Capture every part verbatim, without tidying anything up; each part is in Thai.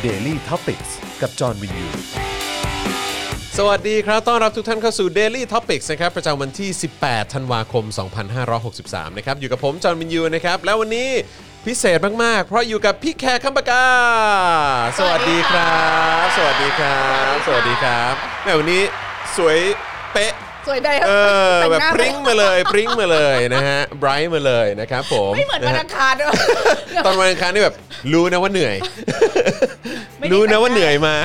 Daily Topics กับจอห์นวินยูสวัสดีครับต้อนรับทุกท่านเข้าสู่ Daily Topics นะครับประจำวันที่สิบแปดธันวาคมสองพันห้าร้อยหกสิบสามนะครับอยู่กับผมจอห์นวินยูนะครับแล้ววันนี้พิเศษมากๆเพราะอยู่กับพี่แขกคำปากาสวัสดีครับสวัสดีครับสวัสดีครับแม่วันนี้สวยเป๊ะสวยได้เออแบบปริ้งมาเลยปริ้งมาเลยนะฮะไบรท์มาเลยนะครับผมไม่เหมือนวันอังคารด้วยตอนวันอังคารนี่แบบรู้นะว่าเหนื่อยรู้นะว่าเหนื่อยมา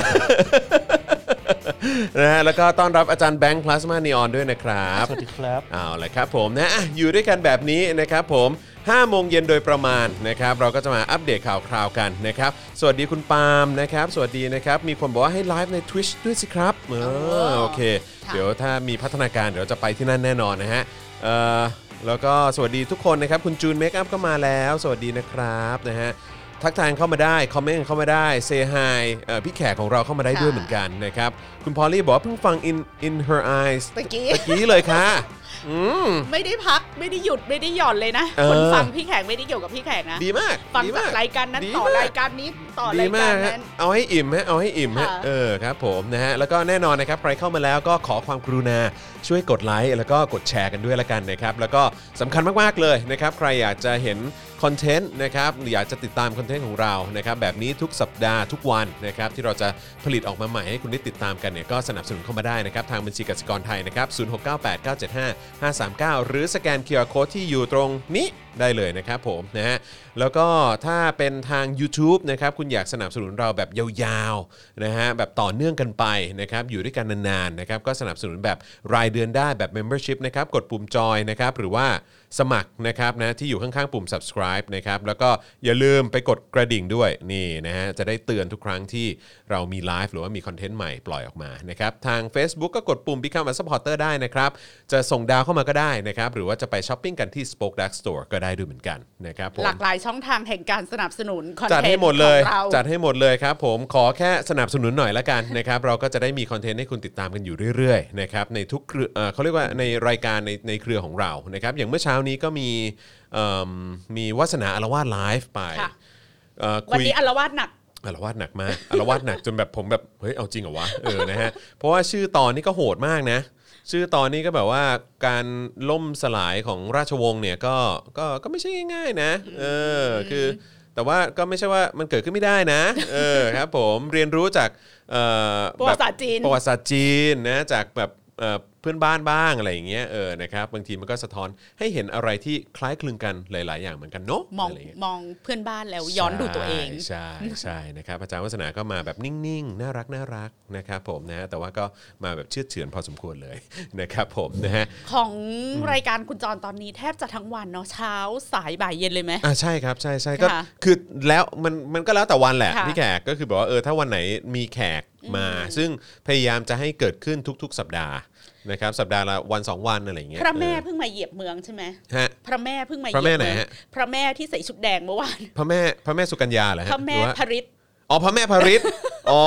นะฮะแล้วก็ต้อนรับอาจารย์แบงค์พลาสมานีออนด้วยนะครับสวัสดีครับเอาละครับผมนะอยู่ด้วยกันแบบนี้นะครับผมห้าโมงเย็นโดยประมาณนะครับเราก็จะมาอัปเดตข่าวคราวกันนะครับสวัสดีคุณปาล์มนะครับสวัสดีนะครับมีคนบอกว่าให้ไลฟ์ใน Twitch ด้วยสิครับเออโอเคเดี๋ยวถ้ามีพัฒนาการเดี๋ยวจะไปที่นั่นแน่นอนนะฮะเอ่อแล้วก็สวัสดีทุกคนนะครับคุณจูนเมคอัพก็มาแล้วสวัสดีนะครับนะฮะทักทายเข้ามาได้คอมเมนต์เข้ามาได้เซฮายพี่แขกของเราเข้ามาได้ด้วยเหมือนกันนะครับคุณพอลลี่บอกว่าเพิ่งฟัง in in her eyes ตะกี้ตะกี้เลยค่ะไม่ได้พักไม่ได้หยุดไม่ได้หย่อนเลยนะคนฟังพี่แขกไม่ได้เกี่ยวกับพี่แขกนะดีมากฟังจากรายการนั้นต่อรายการนี้ต่อรายการนั้นเอาให้อิ่มฮะเอาให้อิ่มฮะเออครับผมนะฮะแล้วก็แน่นอนนะครับใครเข้ามาแล้วก็ขอความกรุณาช่วยกดไลค์แล้วก็กดแชร์กันด้วยละกันนะครับแล้วก็สำคัญมากๆเลยนะครับใครอยากจะเห็นคอนเทนต์นะครับอยากจะติดตามคอนเทนต์ของเรานะครับแบบนี้ทุกสัปดาห์ทุกวันนะครับที่เราจะผลิตออกมาใหม่ให้คุณได้ติดตามกันเนี่ยก็สนับสนุนเข้ามาได้นะครับทางบัญชีกสิกรไทยนะครับศูนย์ หก เก้า แปด เก้า เจ็ด ห้า ห้า สาม เก้าหรือสแกน คิว อาร์ Code ที่อยู่ตรงนี้ได้เลยนะครับผมนะฮะแล้วก็ถ้าเป็นทาง YouTube นะครับคุณอยากสนับสนุนเราแบบยาวๆนะฮะแบบต่อเนื่องกันไปนะครับอยู่ด้วยกันนานๆนะครับก็สนับสนุนแบบรายเดือนได้แบบ Membership นะครับกดปุ่มจอยนะครับหรือว่าสมัครนะครับนะที่อยู่ข้างๆปุ่ม Subscribe นะครับแล้วก็อย่าลืมไปกดกระดิ่งด้วยนี่นะฮะจะได้เตือนทุกครั้งที่เรามีไลฟ์หรือว่ามีคอนเทนต์ใหม่ปล่อยออกมานะครับทาง Facebook ก็กดปุ่ม Become a Supporter ได้นะครับจะส่งดาวเข้ามาก็ได้นะครับหรือว่าจะไปช้อปปิ้งกันที่ Spoke Dark Store ก็ได้ด้วยเหมือนกันนะครับผมหลากหลายช่องทางแห่งการสนับสนุนคอนเทนต์จัดให้หมดเลยจัดให้หมดเลยครับผมขอแค่สนับสนุนหน่อยละกันนะครับเราก็จะได้มีคอนเทนต์ให้คุณติดตามกันอยู่เรื่อยๆนะครับในทุกเครือเอ่อเขาเรียกว่าในรายการในในเครือของเรานะครับอย่างเมื่อเช้านี้ก็มีมีวาสนาอารวาสไลฟ์ไปวันนี้อารวาสหนักอารวาสหนักมากอารวาสหนักจนแบบผมแบบเฮ้ยเอาจริงเหรอวะเออนะฮะเพราะว่าชื่อตอนนี้ก็โหดมากนะชื่อตอนนี้ก็แบบว่าการล่มสลายของราชวงศ์เนี่ยก็ก็ก็ไม่ใช่ง่ายๆนะเออคือแต่ว่าก็ไม่ใช่ว่ามันเกิดขึ้นไม่ได้นะเออครับผมเรียนรู้จากประวัติศาสตร์จีนประวัติศาสตร์จีนนะจากแบบเพื่อนบ้านบ้างอะไรอย่างเงี้ยเออนะครับบางทีมันก็สะท้อนให้เห็นอะไรที่คล้ายคลึงกันหลายๆอย่างเหมือนกันเนาะมองมองเพื่อนบ้านแล้วย้อนดูตัวเองใช่ใช่นะครับอาจารย์วัฒนาก็มาแบบนิ่งๆน่ารักน่ารักนะครับผมนะแต่ว่าก็มาแบบเชื่อเฉือนพอสมควรเลยนะครับผมนะฮะของรายการคุณจรตอนนี้แทบจะทั้งวันเนาะเช้าสายบ่ายเย็นเลยไหมอ่าใช่ครับใช่ใช่ก็คือแล้วมันมันก็แล้วแต่วันแหละพี่แขกก็คือบอกว่าเออถ้าวันไหนมีแขกมาซึ่งพยายามจะให้เกิดขึ้นทุกๆสัปดาห์นะครับสัปดาห์ละวันสองวันอะไรอย่างเงี้ยพระแม่เพิ่งมาเหยียบเมืองใช่ไหมฮะพระแม่เพิ่งมาเหยียบเมืองพระแม่ไหนฮะพระแม่ที่ใส่ชุดแดงเมื่อวานพระแม่พระแม่สุกัญญาเหรอฮะพระแม่พริตอ๋อพระแม่พริตอ๋อ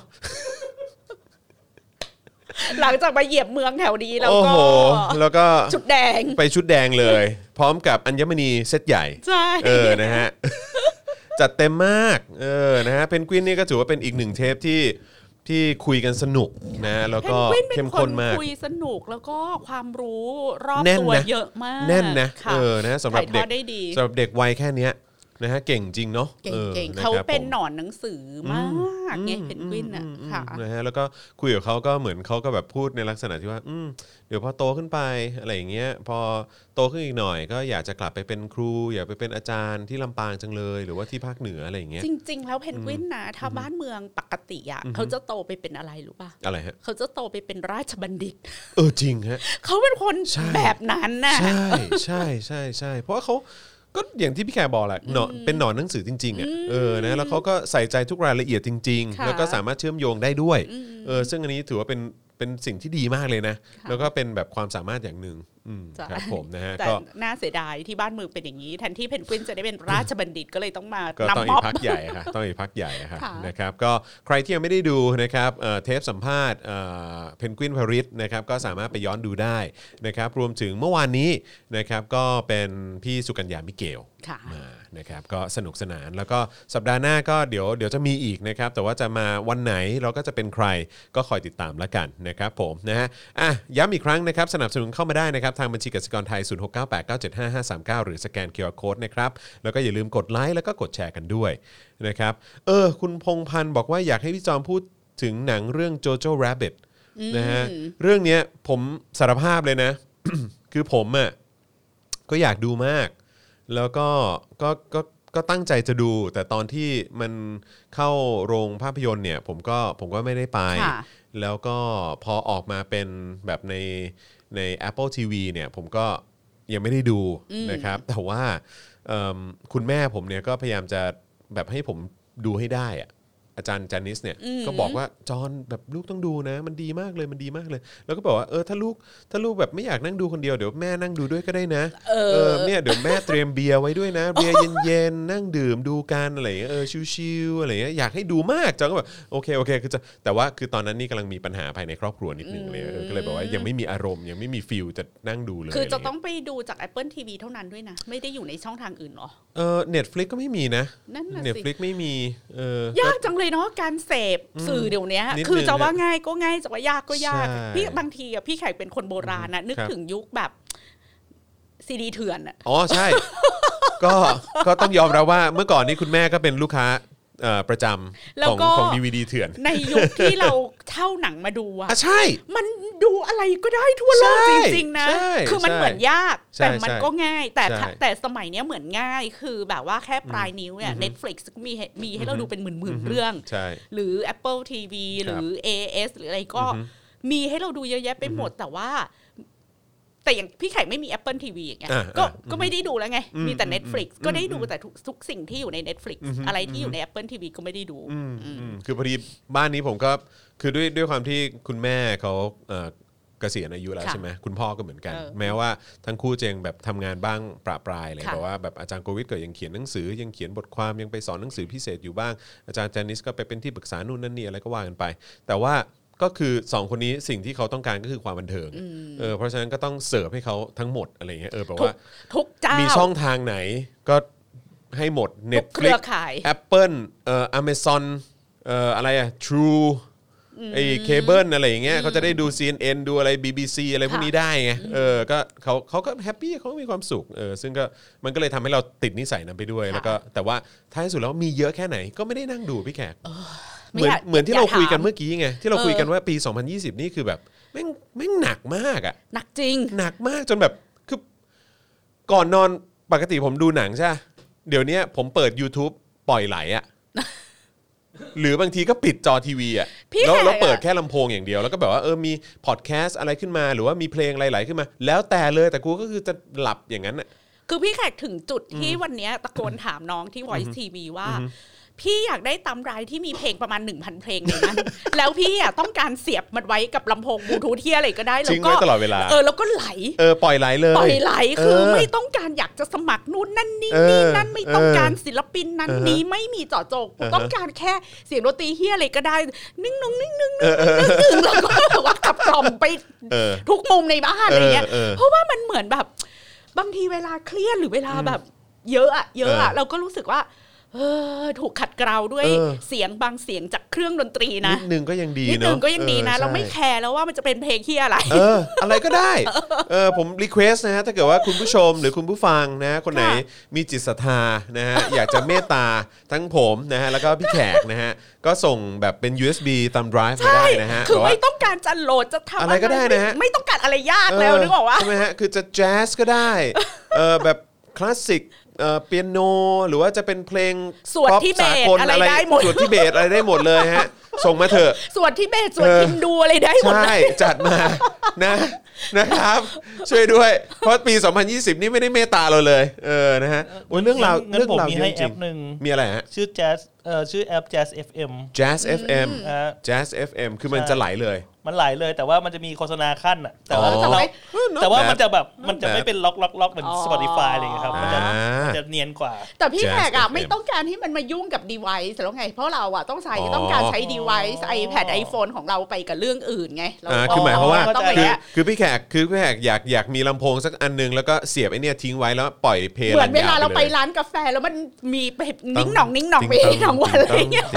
หลังจากมาเหยียบเมืองแถวนี้แล้วก็แล้วก็ชุดแดงไปชุดแดงเลยพร้อมกับอัญมณีเซตใหญ่ใช่เออนะฮะจัดเต็มมากเออนะฮะเพนกวินนี่ก็ถือว่าเป็นอีกหนึ่งเทปที่ที่คุยกันสนุกนะแล้วก็เข้มข้นมากคุยสนุกแล้วก็ความรู้รอบตัวเยอะมากแน่นนะเออนะสำหรับเด็กสำหรับเด็กวัยแค่นี้นะฮะเก่งจริงเนาะเก่งๆเขาเป็นหนอนหนังสือมากไงเพนกวินอ่ะค่ะนะฮะแล้วก็คุยกับเขาก็เหมือนเขาก็แบบพูดในลักษณะที่ว่าอืมเดี๋ยวพอโตขึ้นไปอะไรอย่างเงี้ยพอโตขึ้นอีกหน่อยก็อยากจะกลับไปเป็นครูอยากไปเป็นอาจารย์ที่ลำปางจังเลยหรือว่าที่ภาคเหนืออะไรอย่างเงี้ยจริงๆแล้วเพนกวินนะถ้าบ้านเมืองปกติอ่ะเขาจะโตไปเป็นอะไรรู้ป่ะอะไรฮะเขาจะโตไปเป็นราชบัณฑิตเออจริงฮะเขาเป็นคนแบบนั้นน่ะใช่ใช่ใช่ใช่เพราะว่าเขาก็อย่างที่พี่แขกบอกแหละหนอนเป็นหนอนหนังสือจริงๆอ่ะเออนะแล้วเขาก็ใส่ใจทุกรายละเอียดจริงๆแล้วก็สามารถเชื่อมโยงได้ด้วยเออซึ่งอันนี้ถือว่าเป็นเป็นสิ่งที่ดีมากเลยนะแล้วก็เป็นแบบความสามารถอย่างหนึ่งอืมครับผมนะฮะแต่ก็น่าเสียดายที่บ้านเมืองเป็นอย่างนี้แทนที่เพนกวินจะได้เป็นราชบัณฑิตก็เลยต้องมาก็ต้องนำอีม็อก บพักใหญ่ค่ะต้องอีกพักใหญ่ค่ะค่ะนะครับก็ใครที่ยังไม่ได้ดูนะครับเอ่อเทปสัมภาษณ์เพนกวินพาริสนะครับก็สามารถไปย้อนดูได้นะครับรวมถึงเมื่อวานนี้นะครับก็เป็นพี่สุกัญญามิเกลค่ะมานะครับก็สนุกสนานแล้วก็สัปดาห์หน้าก็เดี๋ยวเดี๋ยวจะมีอีกนะครับแต่ว่าจะมาวันไหนเราก็จะเป็นใครก็คอยติดตามแล้วกันนะครับผมนะฮะอ่ะย้ำอีกครั้งนะครับสนับสนุนเข้ามาได้นะครับทางบัญชีกสิกรไทยศูนย์ หก เก้า แปด เก้า เจ็ด ห้า ห้า สาม เก้าหรือสแกน คิว อาร์ Code นะครับแล้วก็อย่าลืมกดไลค์แล้วก็กดแชร์กันด้วยนะครับเออคุณพงษ์พันธ์บอกว่าอยากให้พี่จอมพูดถึงหนังเรื่อง Jojo Rabbit นะฮะเรื่องเนี้ยผมสารภาพเลยนะ คือผมอ่ะก็อยากดูมากแล้วก็ก็ก็ก็ตั้งใจจะดูแต่ตอนที่มันเข้าโรงภาพยนตร์เนี่ยผมก็ผมก็ไม่ได้ไปแล้วก็พอออกมาเป็นแบบในใน Apple ที วี เนี่ยผมก็ยังไม่ได้ดูนะครับแต่ว่าคุณแม่ผมเนี่ยก็พยายามจะแบบให้ผมดูให้ได้อะอาจารย์จานิสเนี่ยก็บอกว่าจอนแบบลูกต้องดูนะมันดีมากเลยมันดีมากเลยแล้วก็บอกว่าเออถ้าลูกถ้าลูกแบบไม่อยากนั่งดูคนเดียวเดี๋ยวแม่นั่งดูด้วยก็ได้นะเออเนี่ยเดี๋ยวแม่เตรียมเบียร์ไว้ด้วยนะเบียร์เย็นๆนั่งดื่มดูกันอะไรอย่างเงี้ยเออชิลๆอะไรอย่างเงี้ยอยากให้ดูมากจอนก็แบบโอเคโอเคคือจะแต่ว่าคือตอนนั้นนี่กำลังมีปัญหาภายในครอบครัวนิดนึงเลยก็เลยบอกว่ายังไม่มีอารมณ์ยังไม่มีฟีลจะนั่งดูเลยคือจะต้องไปดูจาก Apple ที วี เท่านั้นด้วยนะไม่ได้อยู่ในช่องทางอื่นหรอเออ Netflix ก็ไม่มีนะ Netflix ไม่มีเออยากจังเลยเนาะการเสพสื่อเดี๋ยวนี้คือจะว่าง่ายก็ง่ายจะว่ายากก็ยากพี่บางทีอ่ะพี่แขกเป็นคนโบราณนะนึกถึงยุคแบบซีดีเถื่อนอ่ะอ๋อใช่ก็ก็ต้องยอมรับว่าเมื่อก่อนนี้คุณแม่ก็เป็นลูกค้าประจำของของ ดี วี ดี เถื่อนในยุคที่เราเช่าหนังมาดูอ่ะใช่มันดูอะไรก็ได้ทั่วโลกจริงๆนะคือมันเหมือนยากแต่มันก็ง่ายแต่แต่สมัยนี้เหมือนง่ายคือแบบว่าแค่ปลายนิ้วเนี่ย Netflix มีมีให้เราดูเป็นหมื่นๆเรื่องหรือ Apple ที วี หรือ เอ เอส หรืออะไรก็มีให้เราดูเยอะแยะไปหมดแต่ว่าแต่อย่างพี่ไข่ไม่มี Apple ที วี อย่างเงี้ยก็ก็ไม่ได้ดูแล้วไงมีแต่ Netflix ก็ได้ดูแต่ทุกสิ่งที่อยู่ใน Netflix อะไรที่อยู่ใน Apple ที วี ก็ไม่ได้ดูคือพอดีบ้านนี้ผมก็คือด้วยด้วยความที่คุณแม่เขาเกษียณอายุแล้วใช่ไหมคุณพ่อก็เหมือนกันแม้ว่าทั้งคู่จะยังแบบทำงานบ้างประปรายเลยแต่ว่าแบบอาจารย์โควิดก็ยังเขียนหนังสือยังเขียนบทความยังไปสอนหนังสือพิเศษอยู่บ้างอาจารย์จานิสก็ไปเป็นที่ปรึกษานู่นนั่นนี่อะไรก็ว่ากันไปแต่ว่าก็คือสองคนนี้สิ่งที่เขาต้องการก็คือความบันเทิงเออเพราะฉะนั้นก็ต้องเสิร์ฟให้เขาทั้งหมดอะไรเงี้ยเออแปลว่าทุกเจ้ามีช่องทางไหนก็ให้หมด Netflix Apple เอ่อ Amazon เอ่ออะไรอ่ะ True ไอ้เคเบิลอะไรอย่างเงี้ยเขาจะได้ดู ซี เอ็น เอ็น ดูอะไร บี บี ซี อะไรพวกนี้ได้ไงเออก็เขาเขาก็แฮปปี้เขามีความสุขเออซึ่งก็มันก็เลยทำให้เราติดนิสัยนั้นไปด้วยแล้วก็แต่ว่าท้ายสุดแล้วมีเยอะแค่ไหนก็ไม่ได้นั่งดูพี่แขกเหมือนเหมือนที่เราคุยกันเมื่อกี้ไงที่เราคุยกันว่าปีสองพันยี่สิบนี่คือแบบแม่งแม่งหนักมากอ่ะหนักจริงหนักมากจนแบบคือก่อนนอนปกติผมดูหนังใช่เดี๋ยวนี้ผมเปิด YouTube ปล่อยไหลอ่ะหรือบางทีก็ปิดจอทีวีอ่ะแล้วเราเปิดแค่ลำโพงอย่างเดียวแล้วก็แบบว่าเออมีพอดแคสต์อะไรขึ้นมาหรือว่ามีเพลงไหลๆขึ้นมาแล้วแต่เลยแต่กูก็คือจะหลับอย่างนั้นอ่ะคือพี่แขกถึงจุดที่วันนี้ตะโกนถามน้องที่ Voice ที วี ว่าพี่อยากได้ตำรายที่มีเพลงประมาณ หนึ่งพัน เพลงในนั้น แล้วพี่อ่ะต้องการเสียบมันไว้กับลำโพงบลูทูธที่อะไรก็ได้แล้วก็ตลอดเวลาเออแล้วก็ไหลเออปล่อยไหลเลยปล่อยไหลคือไม่ต้องการอยากจะสมัครนู่นนั่นนี่นี่นั่นไม่ต้องการศิลปินนั้นนี้ไม่มีเจาะจงต้องการแค่เสียงดนตรีเฮียอะไรก็ได้นิ่งๆนิ่งๆนิ่งๆแล้วก็แบบว่าขับกล่อมไปทุกมุมในบ้านอะไรเงี้ยเพราะว่ามันเหมือนแบบบางทีเวลาเครียดหรือเวลาแบบเยอะอะเยอะอะเราก็รู้สึกว่าเออถูกขัดเกลาด้วยเสียงบางเสียงจากเครื่องดนตรีนะนิดนึงก็ยังดีเนาะนิดนึงก็ยังดีนะเราไม่แคร์แล้วว่ามันจะเป็นเพลงที่อะไรเอออะไรก็ได้เออผมรีเควสนะฮะถ้าเกิดว่าคุณผู้ชมหรือคุณผู้ฟังนะคนไหนมีจิตศรัทธานะฮะอยากจะเมตตาทั้งผมนะฮะแล้วก็พี่แขกนะฮะก็ส่งแบบเป็น ยู เอส บี ตาม drive มาได้นะฮะคือไม่ต้องการจะโหลดจะทำอะไรก็ได้นะฮะไม่ต้องการอะไรยากแล้วนึกออกว่าใช่ไหมฮะคือจะแจ๊สก็ได้เออแบบคลาสสิกเอ่อเปียโนหรือว่าจะเป็นเพลงสวดทิเบตอะไรได้หมดสวดทิเบตอะไรได้หมดเลยฮะส่งมาเถอะสวดทิเบตสวดฮินดูอะไรได้หมดใช่จัดมานะนะครับช่วยด้วยเพราะปีสองพันยี่สิบนี่ไม่ได้เมตตาเราเลยเออนะฮะโอ้ยเรื่องราวเรื่องราวมีให้แอปนึงมีอะไรฮะชื่อ Jazz เอ่อชื่อแอป Jazz เอฟ เอ็ม Jazz เอฟ เอ็ม Jazz เอฟ เอ็ม คือมันจะไหลเลยมันไหลเลยแต่ว่ามันจะมีโฆษณาขั้นอ่ะแต่ว่าเราแต่ว่ามันจะแบบมันจะไม่เป็นล็อกล็อกล็อกเหมือน Spotify อะไรอย่างเงี้ยครับมันจะมันจะเนียนกว่าแต่พี่แขกอ่ะไม่ต้องการให้มันมายุ่งกับ device แล้วไงเพราะเราอ่ะต้องใช้ต้องการใช้ device iPad iPhone ของเราไปกับเรื่องอื่นไงอ่าคือหมายความว่าคือคือพี่แขกคือพี่แขกอยากอยากมีลำโพงสักอันนึงแล้วก็เสียบไอ้เนี่ยทิ้งไว้แล้วปล่อยเพลงเหมือนเวลาเราไปร้านกาแฟแล้วมันมีนิ้งหน่องนิ้งหน่องไปทั้งวันอะไรเงี้ย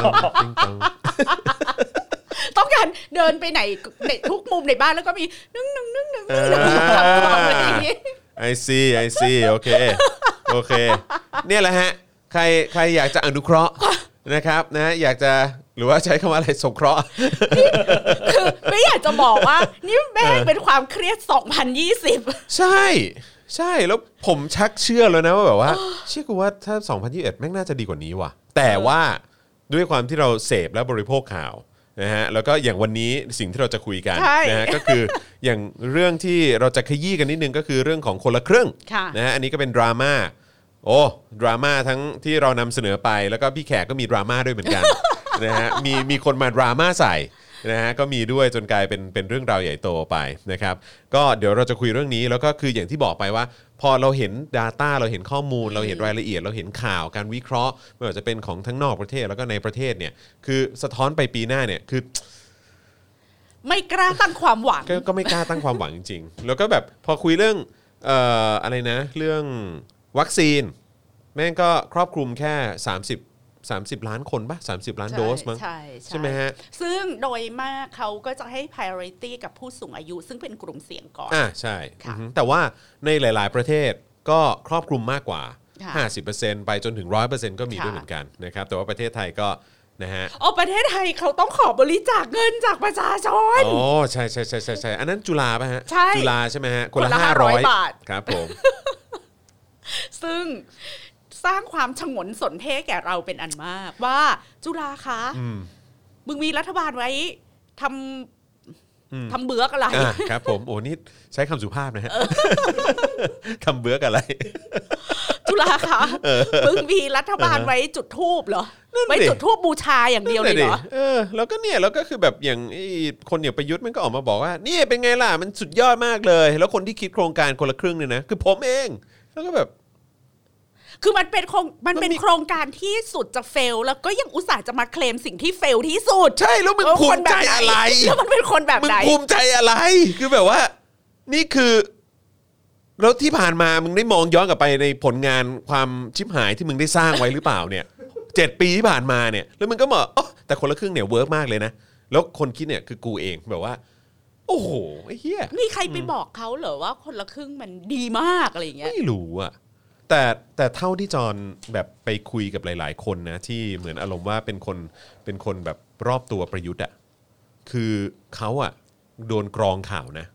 ต้องการเดินไปไหนในทุกมุมในบ้านแล้วก็มีนึ่งนึ่งนึ่งนึ่งนึ่งขับกล่องอะไรอย่างงี้ I see I see โอเคโอเคเนี่ยแหละฮะใครใครอยากจะอนุเคราะห์นะครับนะอยากจะหรือว่าใช้คำว่าอะไรสงเคราะห์คือไม่อยากจะบอกว่านี่แม่งเป็นความเครียดสองพันยี่สิบใช่ใช่แล้วผมชักเชื่อแล้วนะว่าแบบว่าเชื่อกูว่าถ้าสองพันยี่สิบเอ็ดแม่งน่าจะดีกว่านี้ว่ะแต่ว่าด้วยความที่เราเสพและบริโภคข่าวนะฮะแล้วก็อย่างวันนี้สิ่งที่เราจะคุยกันนะฮะก็คืออย่างเรื่องที่เราจะขยี้กันนิดนึงก็คือเรื่องของคนละครึ่งนะฮะอันนี้ก็เป็นดราม่าโอ้ดราม่าทั้งที่เรานำเสนอไปแล้วก็พี่แขกก็มีดราม่าด้วยเหมือนกันนะฮะมีมีคนมาดราม่าใส่นะฮะก็มีด้วยจนกลายเป็นเป็นเรื่องราวใหญ่โตไปนะครับก็เดี๋ยวเราจะคุยเรื่องนี้แล้วก็คืออย่างที่บอกไปว่าพอเราเห็น data เราเห็นข้อมูลเราเห็นรายละเอียดเราเห็นข่าวการวิเคราะห์ไม่ว่าจะเป็นของทั้งนอกประเทศแล้วก็ในประเทศเนี่ยคือสะท้อนไปปีหน้าเนี่ยคือไม่กล้าตั้งความหวังก, ก็ไม่กล้าตั้งความหวังจริงๆแล้วก็แบบพอคุยเรื่องเอ่ออะไรนะเรื่องวัคซีนแม่งก็ครอบคลุมแค่สามสิบ สามสิบล้านคนป่ะสามสิบล้านโดสมั้งใช่ใช่ใช่ไหมฮะซึ่งโดยมากเขาก็จะให้ priority กับผู้สูงอายุซึ่งเป็นกลุ่มเสี่ยงก่อนอ่าใช่แต่ว่าในหลายๆประเทศก็ครอบคลุมมากกว่า ห้าสิบเปอร์เซ็นต์ ไปจนถึง หนึ่งร้อยเปอร์เซ็นต์ ก็มีด้วยเหมือนกันนะครับแต่ว่าประเทศไทยก็นะฮะอ๋อประเทศไทยเขาต้องขอบริจาคเงินจากประชาชนอ๋อใช่ๆๆๆอันนั้นจุฬาป่ะฮะจุฬาใช่ไหมฮะคนละห้าร้อยบาทครับผมซึ่งสร้างความฉงนสนเท่แก่เราเป็นอันมากว่าจุฬาคะมึงมีรัฐบาลไว้ทำทำเบื้อกอะไรครับผมโอ้นี่ใช้คำสุภาพนะฮะทำเบื้อกอะไรจุฬาคะมึงมีรัฐบาลไว้จุดธูปเหรอไว้จุดธูปบูชาอย่างเดียวเลยเหรอเออแล้วก็เนี่ยแล้วก็คือแบบอย่างคนอย่างประยุทธ์มันก็ออกมาบอกว่านี่เป็นไงล่ะมันสุดยอดมากเลยแล้วคนที่คิดโครงการคนละครึ่งเนี่ยนะคือผมเองแล้วก็แบบคือมันเป็นโครงมันเป็นโครงการที่สุดจะเฟลแล้วก็ยังอุตส่าห์จะมาเคลมสิ่งที่เฟลที่สุดใช่แล้วมึงภูมิใจอะไรแล้วมันเป็นคนแบบไหนมึงภูมิใจอะไรคือแบบว่านี่คือแล้วที่ผ่านมามึงได้มองย้อนกลับไปในผลงานความชิบหายที่มึงได้สร้างไว้หรือเปล่าเนี่ยเจ็ดปีที่ผ่านมาเนี่ยแล้วมึงก็บอกอ๋อแต่คนละครึ่งเนี่ยเวิร์กมากเลยนะแล้วคนคิดเนี่ยคือกูเองแบบว่าโอ้โหไอ้เหี้ยมีใครไปบอกเขาเหรอว่าคนละครึ่งมันดีมากอะไรอย่างเงี้ยไม่รู้อะแต่แต่เท่าที่จอนแบบไปคุยกับหลายๆคนนะที่เหมือนอารมณ์ว่าเป็นคนเป็นคนแบบรอบตัวประยุทธ์อะคือเขาอะโดนกรองข่าวนะ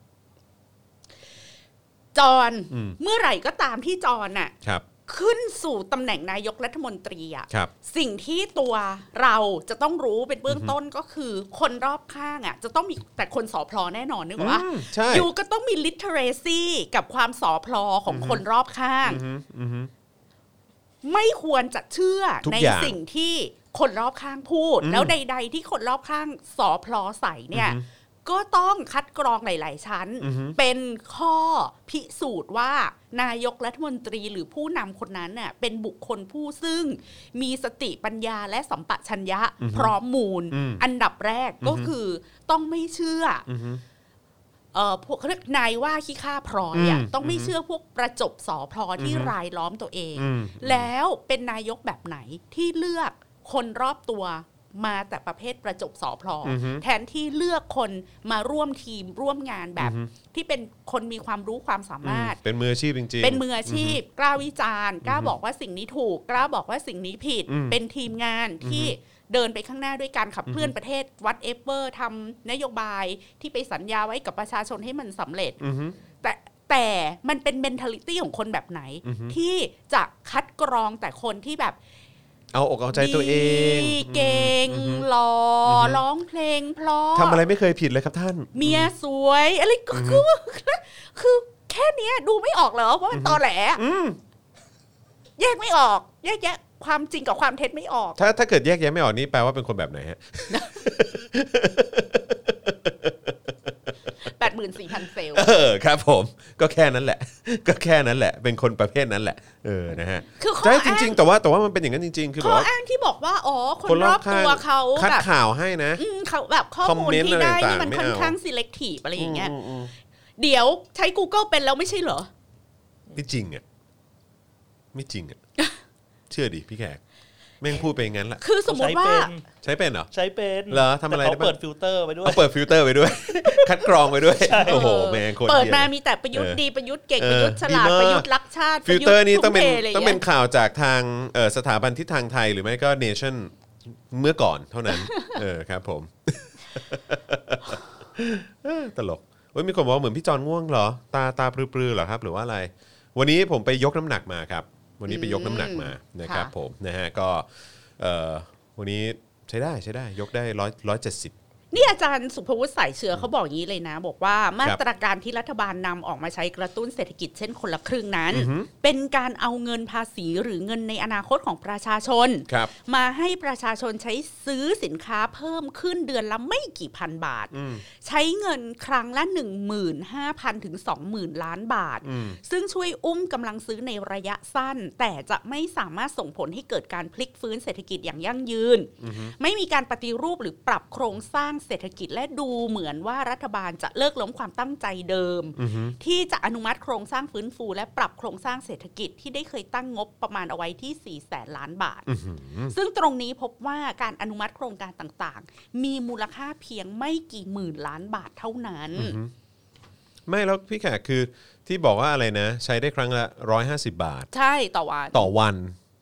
จอนเมื่อไหร่ก็ตามที่จอนอะขึ้นสู่ตำแหน่งนายกรัฐมนตรีอะสิ่งที่ตัวเราจะต้องรู้เป็นเบื้องต้นก็คือคนรอบข้างอะจะต้องมีแต่คนสอพลอแน่นอนนึกว่าอยู่ก็ต้องมี literacy กับความสอพลอของคนรอบข้างไม่ควรจะเชื่อในสิ่งที่คนรอบข้างพูดแล้วใดๆที่คนรอบข้างสอพลอใส่เนี่ยก็ต้องคัดกรองหลายๆชั้นเป็นข้อพิสูจน์ว่านายกรัฐมนตรีหรือผู้นำคนนั้นน่ะเป็นบุคคลผู้ซึ่งมีสติปัญญาและสัมปชัญญะพร้อมมูลอันดับแรกก็คือต้องไม่เชื่อเอ่อพวกเรียกนายว่าขี้ข้าพลอยอ่ะต้องไม่เชื่อพวกประจบสอพลอที่รายล้อมตัวเองแล้วเป็นนายกแบบไหนที่เลือกคนรอบตัวมาแต่ประเภทประจบสอพลอแทนที่เลือกคนมาร่วมทีมร่วมงานแบบที่เป็นคนมีความรู้ความสามารถเป็นมืออาชีพจริงๆเป็นมืออาชีพกล้าวิจารณ์กล้าบอกว่าสิ่งนี้ถูกกล้าบอกว่าสิ่งนี้ผิดเป็นทีมงานที่เดินไปข้างหน้าด้วยการขับเคลื่อนประเทศวัดเอฟเวอร์ทำนโยบายที่ไปสัญญาไว้กับประชาชนให้มันสำเร็จแต่แต่มันเป็น mentality ของคนแบบไหนที่จะคัดกรองแต่คนที่แบบเอาอกเอาใจตัวเองเก่งหล่อร้องเพลงเพราะทำอะไรไม่เคยผิดเลยครับท่านเมียสวยอะไรคือคือแค่นี้ดูไม่ออกเหรอว่ามันตอแหลแยกไม่ออกแยกแยะความจริงกับความเท็จไม่ออกถ้าถ้าเกิดแยกแยะไม่ออกนี่แปลว่าเป็นคนแบบไหนฮะทันเซลเออครับผมก็แค่นั้นแหละก็แค่นั้นแหละเป็นคนประเภทนั้นแหละเออนะฮะคือข้อใช่จริงๆแต่ว่าแต่ว่ามันเป็นอย่างนั้นจริงๆคือข้ออ้างที่บอกว่าอ๋อคนรอบตัวเขาคัดแบบข่าวให้นะเขาแบบข้อมูลที่ได้นี่มันค่อนข้าง selective อะไรอย่างเงี้ยเดี๋ยวใช้ Google เป็นแล้วไม่ใช่เหรอไม่จริงอ่ะไม่จริงอ่ะเชื่อดิพี่แขกแม่งพูดไปงั้นแหละคือสมมติว่าใช้เป็นเหรอใช้เป็นเหรอทำอะไรได้บ้างเขาเปิดฟิลเตอร์ไปด้วยเขาเปิดฟิลเตอร์ไปด้วยคัดกรองไปด้วยโอ้โหแม่งคนเปิดมามีแต่ประยุทธ์ดีประยุทธ์เก่งประยุทธ์ฉลาดประยุทธ์รักชาติฟิลเตอร์นี้ต้องเป็นต้องเป็นข่าวจากทางสถาบันทิศทางไทยหรือไม่ก็เนชั่นเมื่อก่อนเท่านั้นเออครับผมตลกเฮ้ยมีคนบอกว่าเหมือนพี่จอนง่วงเหรอตาตาปลือๆเหรอครับหรือว่าอะไรวันนี้ผมไปยกน้ำหนักมาครับวันนี้ไปยกน้ำหนักมานะครับผมนะฮะก็วันนี้ใช้ได้ใช้ได้ยกได้ร้อยร้อยเจ็ดสิบนี่อาจารย์สุภวุฒิสายเชื้อเขาบอกอย่างนี้เลยนะบอกว่ามาตรการที่รัฐบาลนำออกมาใช้กระตุ้นเศรษฐกิจเช่นคนละครึ่งนั้นเป็นการเอาเงินภาษีหรือเงินในอนาคตของประชาชนมาให้ประชาชนใช้ซื้อสินค้าเพิ่มขึ้นเดือนละไม่กี่พันบาทใช้เงินครั้งละ หนึ่งหมื่นห้าพัน ถึง สองหมื่น ล้านบาทซึ่งช่วยอุ้มกำลังซื้อในระยะสั้นแต่จะไม่สามารถส่งผลให้เกิดการพลิกฟื้นเศรษฐกิจอย่างยั่งยืนไม่มีการปฏิรูปหรือปรับโครงสร้างเศรษฐกิจและดูเหมือนว่ารัฐบาลจะเลิกล้มความตั้งใจเดิม uh-huh. ที่จะอนุมัติโครงสร้างฟื้นฟูและปรับโครงสร้างเศรษฐกิจที่ได้เคยตั้งงบประมาณเอาไว้ที่สี่แสนล้านบาท uh-huh. ซึ่งตรงนี้พบว่าการอนุมัติโครงการต่างๆมีมูลค่าเพียงไม่กี่หมื่นล้านบาทเท่านั้น uh-huh. ไม่แล้วพี่แขกคือที่บอกว่าอะไรนะใช้ได้ครั้งละหนึ่งร้อยห้าสิบบาทใช่ต่อวันต่อวัน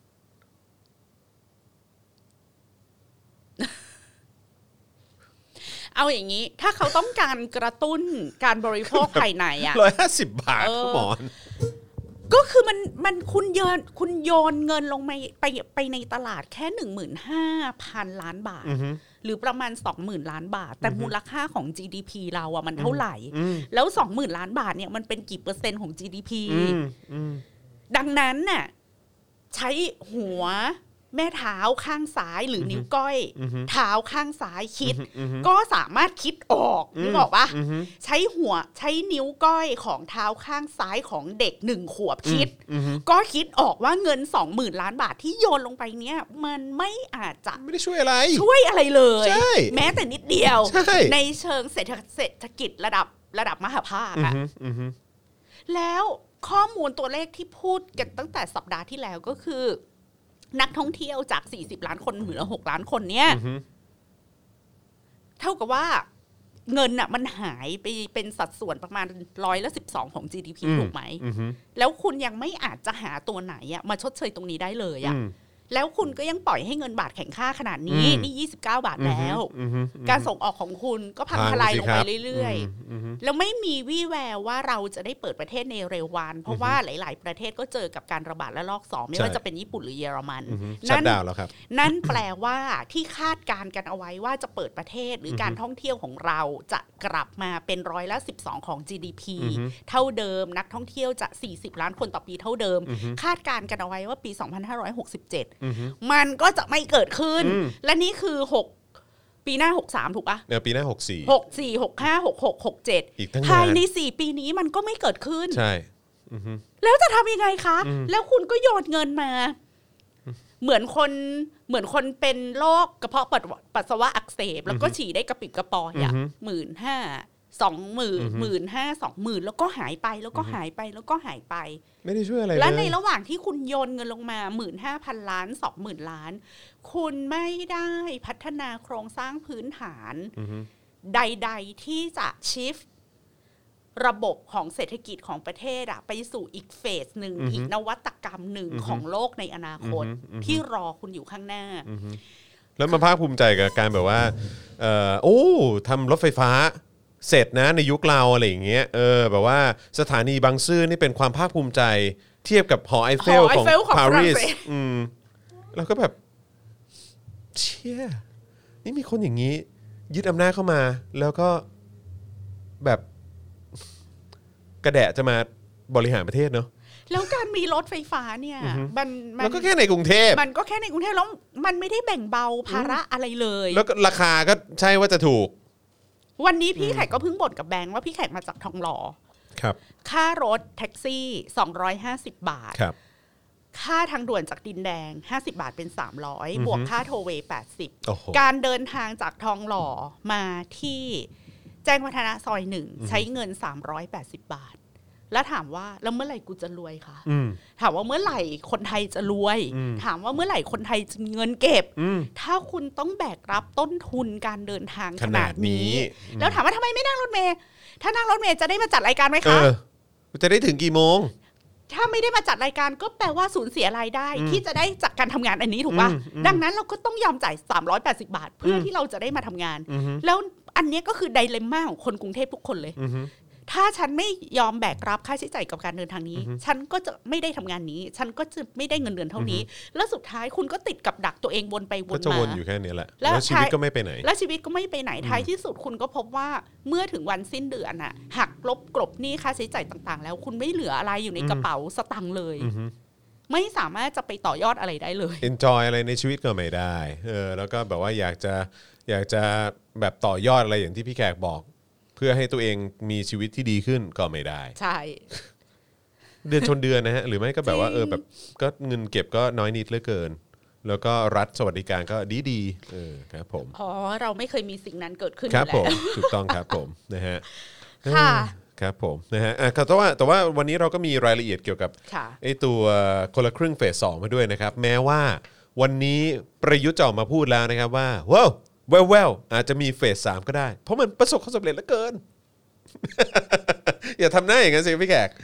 เอาอย่างนี้ถ้าเขาต้องการกระตุ้นการบริโภคภายในอ่ะหนึ่งร้อยห้าสิบบาทก็หมอนก็คือมันมันคุณโยนคุณโยนเงินลงไปไปไปในตลาดแค่ หนึ่งหมื่นห้าพัน ล้านบาทหรือประมาณ สองหมื่น ล้านบาทแต่มูลค่าของ จี ดี พี เราอ่ะมันเท่าไหร่แล้ว สองหมื่น ล้านบาทเนี่ยมันเป็นกี่เปอร์เซ็นต์ของ จี ดี พี ดังนั้นน่ะใช้หัวแม่เท้าข้างซ้ายหรือนิ้วก้อยเท้าข้างซ้ายคิดก็สามารถคิดออกนึกออกปะใช้หัวใช้นิ้วก้อยของเท้าข้างซ้ายของเด็กหนึ่งขวบคิดก็คิดออกว่าเงิน สองหมื่น ล้านบาทที่โยนลงไปเนี้ยมันไม่อาจจะไม่ได้ช่วยอะไรช่วยอะไรเลยแม้แต่นิดเดียวในเชิงเศรษฐกิจระดับระดับมหาภาคอะแล้วข้อมูลตัวเลขที่พูดกันตั้งแต่สัปดาห์ที่แล้วก็คือนักท่องเที่ยวจากสี่สิบล้านคนเหลือหกล้านคนเนี่ย uh-huh. เท่ากับว่าเงินน่ะมันหายไปเป็นสัดส่วนประมาณร้อยละสิบสองของ จี ดี พี ถูกไหม uh-huh. แล้วคุณยังไม่อาจจะหาตัวไหนอะมาชดเชยตรงนี้ได้เลยอะ uh-huh. แล้วคุณก็ยังปล่อยให้เงินบาทแข็งค่าขนาดนี้ uh-huh. นี่ยี่สิบเก้าบาทแล้ว uh-huh. การส่งออกของคุณก็พังทลายลงไปเรื่อยๆ uh-huh. แล้วไม่มีวี่แววว่าเราจะได้เปิดประเทศในเร็ววันเพราะว่าหลายๆประเทศก็เจอกับการระบาดระลอกสองไม่ว่าจะเป็นญี่ปุ่นหรือเยอรมันนั่นแล้วครับนั่นแปลว่าที่คาดการกันเอาไว้ว่าจะเปิดประเทศหรือการท่องเที่ยวของเราจะกลับมาเป็นร้อยละสิบสองของ จี ดี พี เท่าเดิมนักท่องเที่ยวจะสี่สิบล้านคนต่อปีเท่าเดิมคาดการกันเอาไว้ว่าปีสองพันห้าร้อยหกสิบเจ็ดมันก็จะไม่เกิดขึ้นและนี่คือหกปีหน้าหกสิบสามถูกป่ะเออปีหน้าหกสิบสี่หกสิบสี่ หกสิบห้า หกสิบหก หกสิบเจ็ดภายในสี่ปีนี้มันก็ไม่เกิดขึ้นใช่แล้วจะทำยังไงคะแล้วคุณก็โยนเงินมาเหมือนคนเหมือนคนเป็นโรคกระเพาะปัสสาวะอักเสบแล้วก็ฉี่ได้กระปิดกระปอยอ่ะ หนึ่งหมื่นห้าพันสองหมื่น หนึ่งหมื่นห้าพัน สองหมื่นแล้วก็หายไปแล้วก็หายไปแล้วก็หายไปไม่ได้ช่วยอะไรเลยและในระหว่างที่คุณโยนเงินลงมา หนึ่งหมื่นห้าพัน ล้าน สองหมื่น ล้านคุณไม่ได้พัฒนาโครงสร้างพื้นฐานใดๆที่จะชิฟระบบของเศรษฐกิจของประเทศอะไปสู่อีกเฟสหนึ่งอีกนวัตกรรมหนึ่งของโลกในอนาคตที่รอคุณอยู่ข้างหน้าแล้วมาภาคภูมิใจกับการแบบว่าเออโอ้ทำรถไฟฟ้าเสร็จนะในยุคเราอะไรอย่างเงี้ยเออแบบว่าสถานีบางซื่อนี่เป็นความภาคภูมิใจเทียบกับหอไอเฟลของปารีสอืมแล้วก็แบบเชี่ยนี่มีคนอย่างนี้ยึดอำนาจเข้ามาแล้วก็แบบกระแดะจะมาบริหารประเทศเนาะแล้วการมีรถไฟฟ้าเนี่ยมันมันก็แค่ในกรุงเทพมันก็แค่ในกรุงเทพแล้วมันไม่ได้แบ่งเบาภาระอะไรเลยแล้วราคาก็ใช่ว่าจะถูกวันนี้พี่แขกก็เพิ่งบ่นกับแบงค์ว่าพี่แขกมาจากทองหล่อครับค่ารถแท็กซี่สองร้อยห้าสิบบาทครับค่าทางด่วนจากดินแดงห้าสิบบาทเป็นสามร้อยบวกค่าโทเวย์แปดสิบการเดินทางจากทองหล่อมาที่แจ้งวัฒนะซอยหนึ่งใช้เงินสามร้อยแปดสิบบาทแล้วถามว่าแล้วเมื่อไหร่กูจะรวยคะถามว่าเมื่อไหร่คนไทยจะรวยถามว่าเมื่อไหร่คนไทยจะมีเงินเก็บถ้าคุณต้องแบกรับต้นทุนการเดินทางขนาดนี้แล้วถามว่าทำไมไม่นั่งรถเมล์ถ้านั่งรถเมล์จะได้มาจัดรายการไหมคะจะได้ถึงกี่โมงถ้าไม่ได้มาจัดรายการก็แปลว่าสูญเสียรายได้ที่จะได้จากการทำงานอันนี้ถูกป่ะดังนั้นเราก็ต้องยอมจ่ายสามร้อยแปดสิบบาทเพื่อที่เราจะได้มาทำงานแล้วอันนี้ก็คือไดเลมม่าของคนกรุงเทพทุกคนเลยถ้าฉันไม่ยอมแบกรับค่าใช้จ่ายกับการเดินทางนี้ฉันก็จะไม่ได้ทำงานนี้ฉันก็จะไม่ได้เงินเดือนเท่านี้แล้วสุดท้ายคุณก็ติดกับดักตัวเองวนไปวนมาก็จะวนอยู่แค่นี้แหละแล้วชีวิตก็ไม่ไปไหนแล้วชีวิตก็ไม่ไปไหนท้ายที่สุดคุณก็พบว่าเมื่อถึงวันสิ้นเดือนน่ะหักลบกลบหนี้ค่าใช้จ่ายต่างๆแล้วคุณไม่เหลืออะไรอยู่ในกระเป๋าสตางค์เลยไม่สามารถจะไปต่อยอดอะไรได้เลย enjoy อะไรในชีวิตก็ไม่ได้เออแล้วก็แบบว่าอยากจะอยากจะแบบต่อยอดอะไรอย่างที่พี่แขกบอกเพื่อให้ตัวเองมีชีวิตที่ดีขึ้นก็ไม่ได้ใช่เดือนชนเดือนนะฮะหรือไม่ก็แบบว่าเออแบบก็เงินเก็บก็น้อยนิดเหลือเกินแล้วก็รัฐสวัสดิการก็ดีดีเออครับผมอ๋อเราไม่เคยมีสิ่งนั้นเกิดขึ้นครับผมถูกต้องครับผมนะฮะค่ะครับผมนะฮะแต่ว่าแต่ว่าวันนี้เราก็มีรายละเอียดเกี่ยวกับไอ้ตัวคนละครึ่งเฟสสองมาด้วยนะครับแม้ว่าวันนี้ประยุทธ์จะออกมาพูดแล้วนะครับว่าว้าวแววๆอาจจะมีเฟสสามก็ได้เพราะมันประสบความสำเร็จเหลือเกิน อย่าทำหน้าอย่างนั้นสิพี่แขก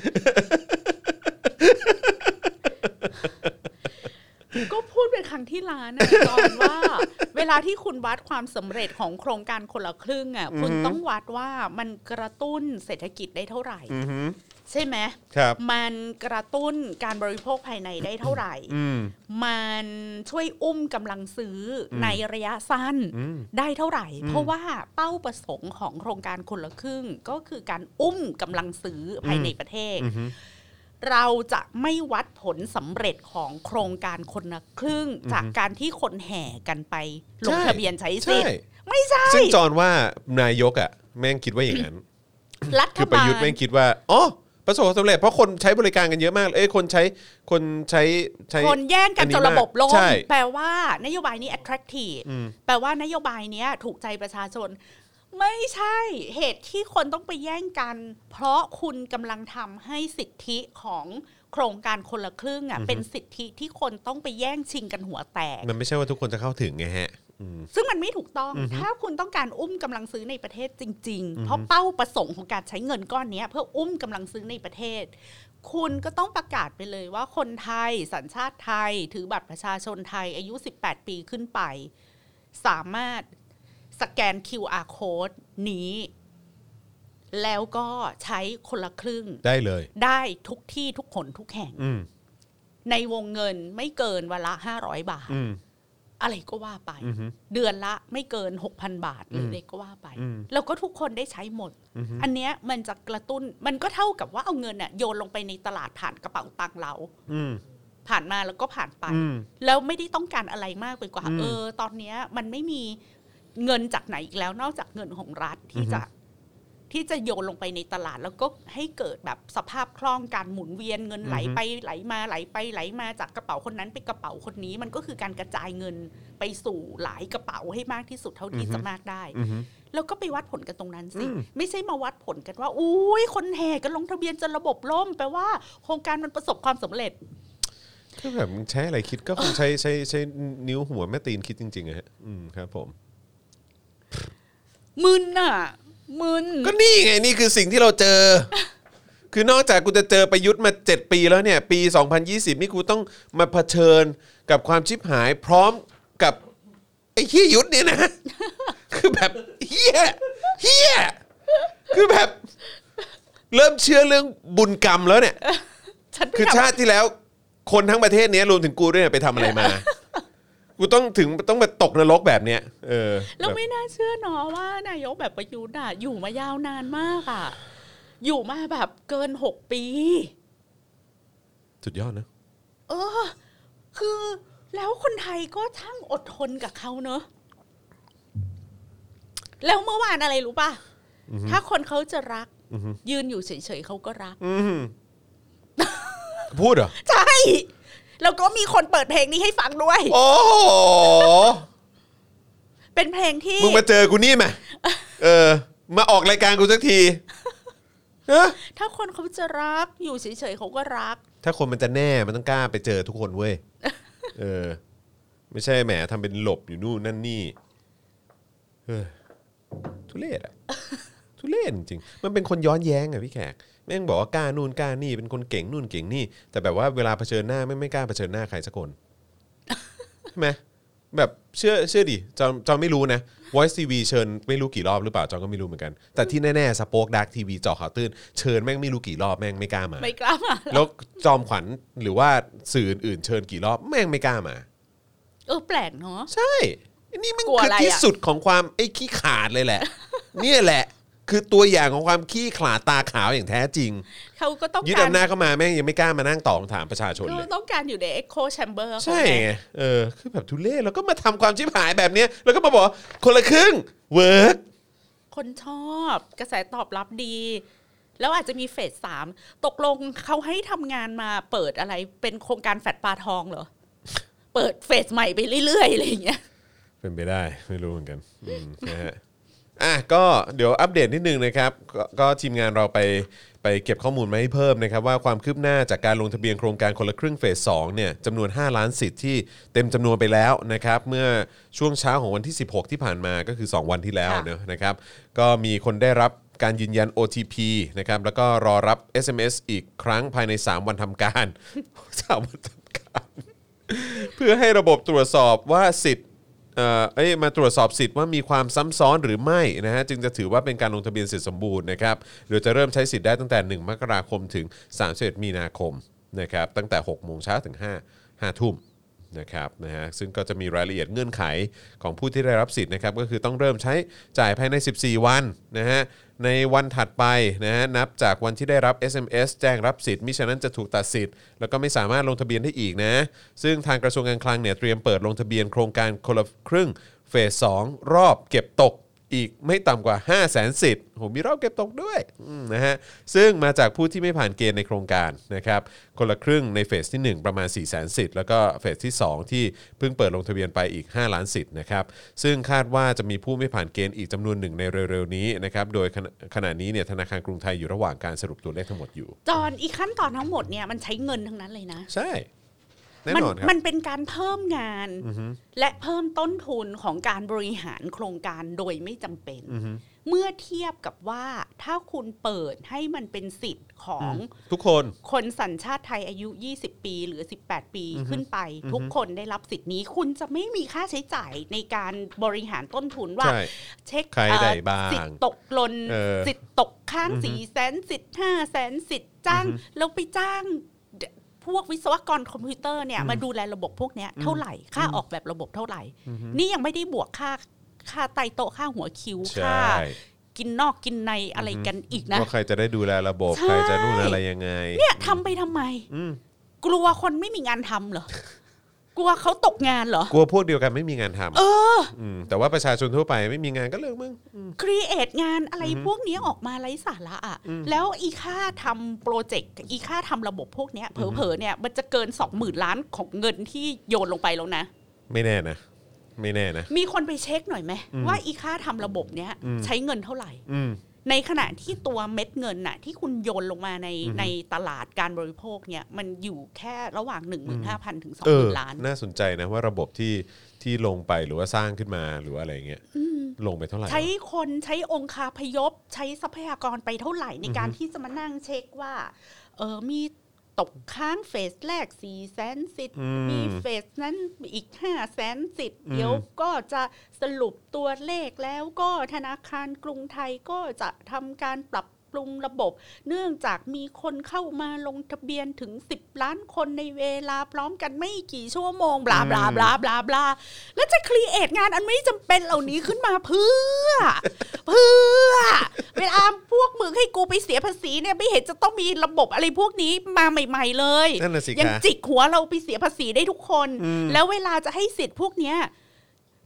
ก็พูดเป็นครั้งที่ล้านนะตอนว่าเวลาที่คุณวัดความสำเร็จของโครงการคนละครึ่งอ่ะคุณต้องวัดว่ามันกระตุ้นเศรษฐกิจได้เท่าไหร่ใช่ไหมมันกระตุ้นการบริโภคภายในได้เท่าไหร่มันช่วยอุ้มกำลังซื้อในระยะสั้นได้เท่าไหร่เพราะว่าเป้าประสงค์ของโครงการคนละครึ่งก็คือการอุ้มกำลังซื้อภายในประเทศเราจะไม่วัดผลสำเร็จของโครงการคนละครึ่งจากการที่คนแห่กันไปลงทะเบียนใช้สิทธิ์ไม่ใช่ซึ่งจอนว่านายกอ่ะแม่งคิดว่าอย่างนั้นรัฐบาลคือประยุทธ์แม่งคิดว่าอ๋อประสบความสำเร็จเพราะคนใช้บริการกันเยอะมากเอ้ยคนใช้คนใช้ใช้คนแย่งกันจนระบบล่มแปลว่านโยบายนี้ attractive แปลว่านโยบายนี้ถูกใจประชาชนไม่ใช่เหตุที่คนต้องไปแย่งกันเพราะคุณกำลังทำให้สิทธิของโครงการคนละครึ่งอ่ะเป็นสิทธิที่คนต้องไปแย่งชิงกันหัวแตกมันไม่ใช่ว่าทุกคนจะเข้าถึงไงฮะซึ่งมันไม่ถูกต้องถ้าคุณต้องการอุ้มกำลังซื้อในประเทศจริงๆเพราะเป้าประสงค์ของการใช้เงินก้อนนี้เพื่ออุ้มกำลังซื้อในประเทศคุณก็ต้องประกาศไปเลยว่าคนไทยสัญชาติไทยถือบัตรประชาชนไทยอายุสิบแปดปีขึ้นไปสามารถสแกน คิว อาร์ Code นี้แล้วก็ใช้คนละครึ่งได้เลยได้ทุกที่ทุกคนทุกแห่งในวงเงินไม่เกินวันละห้าร้อยบาทอะไรก็ว่าไปเดือนละไม่เกิน หกพัน บาทหรืออะไรก็ว่าไปแล้วก็ทุกคนได้ใช้หมดอันเนี้ยมันจะกระตุ้นมันก็เท่ากับว่าเอาเงินน่ะโยนลงไปในตลาดผ่านกระเป๋าตังค์เราผ่านมาแล้วก็ผ่านไปแล้วไม่ได้ต้องการอะไรมากไปกว่าเออตอนเนี้ยมันไม่มีเงินจากไหนอีกแล้วนอกจากเงินของรัฐที่จะที่จะโยนลงไปในตลาดแล้วก็ให้เกิดแบบสภาพคล่องการหมุนเวียนเงินไหลไปไหลมาไหลไปไหลมาจากกระเป๋าคนนั้นไปกระเป๋าคนนี้มันก็คือการกระจายเงินไปสู่หลายกระเป๋าให้มากที่สุดเท่าที่จะมากได้แล้วก็ไปวัดผลกันตรงนั้นสิไม่ใช่มาวัดผลกันว่าอุ้ยคนแห่กันลงทะเบียนจนระบบล่มแปลว่าโครงการมันประสบความสำเร็จก็แบบมึงใช้อะไรคิดก็คงใช้ใช้ใช้นิ้วหัวแม่ตีนคิดจริงๆอะฮะอืมครับผมมึนน่ะมึนก็นี่ไงนี่คือสิ่งที่เราเจอ คือนอกจากกูจะเจอประยุทธ์มาเจ็ดปีแล้วเนี่ยปีสองพันยี่สิบนี่กูต้องมาเผชิญกับความชิบหายพร้อมกับไอ้เหี้ยยุทธเนี่ยนะ คือแบบเหี้ยเหี้ยคือแบบเริ่มเชื่อเรื่องบุญกรรมแล้วเนี่ยคือชาติที่แล้วคนทั้งประเทศนี้รวมถึงกูด้วยไปทำอะไรมากูต้องถึงต้องมาตกนรกแบบเนี้ยเออแล้วไม่น่าเชื่อเนาะว่านายกแบบประยุทธ์อ่ะอยู่มายาวนานมากอ่ะอยู่มาแบบเกินหกปีสุดยอดนะเออคือแล้วคนไทยก็ช่างอดทนกับเขาเนอะแล้วเมื่อวานอะไรรู้ป่ะถ้าคนเขาจะรักยืนอยู่เฉยๆเขาก็รักพูดเหรอใช่แล้วก็มีคนเปิดเพลงนี้ให้ฟังด้วยโอ้เป็นเพลงที่มึงมาเจอกูนี่มาเออมาออกรายการกูสักทีถ้าคนเขาจะรักอยู่เฉยๆเขาก็รักถ้าคนมันจะแน่มันต้องกล้าไปเจอทุกคนเว้ยเออไม่ใช่แหมทำเป็นหลบอยู่นู่นนั่นนี่เออทุเรศอะทุเรศจริงมันเป็นคนย้อนแย้งอะพี่แขกแม่งบอกว่ากล้านู่นกล้านี่เป็นคนเก่งนู่นเก่งนี่แต่แบบว่าเวลาเผชิญหน้าไม่ไม่กล้าเผชิญหน้าใครสักคนใช่ไหมแบบเชื่อเชื่อดิจอมจอมไม่รู้นะ Voice ที วี เชิญไม่รู้กี่รอบหรือเปล่าจอมก็ไม่รู้เหมือนกันแต่ที่แน่ๆ Spoke Dark ที วี เจาะข่าวตื้นเชิญแม่งไม่รู้กี่รอบแม่งไม่กล้ามาไม่กล้ามาแล้วจอมขวัญหรือว่าสื่ออื่นๆเชิญกี่รอบแม่งไม่กล้ามาเออแปลกเนาะใช่นี่มันคือที่สุดของความไอ้ขี้ขาดเลยแหละเนี่ยแหละคือตัวอย่างของความขี้ขลาดตาขาวอย่างแท้จริงเขาก็ต้องยึดอำนาจเข้ามาแม่งยังไม่กล้ามานั่งตอบถามประชาชนเลยต้องการอยู่ใน Echo Chamber ใช่ไงเออคือแบบทุเรศแล้วก็มาทำความชิบหายแบบนี้แล้วก็มาบอกคนละครึ่งเวิร์กคนชอบกระแสตอบรับดีแล้วอาจจะมีเฟสสามตกลงเขาให้ทำงานมาเปิดอะไรเป็นโครงการแฟดปลาทองเหรอเปิดเฟสใหม่ไปเรื่อยๆอะไรอย่างเงี้ยเป็นไปได้ไม่รู้เหมือนกันนะฮะอ่ะก็เดี๋ยวอัปเดตนิดนึงนะครับก็ทีมงานเราไปไปเก็บข้อมูลมาให้เพิ่มนะครับว่าความคืบหน้าจากการลงทะเบียนโครงการคนละครึ่งเฟสสองเนี่ยจำนวนห้าล้านสิทธิ์ที่เต็มจำนวนไปแล้วนะครับเมื่อช่วงเช้าของวันที่สิบหกที่ผ่านมาก็คือสองวันที่แล้วเนอะนะครับก็มีคนได้รับการยืนยัน โอ ที พี นะครับแล้วก็รอรับ เอส เอ็ม เอส อีกครั้งภายในสามวันทำการสามวันทำการเพื่อให้ระบบตรวจสอบว่าสิทธิ์เอ่อเอ้ยมาตรวจสอบสิทธิ์ว่ามีความซ้ำซ้อนหรือไม่นะฮะจึงจะถือว่าเป็นการลงทะเบียนสิทธิสมบูรณ์นะครับโดยจะเริ่มใช้สิทธิ์ได้ตั้งแต่หนึ่งมกราคมถึงสามสิบเอ็ดมีนาคมนะครับตั้งแต่หกโมงเช้าถึงห้า ห้าทุ่มนะครับนะฮะซึ่งก็จะมีรายละเอียดเงื่อนไขของผู้ที่ได้รับสิทธิ์นะครับก็คือต้องเริ่มใช้จ่ายภายในสิบสี่วันนะฮะในวันถัดไปนะฮะนับจากวันที่ได้รับ เอส เอ็ม เอส แจ้งรับสิทธิ์มิฉะนั้นจะถูกตัดสิทธิ์แล้วก็ไม่สามารถลงทะเบียนได้อีกนะซึ่งทางกระทรวงการคลังเนี่ยเตรียมเปิดลงทะเบียนโครงการคนละครึ่งเฟสสองรอบเก็บตกอีกไม่ต่ำกว่า ห้าแสน สิทธิ์โหมีรอบเก็บตกด้วยนะฮะซึ่งมาจากผู้ที่ไม่ผ่านเกณฑ์ในโครงการนะครับคนละครึ่งในเฟสที่หนึ่งประมาณ สี่แสน สิทธิ์แล้วก็เฟสที่สองที่เพิ่งเปิดลงทะเบียนไปอีกห้าล้านสิทธิ์นะครับซึ่งคาดว่าจะมีผู้ไม่ผ่านเกณฑ์อีกจำนวนหนึ่งในเร็วๆนี้นะครับโดยขณะนี้เนี่ยธนาคารกรุงไทยอยู่ระหว่างการสรุปตัวเลขทั้งหมดอยู่จอนอีกขั้นตอนทั้งหมดเนี่ยมันใช้เงินทั้งนั้นเลยนะใช่มันมันเป็นการเพิ่มงานและเพิ่มต้นทุนของการบริหารโครงการโดยไม่จำเป็นเมื่อเทียบกับว่าถ้าคุณเปิดให้มันเป็นสิทธิ์ของทุกคนคนสัญชาติไทยอายุยี่สิบปีหรือสิบแปดปีขึ้นไปทุกคนได้รับสิทธิ์นี้คุณจะไม่มีค่าใช้จ่ายในการบริหารต้นทุนว่าเช็คสิทธิ์ตกหล่นสิทธิ์ตกค้างสี่แสนสิทธิ์ห้าแสนสิทธิ์จ้างแล้วไปจ้างพวกวิศวกรคอมพิวเตอร์เนี่ยมาดูแลระบบพวกนี้เท่าไหร่ค่าออกแบบระบบเท่าไหร่นี่ยังไม่ได้บวกค่าค่าไตโต๊ะค่าหัวคิวค่ากินนอกกินในอะไรกันอีกนะว่าใครจะได้ดูแลระบบใครจะนู่นอะไรยังไงเนี่ยทำไปทำไมกลัวคนไม่มีงานทำเหรอกลัวเขาตกงานเหรอกลัวพวกเดียวกันไม่มีงานทำเออแต่ว่าประชาชนทั่วไปไม่มีงานก็เลิกมึงครีเอทงานอะไรพวกนี้ออกมาไร้สาระอ่ะแล้วอีค่าทำโปรเจกต์อีค่าทำระบบพวกนี้เผลอๆเนี่ยมันจะเกิน สองหมื่น ล้านของเงินที่โยนลงไปแล้วนะไม่แน่นะไม่แน่นะมีคนไปเช็คหน่อยไหมว่าอีค่าทำระบบเนี้ยใช้เงินเท่าไหร่ในขณะที่ตัวเม็ดเงินน่ะที่คุณโยนลงมาในในตลาดการบริโภคเนี่ยมันอยู่แค่ระหว่าง หนึ่งหมื่นห้าพัน ถึง สองหมื่น ล้านน่าสนใจนะว่าระบบที่ที่ลงไปหรือว่าสร้างขึ้นมาหรือว่าอะไรเงี้ยลงไปเท่าไหร่ใช้คนใช้องคาพยพใช้ทรัพยากรไปเท่าไหร่ในการที่จะมานั่งเช็คว่าเออมีตกค้างเฟสแรก สี่แสน สิทธิ์มีเฟสนั้นอีก ห้าแสน สิทธิ์เดี๋ยวก็จะสรุปตัวเลขแล้วก็ธนาคารกรุงไทยก็จะทำการปรับปรุงระบบเนื่องจากมีคนเข้ามาลงทะเบียนถึงสิบล้านคนในเวลาพร้อมกันไม่กี่ชั่วโมงบลาบลาบลาบลาบลาแล้วจะครีเอทงานอันไม่จำเป็นเหล่านี้ขึ้นมาเพื่อเพื่อเวลาพวกมึงให้กูไปเสียภาษีเนี่ยไม่เห็นจะต้องมีระบบอะไรพวกนี้มาใหม่ๆเลยยังจิกหัวเราไปเสียภาษีได้ทุกคนแล้วเวลาจะให้สิทธิ์พวกเนี้ย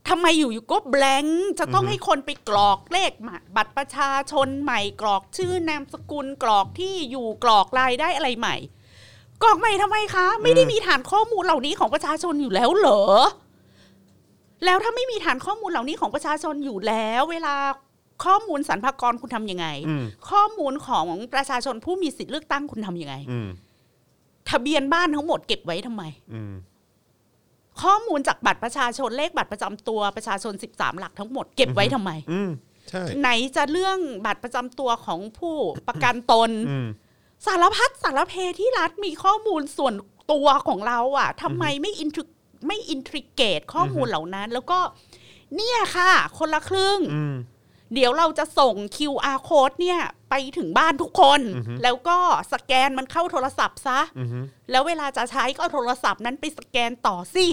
ทำไมอยู่ๆก็แบงค์จะต้องให้คนไปกรอกเลขบัตรประชาชนใหม่กรอกชื่อนามสกุลกรอกที่อยู่กรอกรายได้อะไรใหม่กรอกใหม่ทำไมคะไม่ได้มีฐานข้อมูลเหล่านี้ของประชาชนอยู่แล้วเหรอแล้วถ้าไม่มีฐานข้อมูลเหล่านี้ของประชาชนอยู่แล้วเวลาข้อมูลสรรพากรคุณทำยังไงข้อมูลของประชาชนผู้มีสิทธิเลือกตั้งคุณทำยังไงทะเบียนบ้านทั้งหมดเก็บไว้ทำไมข้อมูลจากบัตรประชาชนเลขบัตรประจำตัวประชาชนสิบสามหลักทั้งหมดเก็บไว้ทำไมไหนจะเรื่องบัตรประจำตัวของผู้ประกันตนสารพัดสารเพที่รัฐมีข้อมูลส่วนตัวของเราอ่ะทำไมไม่อินทริไม่อินทริเกตข้อมูลเหล่านั้นแล้วก็เนี่ยค่ะคนละครึ่งเดี๋ยวเราจะส่ง คิว อาร์ code เนี่ยไปถึงบ้านทุกคนแล้วก็สแกนมันเข้าโทรศัพท์ซะแล้วเวลาจะใช้ก็เอาโทรศัพท์นั้นไปสแกนต่อสิ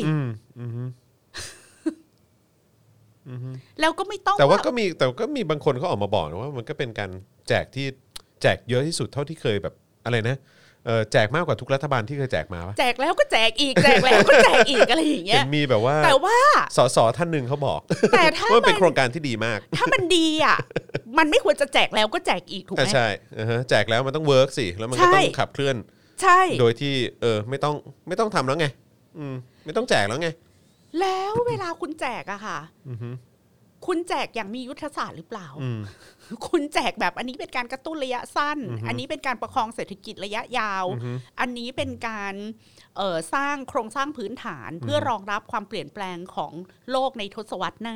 แล้วก็ไม่ต้องแต่ว่าก็มีแต่ก็มีบางคนเขาออกมาบอกนะว่ามันก็เป็นการแจกที่แจกเยอะที่สุดเท่าที่เคยแบบอะไรนะเออแจกมากกว่าทุกรัฐบาลที่เคยแจกมาปะแจกแล้วก็แจกอีกแจกแล้วก็แจกอีกอะไรอย่างเงี้ยมีแบบว่าแต่ว่าสสท่านหนึ่งเขาบอกแต่ถ้าว่าเป็นโครงการที่ดีมากถ้ามันดีอ่ะมันไม่ควรจะแจกแล้วก็แจกอีกถูกไหมใช่แจกแล้วมันต้องเวิร์กสิแล้วมันก็ต้องขับเคลื่อนใช่โดยที่เออไม่ต้องไม่ต้องทำแล้วไงอืมไม่ต้องแจกแล้วไงแล้วเวลาคุณแจกอะค่ะคุณแจกอย่างมียุทธศาสตร์หรือเปล่าคุณแจกแบบอันนี้เป็นการกระตุ้นระยะสั้นอันนี้เป็นการประคองเศรษฐกิจระยะยาวอันนี้เป็นการเอ่อสร้างโครงสร้างพื้นฐานเพื่อรองรับความเปลี่ยนแปลงของโลกในทศวรรษหน้า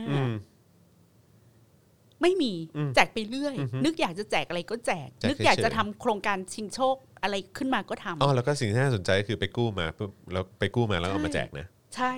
ไม่มีแจกไปเรื่อยนึกอยากจะแจกอะไรก็แจกนึกอยากจะทำโครงการชิงโชคอะไรขึ้นมาก็ทำอ๋อแล้วก็สิ่งที่น่าสนใจคือไปกู้มาปุ๊บแล้วไปกู้มาแล้วเอามาแจกนะใช่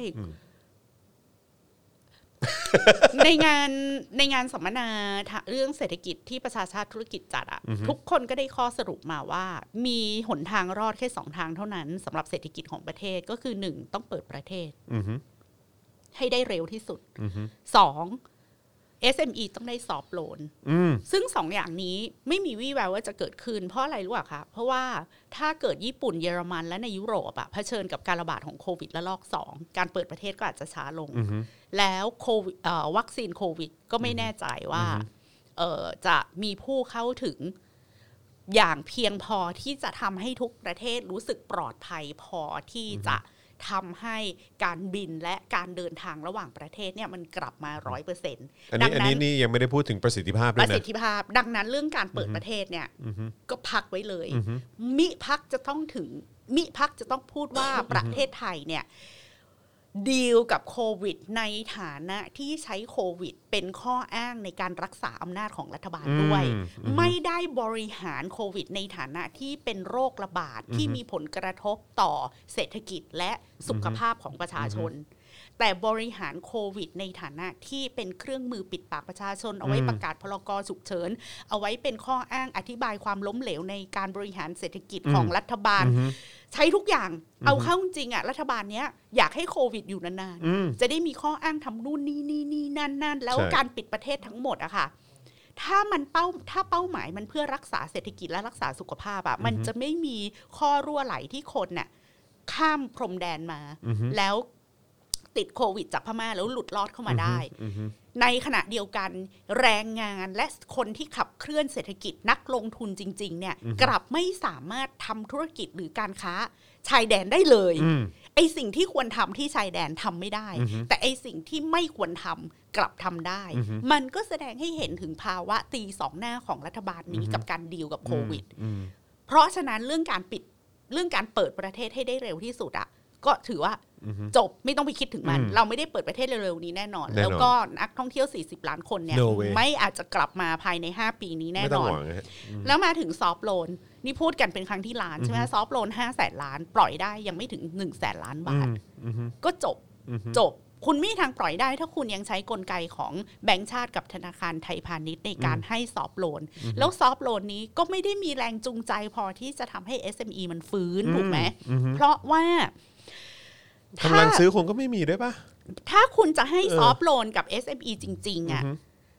ในงานในงานสัมมนาเรื่องเศรษฐกิจที่ประชาชาติธุรกิจจัดอ่ะทุกคนก็ได้ข้อสรุปมาว่ามีหนทางรอดแค่สองทางเท่านั้นสำหรับเศรษฐกิจของประเทศก็คือหนึ่งต้องเปิดประเทศให้ได้เร็วที่สุดสอง เอส เอ็ม อี ต้องได้ซอฟต์โลนซึ่งสองอย่างนี้ไม่มีวี่แววว่าจะเกิดขึ้นเพราะอะไรรู้ป่ะคะเพราะว่าถ้าเกิดญี่ปุ่นเยอรมันและในยุโรปอะเผชิญกับการระบาดของโควิดระลอกสองการเปิดประเทศก็อาจจะช้าลงแล้วโควิดวัคซีนโควิดก็ไม่แน่ใจว่าจะมีผู้เข้าถึงอย่างเพียงพอที่จะทำให้ทุกประเทศรู้สึกปลอดภัยพอที่จะทำให้การบินและการเดินทางระหว่างประเทศเนี่ยมันกลับมา ร้อยเปอร์เซ็นต์อันนี้อันนี้นี่ยังไม่ได้พูดถึงประสิทธิภาพด้วยนะประสิทธิภาพดังนั้นเรื่องการเปิดประเทศเนี่ยก็พักไว้เลยมิพักจะต้องถึงมิพักจะต้องพูดว่าประเทศไทยเนี่ยดีลกับโควิดในฐานะที่ใช้โควิดเป็นข้ออ้างในการรักษาอำนาจของรัฐบาลด้วยไม่ได้บริหารโควิดในฐานะที่เป็นโรคระบาดที่มีผลกระทบต่อเศรษฐกิจและสุขภาพของประชาชนแต่บริหารโควิดในฐานะที่เป็นเครื่องมือปิดปากประชาชนเอาไว้ประกาศพรกฉุกเฉินเอาไว้เป็นข้ออ้างอธิบายความล้มเหลวในการบริหารเศรษฐกิจของรัฐบาลใช้ทุกอย่างเอาเข้าจริงอ่ะรัฐบาลเนี้ยอยากให้โควิดอยู่นานๆจะได้มีข้ออ้างทำนู่นนี่นี่นี่นั่นนั่นแล้วการปิดประเทศทั้งหมดอะค่ะถ้ามันเป้าถ้าเป้าหมายมันเพื่อรักษาเศรษฐกิจและรักษาสุขภาพอะมันจะไม่มีข้อรั่วไหลที่คนน่ะข้ามพรมแดนมาแล้วติดโควิดจากพม่าแล้วหลุดรอดเข้ามาได้ในขณะเดียวกันแรงงานและคนที่ขับเคลื่อนเศรษฐกิจนักลงทุนจริงๆเนี่ยกลับไม่สามารถทำธุรกิจหรือการค้าชายแดนได้เลยไอสิ่งที่ควรทำที่ชายแดนทำไม่ได้แต่ไอสิ่งที่ไม่ควรทำกลับทำได้มันก็แสดงให้เห็นถึงภาวะตีสองหน้าของรัฐบาลนี้กับการดีลกับโควิดเพราะฉะนั้นเรื่องการปิดเรื่องการเปิดประเทศให้ได้เร็วที่สุดอะก็ถือว่าจบไม่ต้องไปคิดถึงมันเราไม่ได้เปิดประเทศเร็วๆนี้แน่นอนแล้วก็นักท่องเที่ยวสี่สิบล้านคนเนี่ย no ไม่อาจจะกลับมาภายในห้าปีนี้แน่นอนแล้วมาถึงซอฟท์โลนนี่พูดกันเป็นครั้งที่ล้านใช่ไหมซอฟท์โลนห้าแสนล้านปล่อยได้ยังไม่ถึงหนึ่งแสนล้านบาทก็จบจบคุณไม่มีทางปล่อยได้ถ้าคุณยังใช้กลไกของแบงก์ชาติกับธนาคารไทยพาณิชย์ในการให้ซอฟท์โลนแล้วซอฟท์โลนนี้ก็ไม่ได้มีแรงจูงใจพอที่จะทำให้ เอส เอ็ม อี มันฟื้นถูกไหมเพราะว่ากำลังซื้อคงก็ไม่มีด้วยป่ะถ้าคุณจะให้ซอฟท์โลนกับ เอส เอ็ม อี จริงๆอ่ะ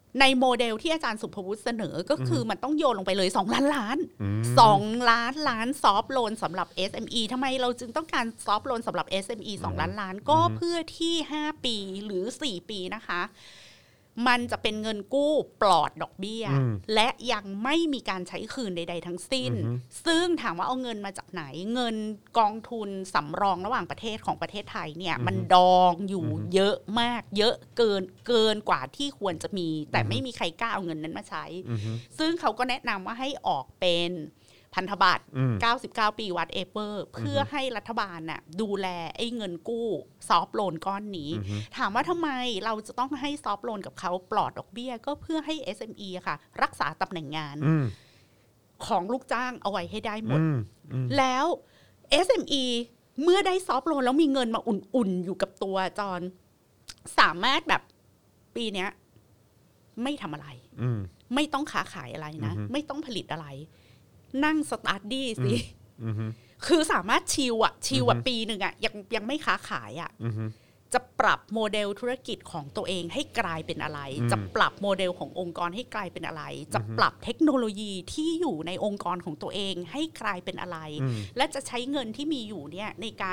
ในโมเดลที่อาจารย์สุภวุฒิเสนอก็คือมันต้องโยนลงไปเลยสองล้านล้านสองล้านล้านซอฟต์โลนสำหรับ เอส เอ็ม อี ทำไมเราจึงต้องการซอฟต์โลนสำหรับ เอส เอ็ม อี สองล้านล้านก็เพื่อที่ห้าปีหรือสี่ปีนะคะมันจะเป็นเงินกู้ปลอดดอกเบี้ยและยังไม่มีการใช้คืนใดๆทั้งสิ้นซึ่งถามว่าเอาเงินมาจากไหนเงินกองทุนสำรองระหว่างประเทศของประเทศไทยเนี่ยมันดองอยู่เยอะมากเยอะเกินเกินกว่าที่ควรจะมีแต่ไม่มีใครกล้าเอาเงินนั้นมาใช้ซึ่งเขาก็แนะนำว่าให้ออกเป็นพันธบัตรเก้าสิบเก้าปีวัดเอเปอร์เพื่อให้รัฐบาลน่ะดูแลไอ้เงินกู้ซอฟต์โลนก้อนนี้ถามว่าทำไมเราจะต้องให้ซอฟต์โลนกับเขาปลอดดอกเบี้ยก็เพื่อให้ เอส เอ็ม อี ค่ะรักษาตำแหน่งงานของลูกจ้างเอาไว้ให้ได้หมดแล้ว เอส เอ็ม อี เมื่อได้ซอฟต์โลนแล้วมีเงินมาอุ่นๆอยู่กับตัวจอนสามารถแบบปีเนี้ยไม่ทำอะไรไม่ต้องค้าขายอะไรนะไม่ต้องผลิตอะไรนั่งสตาร์ทดี้สิคือสามารถชิลอะชิลอะปีหนึ่งอะยังยังไม่ค้าขายอะจะปรับโมเดลธุรกิจของตัวเองให้กลายเป็นอะไรจะปรับโมเดลขององค์กรให้กลายเป็นอะไรจะปรับเทคโนโลยีที่อยู่ในองค์กรของตัวเองให้กลายเป็นอะไรและจะใช้เงินที่มีอยู่เนี่ยในการ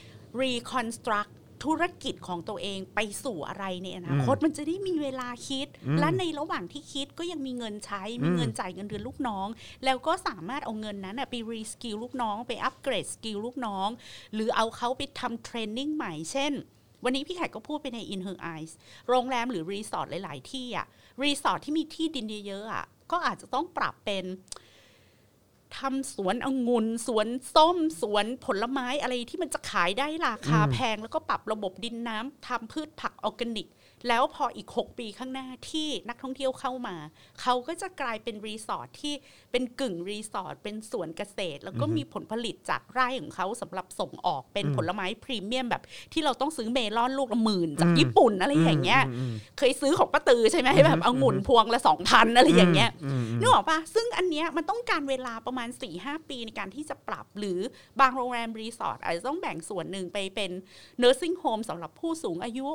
reconstructธุรกิจของตัวเองไปสู่อะไรในอนาคตมันจะได้มีเวลาคิดและในระหว่างที่คิดก็ยังมีเงินใช้มีเงินจ่ายเงินเดือนลูกน้องแล้วก็สามารถเอาเงินนั้นไปรีสกิลลูกน้องไปอัปเกรดสกิลลูกน้องหรือเอาเขาไปทำเทรนนิ่งใหม่เช่นวันนี้พี่แขกก็พูดไปใน In Her Eyes โรงแรมหรือรีสอร์ทหลายๆที่อ่ะรีสอร์ทที่มีที่ดินเยอะๆอ่ะก็อาจจะต้องปรับเป็นทำสวนองุ่นสวนส้มสวนผลไม้อะไรที่มันจะขายได้ราคาแพงแล้วก็ปรับระบบดินน้ำทำพืชผักออร์แกนิกแล้วพออีกหกปีข้างหน้าที่นักท่องเที่ยวเข้ามาเขาก็จะกลายเป็นรีสอร์ทที่เป็นกึ่งรีสอร์ทเป็นสวนเกษตรแล้วก็มีผลผลิตจากไร่ของเขาสำหรับส่งออกเป็นผลไม้พรีเมียมแบบที่เราต้องซื้อเมลอนลูกละหมื่นจากญี่ปุ่นอะไรอย่างเงี้ยเคยซื้อของป้าตือใช่ไหมแบบองุ่นพวงละ สองพัน อะไรอย่างเงี้ยนึกออกปะซึ่งอันเนี้ยมันต้องการเวลาประมาณ สี่ห้า ปีในการที่จะปรับหรือบางโรงแรมรีสอร์ทอาจจะต้องแบ่งส่วนหนึ่งไปเป็น nursing home สำหรับผู้สูงอายุ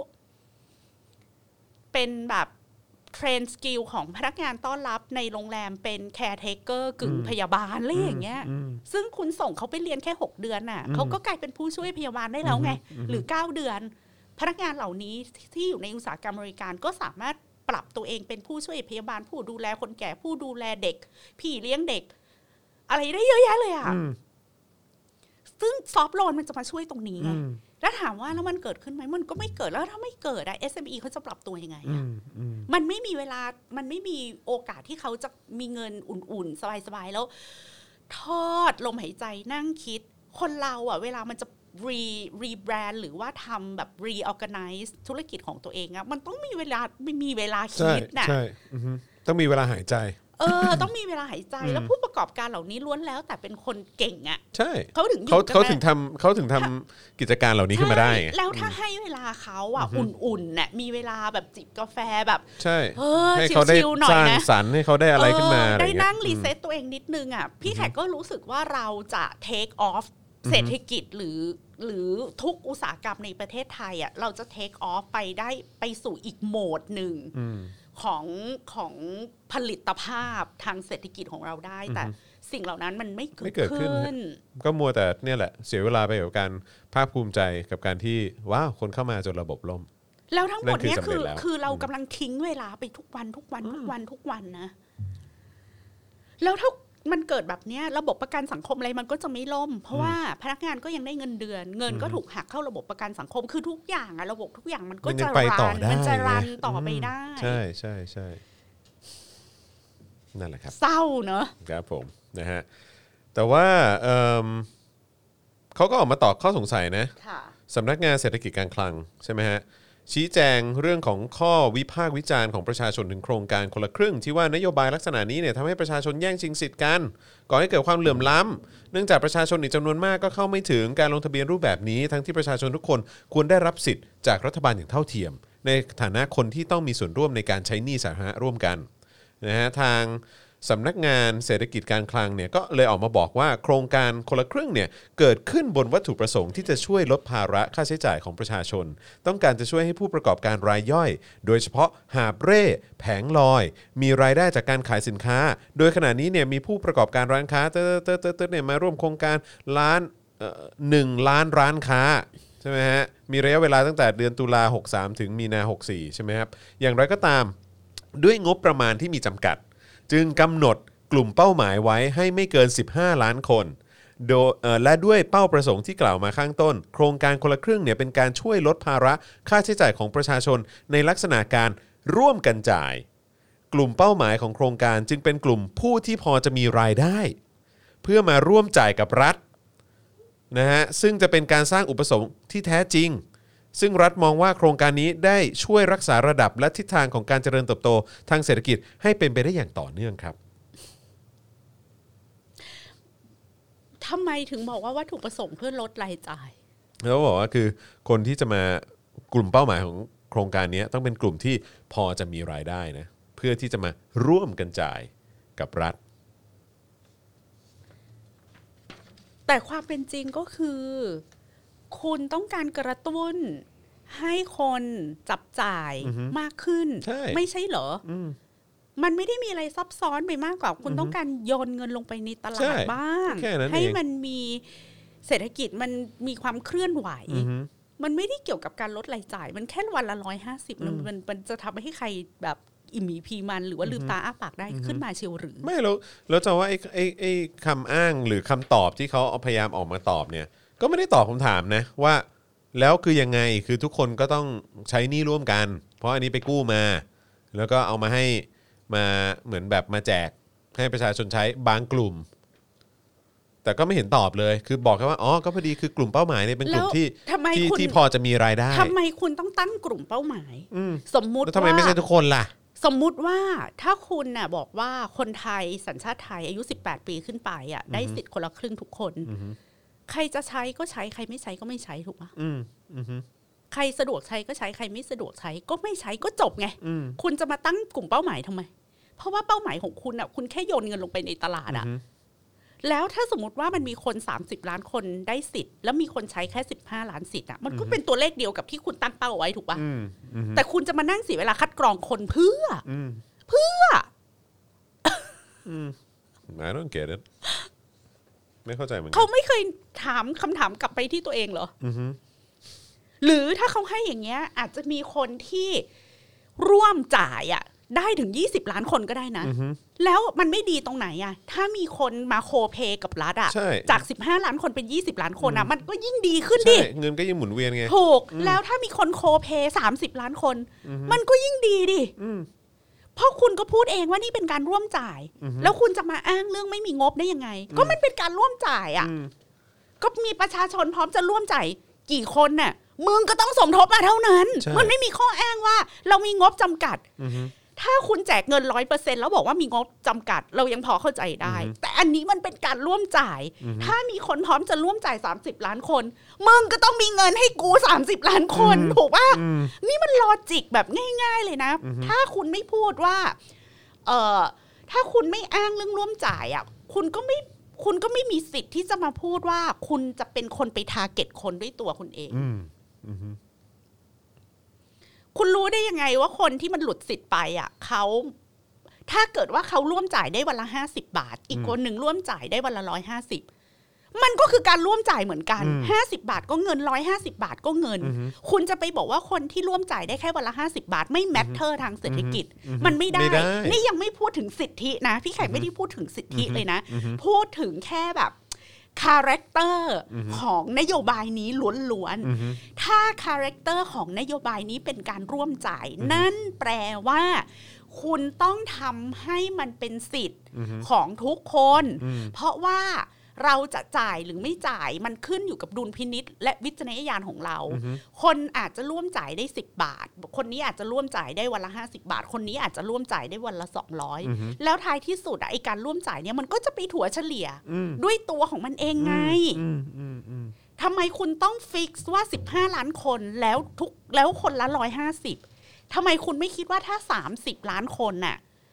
เป็นแบบเทรนสกิลของพนักงานต้อนรับในโรงแรมเป็นแคร์เทเกอร์กึ่งพยาบาลอะไรอย่างเงี้ยซึ่งคุณส่งเขาไปเรียนแค่หกเดือนน่ะเขาก็กลายเป็นผู้ช่วยพยาบาลได้แล้วไงหรือเก้าเดือนพนักงานเหล่านี้ที่อยู่ในอุตสาหกรรมบริการก็สามารถปรับตัวเองเป็นผู้ช่วยพยาบาลผู้ดูแลคนแก่ผู้ดูแลเด็กพี่เลี้ยงเด็กอะไรได้เยอะแยะเลยอ่ะซึ่งซอฟต์โลนมันจะมาช่วยตรงนี้ไงแล้วถามว่าแล้วมันเกิดขึ้นไหมมันก็ไม่เกิดแล้วถ้าไม่เกิดอะ เอส เอ็ม อี เขาจะปรับตัวยังไงอะมันไม่มีเวลามันไม่มีโอกาสที่เขาจะมีเงินอุ่นๆสบายๆแล้วทอดลมหายใจนั่งคิดคนเราอะเวลามันจะรีรีแบรนด์หรือว่าทำแบบรีออร์แกไนซ์ธุรกิจของตัวเองอะมันต้องมีเวลาไม่มีเวลาคิดน่ะใช่ต้องมีเวลาหายใจเออต้องมีเวลาหายใจแล้วผู้ประกอบการเหล่านี้ล้วนแล้วแต่เป็นคนเก่งอ่ะใช่เขาถึงเขาเขาถึงทำเขาถึงทำกิจการเหล่านี้ขึ้นมาได้แล้วถ้าให้เวลาเขาอ่ะอุ่นๆเนี่ยมีเวลาแบบจิบกาแฟแบบใช่ให้เขาได้สร้างสรรค์ให้เขาได้อะไรขึ้นมาได้นั่งรีเซ็ตตัวเองนิดนึงอ่ะพี่แขกก็รู้สึกว่าเราจะเทคออฟเศรษฐกิจหรือหรือทุกอุตสาหกรรมในประเทศไทยอ่ะเราจะเทคออฟไปได้ไปสู่อีกโหมดหนึ่งของของผลิตภาพทางเศรษฐกิจของเราได้แต่สิ่งเหล่านั้นมันไม่เกิดขึ้นก็มัวแต่เนี่ยแหละเสียเวลาไปกับการภาคภูมิใจกับการที่ว้าวคนเข้ามาจนระบบล่มแล้วทั้งหมดนี้คือคือเรากำลังทิ้งเวลาไปทุกวันทุกวันทุกวันทุกวันนะแล้วถ้ามันเกิดแบบนี้ระบบประกันสังคมอะไรมันก็จะไม่ล่มเพราะว่าพนักงานก็ยังได้เงินเดือนเงินก็ถูกหักเข้าระบบประกันสังคมคือทุกอย่างอะระบบทุกอย่างมันก็จะรันมันจะรันต่อไปได้ใช่ใช่ใช่นั่นแหละครับเศร้าเนอะครับผมนะฮะแต่ว่าเออเขาก็ออกมาตอบข้อสงสัยนะสำนักงานเศรษฐกิจการคลังใช่ไหมฮะชี้แจงเรื่องของข้อวิพากษ์วิจารณ์ของประชาชนถึงโครงการคนละครึ่งที่ว่านโยบายลักษณะนี้เนี่ยทำให้ประชาชนแย่งชิงสิทธิ์กันก่อให้เกิดความเหลื่อมล้ำเนื่องจากประชาชนอีกจำนวนมากก็เข้าไม่ถึงการลงทะเบียนรูปแบบนี้ทั้งที่ประชาชนทุกคนควรได้รับสิทธิ์จากรัฐบาลอย่างเท่าเทียมในฐานะคนที่ต้องมีส่วนร่วมในการใช้หนี้สาธารณะร่วมกันนะฮะทางสำนักงานเศรษฐกิจการคลังเนี่ยก็เลยออกมาบอกว่าโครงการคนละครึ่งเนี่ยเกิดขึ้นบนวัตถุประสงค์ที่จะช่วยลดภาระค่าใช้จ่ายของประชาชนต้องการจะช่วยให้ผู้ประกอบการรายย่อยโดยเฉพาะหาบเร่แผงลอยมีรายได้จากการขายสินค้าโดยขณะนี้เนี่ยมีผู้ประกอบการร้านค้าเติร์ดๆๆเนี่ยมาร่วมโครงการล้านหนึ่งล้านร้านค้าใช่ไหมฮะมีระยะเวลาตั้งแต่เดือนตุลาหกสามถึงมีนาหกสี่ใช่ไหมครับอย่างไรก็ตามด้วยงบประมาณที่มีจำกัดจึงกำหนดกลุ่มเป้าหมายไว้ให้ไม่เกินสิบห้าล้านคนโดยและด้วยเป้าประสงค์ที่กล่าวมาข้างต้นโครงการคนละครึ่งเนี่ยเป็นการช่วยลดภาระค่าใช้จ่ายของประชาชนในลักษณะการร่วมกันจ่ายกลุ่มเป้าหมายของโครงการจึงเป็นกลุ่มผู้ที่พอจะมีรายได้เพื่อมาร่วมจ่ายกับรัฐนะฮะซึ่งจะเป็นการสร้างอุปสงค์ที่แท้จริงซึ่งรัฐมองว่าโครงการนี้ได้ช่วยรักษาระดับและทิศทางของการเจริญเติบโตทางเศรษฐกิจให้เป็นไปได้อย่างต่อเนื่องครับทำไมถึงบอกว่าวัตถุประสงค์เพื่อลดรายจ่ายแล้วบอกว่าคือคนที่จะมากลุ่มเป้าหมายของโครงการนี้ต้องเป็นกลุ่มที่พอจะมีรายได้นะเพื่อที่จะมาร่วมกันจ่ายกับรัฐแต่ความเป็นจริงก็คือคุณต้องการกระตุ้นให้คนจับจ่ายมากขึ้นไม่ใช่เหรอมันไม่ได้มีอะไรซับซ้อนไปมากกว่าคุณต้องการโยนเงินลงไปในตลาดบ้างให้มันมีเศรษฐกิจมันมีความเคลื่อนไหวมันไม่ได้เกี่ยวกับการลดรายจ่ายมันแค่วันละร้อยห้าสิบมันมันจะทำให้ใครแบบอิ่มมีพีมันหรือว่าลืมตาอ้าปากได้ขึ้นมาเชียวหรือไม่แล้วแล้วจะว่าไอ้ไอ้ไอ้คำอ้างหรือคำตอบที่เขาเอาพยายามออกมาตอบเนี่ยก็ไม่ได้ตอบคำถามนะว่าแล้วคือยังไงคือทุกคนก็ต้องใช้หนี้ร่วมกันเพราะอันนี้ไปกู้มาแล้วก็เอามาให้มาเหมือนแบบมาแจกให้ประชาชนใช้บางกลุ่มแต่ก็ไม่เห็นตอบเลยคือบอกแค่ว่าอ๋อก็พอดีคือกลุ่มเป้าหมายเนี่ยเป็นกลุ่มที่ที่ที่พอจะมีรายได้ทำไมคุณต้องตั้งกลุ่มเป้าหมายสมมุติว่าทำไมไม่ใช่ทุกคนล่ะสมมุติว่าถ้าคุณน่ะบอกว่าคนไทยสัญชาติไทยอายุสิบแปดปีขึ้นไปอ่ะได้สิทธิ์คนละครึ่งทุกคนใครจะใช้ก็ใช้ใครไม่ใช้ก็ไม่ใช้ถูกป่ะใครสะดวกใช้ก็ใช้ใครไม่สะดวกใช้ก็ไม่ใช้ก็จบไงคุณจะมาตั้งกลุ่มเป้าหมายทำไมเพราะว่าเป้าหมายของคุณอ่ะคุณแค่โยนเงินลงไปในตลาดอ่ะแล้วถ้าสมมติว่ามันมีคนสามสิบล้านคนได้สิทธิ์แล้วมีคนใช้แค่สิบห้าล้านสิทธิ์อ่ะมันก็เป็นตัวเลขเดียวกับที่คุณตั้งเป้าไว้ถูกป่ะแต่คุณจะมานั่งเสียเวลาคัดกรองคนเพื่อเพื่อ I don't get it ไม่เข้าใจเหมือนกันเขาไม่เคยถามคำถามกลับไปที่ตัวเองเหรอหรือถ้าเขาให้อย่างเงี้ยอาจจะมีคนที่ร่วมจ่ายอ่ะได้ถึงยี่สิบล้านคนก็ได้นะแล้วมันไม่ดีตรงไหนอ่ะถ้ามีคนมาโคเพกับรัฐอ่ะจากสิบห้าล้านคนเป็นยี่สิบล้านคนอ่ะมันก็ยิ่งดีขึ้นดิเงินก็ยิ่งหมุนเวียนไงถูกแล้วถ้ามีคนโคเพสามสิบล้านคนมันก็ยิ่งดีดิเพราะคุณก็พูดเองว่านี่เป็นการร่วมจ่ายแล้วคุณจะมาอ้างเรื่องไม่มีงบได้ยังไงก็มันเป็นการร่วมจ่ายอ่ะก็มีประชาชนพร้อมจะร่วมจ่ายกี่คนน่ะมึงก็ต้องสมทบมาเท่านั้นมันไม่มีข้ออ้างว่าเรามีงบจำกัดถ้าคุณแจกเงิน ร้อยเปอร์เซ็นต์ แล้วบอกว่ามีงบจำกัดเรายังพอเข้าใจได้แต่อันนี้มันเป็นการร่วมจ่ายถ้ามีคนพร้อมจะร่วมจ่ายสามสิบล้านคนมึงก็ต้องมีเงินให้กูสามสิบล้านคนถูกป่ะนี่มันลอจิกแบบง่ายๆเลยนะถ้าคุณไม่พูดว่าเอ่อถ้าคุณไม่อ้างเรื่องร่วมจ่ายอ่ะคุณก็ไม่คุณก็ไม่มีสิทธิ์ที่จะมาพูดว่าคุณจะเป็นคนไปทาร์เก็ตคนด้วยตัวคุณเองคุณรู้ได้ยังไงว่าคนที่มันหลุดสิทธิ์ไปอ่ะเขาถ้าเกิดว่าเขาร่วมจ่ายได้วันละห้าสิบบาทอีกคนหนึ่งร่วมจ่ายได้วันละหนึ่งร้อยห้าสิบมันก็คือการร่วมจ่ายเหมือนกันห้าสิบบาทก็เงินหนึ่งร้อยห้าสิบบาทก็เงินคุณจะไปบอกว่าคนที่ร่วมจ่ายได้แค่วันละห้าสิบบาทไม่แมทเทอร์ทางเศรษฐกิจมันไม่ได้นี่ยังไม่พูดถึงสิทธินะพี่แขกไม่ได้พูดถึงสิทธิเลยนะพูดถึงแค่แบบคาแรคเตอร์ของนโยบายนี้ล้วนๆถ้าคาแรคเตอร์ของนโยบายนี้เป็นการร่วมจ่ายนั่นแปลว่าคุณต้องทำให้มันเป็นสิทธิ์ของทุกคนเพราะว่าเราจะจ่ายหรือไม่จ่ายมันขึ้นอยู่กับดุลพินิจและวิจารณญาณของเราคนอาจจะร่วมจ่ายได้สิบบาทคนนี้อาจจะร่วมจ่ายได้วันละห้าสิบบาทคนนี้อาจจะร่วมจ่ายได้วันละสองร้อยแล้วท้ายที่สุดไอ้การร่วมจ่ายเนี่ยมันก็จะไปถัวเฉลี่ยด้วยตัวของมันเองไงทำไมคุณต้องฟิกซ์ว่าสิบห้าล้านคนแล้วทุกแล้วคนละหนึ่งร้อยห้าสิบทำไมคุณไม่คิดว่าถ้าสามสิบล้านคนน่ะ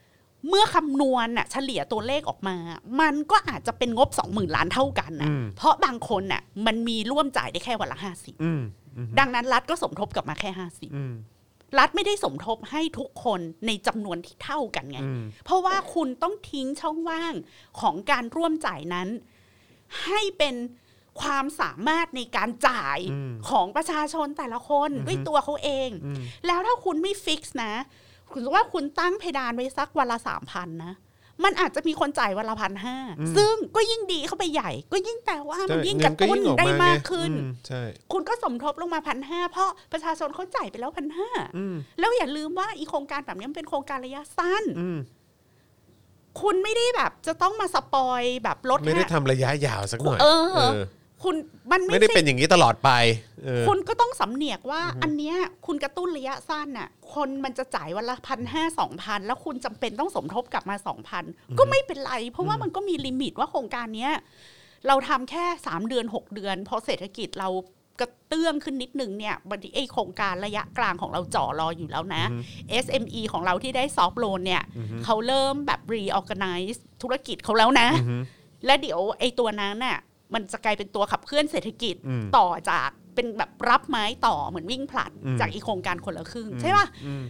เมื่อคำนวณน่ะเฉลี่ยตัวเลขออกมามันก็อาจจะเป็นงบ สองหมื่น ล้านเท่ากันน่ะเพราะบางคนน่ะมันมีร่วมจ่ายได้แค่วันละห้าสิบดังนั้นรัฐก็สมทบกลับมาแค่ห้าสิบรัฐไม่ได้สมทบให้ทุกคนในจำนวนที่เท่ากันไงเพราะว่าคุณต้องทิ้งช่องว่างของการร่วมจ่ายนั้นให้เป็นความสามารถในการจ่ายของประชาชนแต่ละคนด้วยตัวเขาเองแล้วถ้าคุณไม่ฟิกซ์นะคุณว่าคุณตั้งเพดานไว้สักวันละ สามพัน นะมันอาจจะมีคนจ่ายวันละ หนึ่งพันห้าร้อย ซึ่งก็ยิ่งดีเข้าไปใหญ่ก็ยิ่งแปลว่ามันยิ่งกระตุ้นได้มากขึ้นคุณก็สมทบลงมา หนึ่งพันห้าร้อย เพราะประชาชนเขาจ่ายไปแล้ว หนึ่งพันห้าร้อย แล้วอย่าลืมว่าอีโครงการแบบนี้มันเป็นโครงการระยะสั้นคุณไม่ได้แบบจะต้องมาสปอยแบบลดไม่ได้ทำระยะยาวสักหน่อยเออคุณมันไม่ได้เป็นอย่างนี้ตลอดไปคุณก็ต้องสำเนียกว่าอันเนี้ยคุณกระตุ้นระยะสั้นน่ะคนมันจะจ่ายวันละพันห้าสองพันแล้วคุณจำเป็นต้องสมทบกลับมาสองพันก็ไม่เป็นไรเพราะว่ามันก็มีลิมิตว่าโครงการเนี้ยเราทำแค่สามเดือนหกเดือนพอเศรษฐกิจเรากระเตื้องขึ้นนิดนึงเนี่ยบางทีไอ้โครงการระยะกลางของเราจ่อรออยู่แล้วนะ เอส เอ็ม อี ของเราที่ได้ซอฟต์โลนเนี่ยเขาเริ่มแบบ reorganize ธุรกิจเขาแล้วนะและเดี๋ยวไอ้ตัวนั้นน่ะมันจะกลายเป็นตัวขับเคลื่อนเศรษฐกิจต่อจากเป็นแบบรับไม้ต่อเหมือนวิ่งผลัดจากอีโครงการคนละครึ่งใช่ป่ะ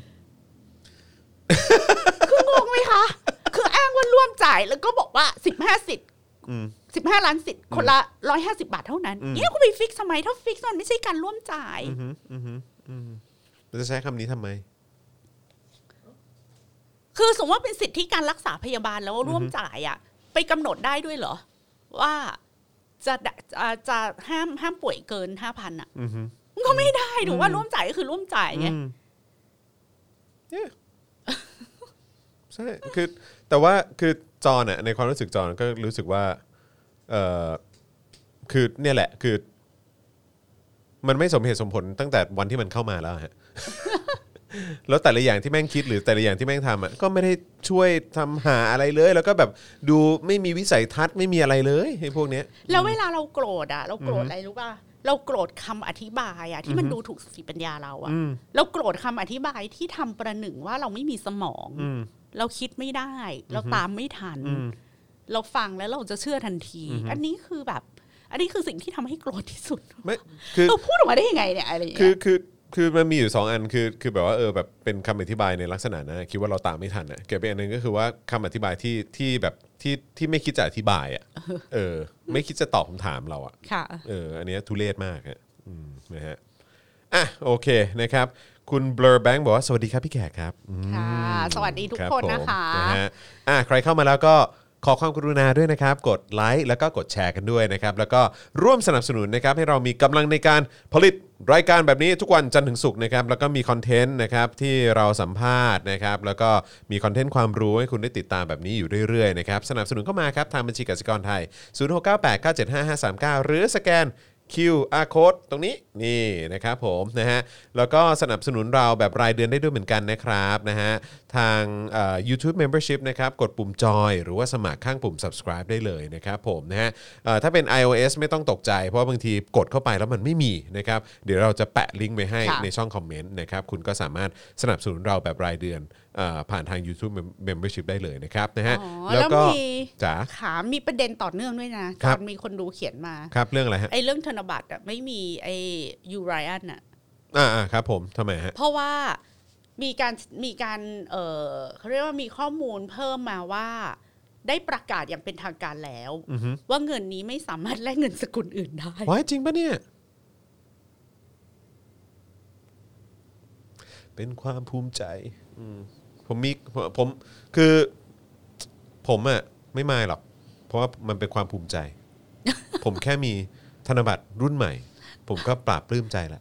คืองงไหมคะคืออ้างว่าร่วมจ่ายแล้วก็บอกว่าสิบห้าสิทธิ์สิบห้าล้านสิทธิ์คนละหนึ่งร้อยห้าสิบบาทเท่านั้นเนี่ยคุณไปฟิกซ์ทำไมถ้าฟิกซ์มันไม่ใช่การร่วมจ่ายจะใช้คำนี้ทำไมคือสมมติว่าเป็นสิทธิการรักษาพยาบาลแล้วร่วมจ่ายอ่ะไปกำหนดได้ด้วยเหรอว่าจะจะจะห้ามห้ามป่วยเกิน ห้าพัน อ่ะก็ไม่ได้ถูกว่าร่วมจ่ายก็คือร่วมจ่ายไงใช่คือแต่ว่าคือจอนอ่ะในความรู้สึกจอนก็รู้สึกว่าเออคือเนี่ยแหละคือมันไม่สมเหตุสมผลตั้งแต่วันที่มันเข้ามาแล้วฮะ แล้วแต่ละอย่างที่แม่งคิดหรือแต่ละอย่างที่แม่งทำอ่ะก็ไม่ได้ช่วยทำหาอะไรเลยแล้วก็แบบดูไม่มีวิสัยทัศน์ไม่มีอะไรเลยไอ้พวกเนี้ยแล้วเวลาเราโกรธอ่ะเราโกรธอะไรรู้ป่ะเราโกรธคำอธิบายอ่ะที่มันดูถูกสติปัญญาเราอ่ะเราโกรธคำอธิบายที่ทำประหนึ่งว่าเราไม่มีสมองเราคิดไม่ได้เราตามไม่ทันเราฟังแล้วเราจะเชื่อทันทีอันนี้คือแบบอันนี้คือสิ่งที่ทำให้โกรธที่สุดเราพูดออกมาได้ยังไงเนี่ยอะไรอย่างเงี้ยคือคือคือมันมีอยู่สองอันคือคือแบบว่าเออแบบเป็นคำอธิบายในลักษณะนั้นคิดว่าเราตามไม่ทันอ่ะเก็บไปอันนึงก็คือว่าคำอธิบายที่ที่แบบที่ที่ไม่คิดจะอธิบายอ่ะเออไม่คิดจะตอบคำถามเราอ่ะเอออันนี้ทุเรศมากอ่ะนะฮะอ่ะโอเคนะครับคุณ Blur Bank บอกว่าสวัสดีครับพี่แขกครับค่ะสวัสดีทุกคนนะคะนะฮะอ่ะใครเข้ามาแล้วก็ขอความกรุณาด้วยนะครับกดไลค์แล้วก็กดแชร์กันด้วยนะครับแล้วก็ร่วมสนับสนุนนะครับให้เรามีกำลังในการผลิตรายการแบบนี้ทุกวันจันทร์ถึงศุกร์นะครับแล้วก็มีคอนเทนต์นะครับที่เราสัมภาษณ์นะครับแล้วก็มีคอนเทนต์ความรู้ให้คุณได้ติดตามแบบนี้อยู่เรื่อยๆนะครับสนับสนุนเข้ามาครับทางบัญชีกสิกรไทยศูนย์ หก เก้า แปด เก้า เจ็ด ห้า ห้า สาม เก้าหรือสแกน คิว อาร์ Code ตรงนี้นี่นะครับผมนะฮะแล้วก็สนับสนุนเราแบบรายเดือนได้ด้วยเหมือนกันนะครับนะฮะทางเอ่อ YouTube Membership นะครับกดปุ่มจอยหรือว่าสมัครข้างปุ่ม Subscribe ได้เลยนะครับผมนะฮะเอ่อถ้าเป็น iOS ไม่ต้องตกใจเพราะว่าบางทีกดเข้าไปแล้วมันไม่มีนะครับเดี๋ยวเราจะแปะลิงก์ไว้ให้ในช่องคอมเมนต์นะครับคุณก็สามารถสนับสนุนเราแบบรายเดือนผ่านทาง YouTube Membership ได้เลยนะครับนะฮะแล้วก็จ๋าขามีประเด็นต่อเนื่องด้วยนะตอนมีคนดูเขียนมาครับเรื่องอะไรฮะไอ้เรื่องธนบัตรอ่ะไม่มีไอ้ยูไรอันอ่ะอ่าครับผมทำไมฮะเพราะว่ามีการมีการเออเขาเรียกว่ามีข้อมูลเพิ่มมาว่าได้ประกาศอย่างเป็นทางการแล้วว่าเงินนี้ไม่สามารถแลกเงินสกุลอื่นได้ว้ายจริงปะเนี่ยเป็นความภูมิใจผมมีผมคือผมอ่ะไม่ไม่หรอกเพราะว่ามันเป็นความภูมิใจ ผมแค่มีธนบัตรรุ่นใหม่ผมก็ปราบปลื้มใจแล้ว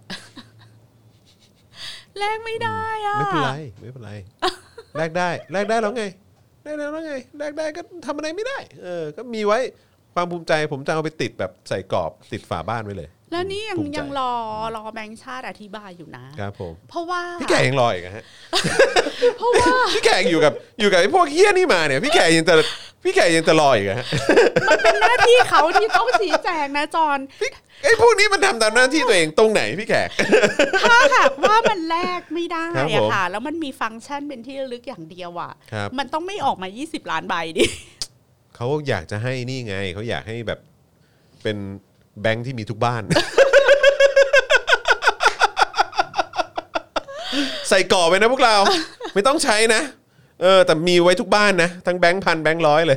แลกไม่ได้อ่ะไม่เป็นไรไม่เป็นไรแลกได้แลกได้แล้วไงแลกได้แล้วไงแลกได้ก็ทำอะไรไม่ได้เออก็มีไว้ความภูมิใจผมจะเอาไปติดแบบใส่กรอบติดฝาบ้านไว้เลยแล้วนี่ยังยังรอรอแบงค์ชาติอธิบายอยู่นะครับผมเพราะว่าพี่แขกยังรออีกฮะเพราะว่าพี่แขกอยู่กับอยู่กับไอ้พวกเหี้ยนี่มาเนี่ยพี่แขกยังจะพี่แขกยังจะรออีกฮะมันเป็นหน้าที่เขาที่ต้องชี้แจงนะจอนไอ้พวกนี้มันทำตามหน้าที่ตัวเองตรงไหนพี่แขกถ้าหากว่ามันแลกไม่ได้อะค่ะแล้วมันมีฟังก์ชันเป็นที่ระลึกอย่างเดียวอ่ะมันต้องไม่ออกมายี่สิบล้านใบดิเขาอยากจะให้นี่ไงเขาอยากให้แบบเป็นแบงค์ที่มีทุกบ้านใส่ก่อไปนะพวกเราไม่ต้องใช้นะเออแต่มีไว้ทุกบ้านนะทั้งแบงค์พันแบงค์ร้อยเลย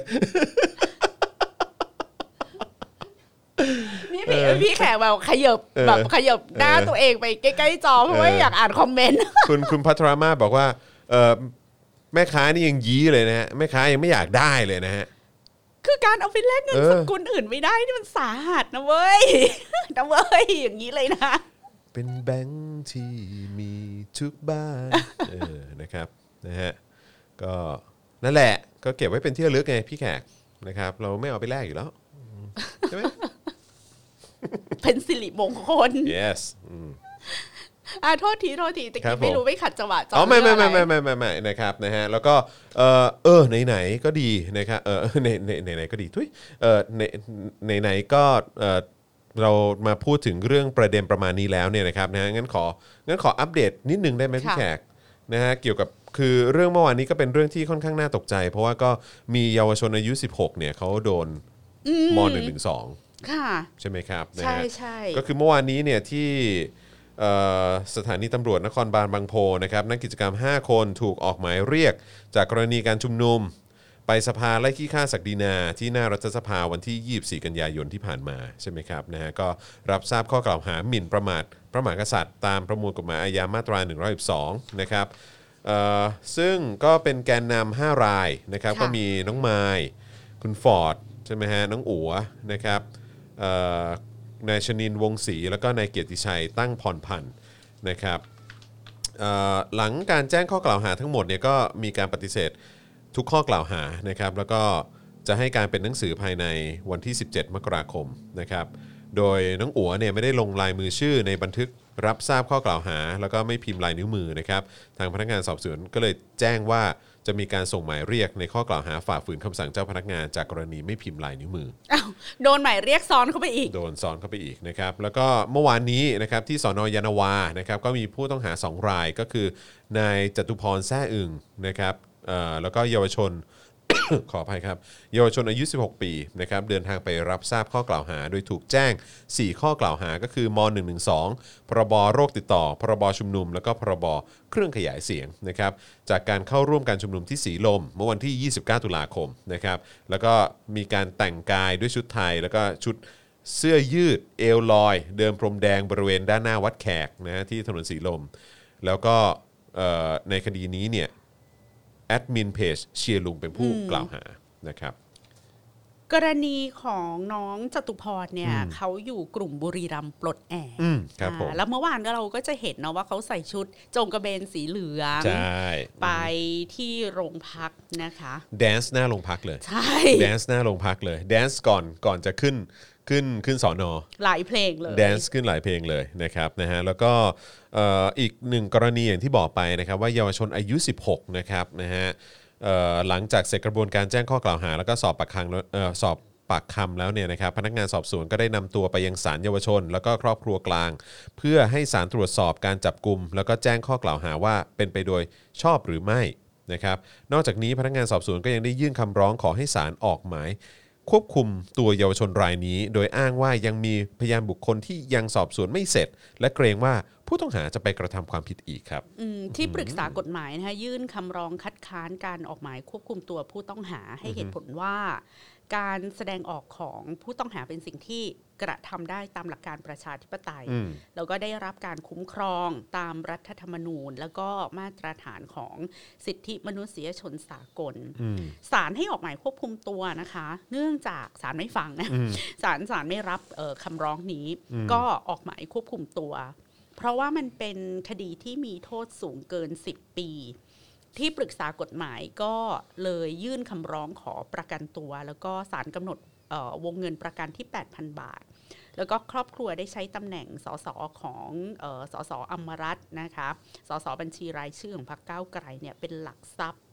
นี่พี่พี่แขกแบบขยับแบบขยับหน้าตัวเองไปใกล้ๆจอเพราะว่าอยากอ่านคอมเมนต์คุณคุณพัทรมาบอกว่าเออแม่ค้านี่ยังยี้เลยนะฮะแม่ค้ายังไม่อยากได้เลยนะฮะคือการเอาไปแลกเงินสกุลอื่นไม่ได้นี่มันสาหัสนะเว้ยนะเว้ยอย่างนี้เลยนะเป็นแบงค์ที่มีทุกบ้านเออนะครับนะฮะก็นั่นแหละก็เก็บไว้เป็นที่ระลึกไงพี่แขกนะครับเราไม่เอาไปแลกอยู่แล้วใช่ไหมเป็นสิริมงคล yes อ่าโทษทีโทษทีแต่กี้ไม่รู้ไม่ขัดจังหวะจออ๋อไม่ไม่ไม่ไม่ไม่ไม่ไม่นะครับนะฮะแล้วก็เออเออไหนๆก็ดีนะครับเออในในไหนๆก็ดีทุยเออในไหนๆก็เออเรามาพูดถึงเรื่องประเด็นประมาณนี้แล้วเนี่ยนะครับนะงั้นของั้นขออัปเดตนิดนึงได้ไหมพี่แขกนะฮะเกี่ยวกับคือเรื่องเมื่อวานนี้ก็เป็นเรื่องที่ค่อนข้างน่าตกใจเพราะว่าก็มีเยาวชนอายุสิบหกเนี่ยเขาโดนม.หนึ่งหนึ่งสองค่ะใช่ไหมครับใช่ใช่ก็คือเมื่อวานนี้เนี่ยที่สถานีตำรวจนครบาลบางโพนะครับนักกิจกรรมห้าคนถูกออกหมายเรียกจากกรณีการชุมนุมไปสภาไล่ขี้ข้าศักดินาที่หน้ารัฐสภาวันที่ยี่สิบสี่กันยายนที่ผ่านมาใช่ไหมครับนะฮะก็รับทราบข้อกล่าวหาหมิ่นประมาทพระมหากษัตริย์ตามประมวลกฎหมายอาญามาตราหนึ่งร้อยสิบสองนะครับซึ่งก็เป็นแกนนำห้ารายนะครับก็มีน้องไมล์คุณฟอร์ดใช่ไหมฮะน้องอั๋วนะครับนายชนินวงศรีแล้วก็นายเกียรติชัยตั้งพรพันธ์นะครับหลังการแจ้งข้อกล่าวหาทั้งหมดเนี่ยก็มีการปฏิเสธทุกข้อกล่าวหานะครับแล้วก็จะให้การเป็นหนังสือภายในวันที่สิบเจ็ดมกราคมนะครับโดยน้องอั๋วเนี่ยไม่ได้ลงลายมือชื่อในบันทึกรับทราบข้อกล่าวหาแล้วก็ไม่พิมพ์ลายนิ้วมือนะครับทางพนักงานสอบสวนก็เลยแจ้งว่าจะมีการส่งหมายเรียกในข้อกล่าวหาฝ่าฝืนคำสั่งเจ้าพนักงานจากกรณีไม่พิมพ์ลายนิ้วมืออ้าวโดนหมายเรียกซ้อนเข้าไปอีกโดนซ้อนเข้าไปอีกนะครับแล้วก็เมื่อวานนี้นะครับที่สน.ยานนาวานะครับก็มีผู้ต้องหาสองรายก็คือนายจตุพรแซ่อึ่งนะครับแล้วก็เยาวชน ขออภัยครับเยาวชนอายุสิบหกปีนะครับเดินทางไปรับทราบข้อกล่าวหาโดยถูกแจ้งสี่ข้อกล่าวหาก็คือม.หนึ่งหนึ่งสองพรบโรคติดต่อพรบชุมนุมแล้วก็พรบเครื่องขยายเสียงนะครับจากการเข้าร่วมการชุมนุมที่สีลมเมื่อวันที่ยี่สิบเก้าตุลาคมนะครับแล้วก็มีการแต่งกายด้วยชุดไทยแล้วก็ชุดเสื้อยืดเอวลอยเดินพรมแดงบริเวณด้านหน้าวัดแขกนะที่ถนนสีลมแล้วก็ในคดีนี้เนี่ยแอดมินเพจเชียร์ลุงเป็นผู้กล่าวหานะครับกรณีของน้องจตุพรเนี่ยเขาอยู่กลุ่มบุรีรัมย์ปลดแอกครับผมแล้วเมื่อวานเราก็จะเห็นเนาะว่าเขาใส่ชุดจงกระเบนสีเหลืองไปที่โรงพักนะคะแดนซ์หน้าโรงพักเลยใช่แดนซ์หน้าโรงพักเลยแดนซ์ก่อนก่อนจะขึ้นขึ้นขึ้นสอนอหลายเพลงเลยแดนซ์ขึ้นหลายเพลงเลยนะครับนะฮะแล้วก็อีกหนึ่งกรณีอย่างที่บอกไปนะครับว่าเยาวชนอายุสิบหกนะครับนะฮะหลังจากเสร็จกระบวนการแจ้งข้อกล่าวหาแล้วก็สอบปากคำสอบปากคำแล้วเนี่ยนะครับพนักงานสอบสวนก็ได้นำตัวไปยังศาลเยาวชนแล้วก็ครอบครัวกลางเพื่อให้ศาลตรวจสอบการจับกุมแล้วก็แจ้งข้อกล่าวหาว่าเป็นไปโดยชอบหรือไม่นะครับนอกจากนี้พนักงานสอบสวนก็ยังได้ยื่นคำร้องขอให้ศาลออกหมายควบคุมตัวเยาวชนรายนี้โดยอ้างว่ายังมีพยานบุคคลที่ยังสอบสวนไม่เสร็จและเกรงว่าผู้ต้องหาจะไปกระทำความผิดอีกครับที่ปรึกษากฎหมายนะคะยื่นคำร้องคัดค้านการออกหมายควบคุมตัวผู้ต้องหาให้เหตุผลว่าการแสดงออกของผู้ต้องหาเป็นสิ่งที่กระทำได้ตามหลักการประชาธิปไตยแล้วก็ได้รับการคุ้มครองตามรัฐธรรมนูญแล้วก็มาตรฐานของสิทธิมนุษยชนสากลศาลให้ออกหมายควบคุมตัวนะคะเนื่องจากศาลไม่ฟังนะศาลศาลไม่รับคำร้องนี้ก็ออกหมายควบคุมตัวเพราะว่ามันเป็นคดีที่มีโทษสูงเกินสิบปีที่ปรึกษากฎหมายก็เลยยื่นคำร้องขอประกันตัวแล้วก็ศาลกำหนดวงเงินประกันที่ แปดพัน บาทแล้วก็ครอบครัวได้ใช้ตำแหน่งสสของสสอมรัตน์นะคะสสบัญชีรายชื่อของพรรคก้าวไกลเนี่ยเป็นหลักทรัพย์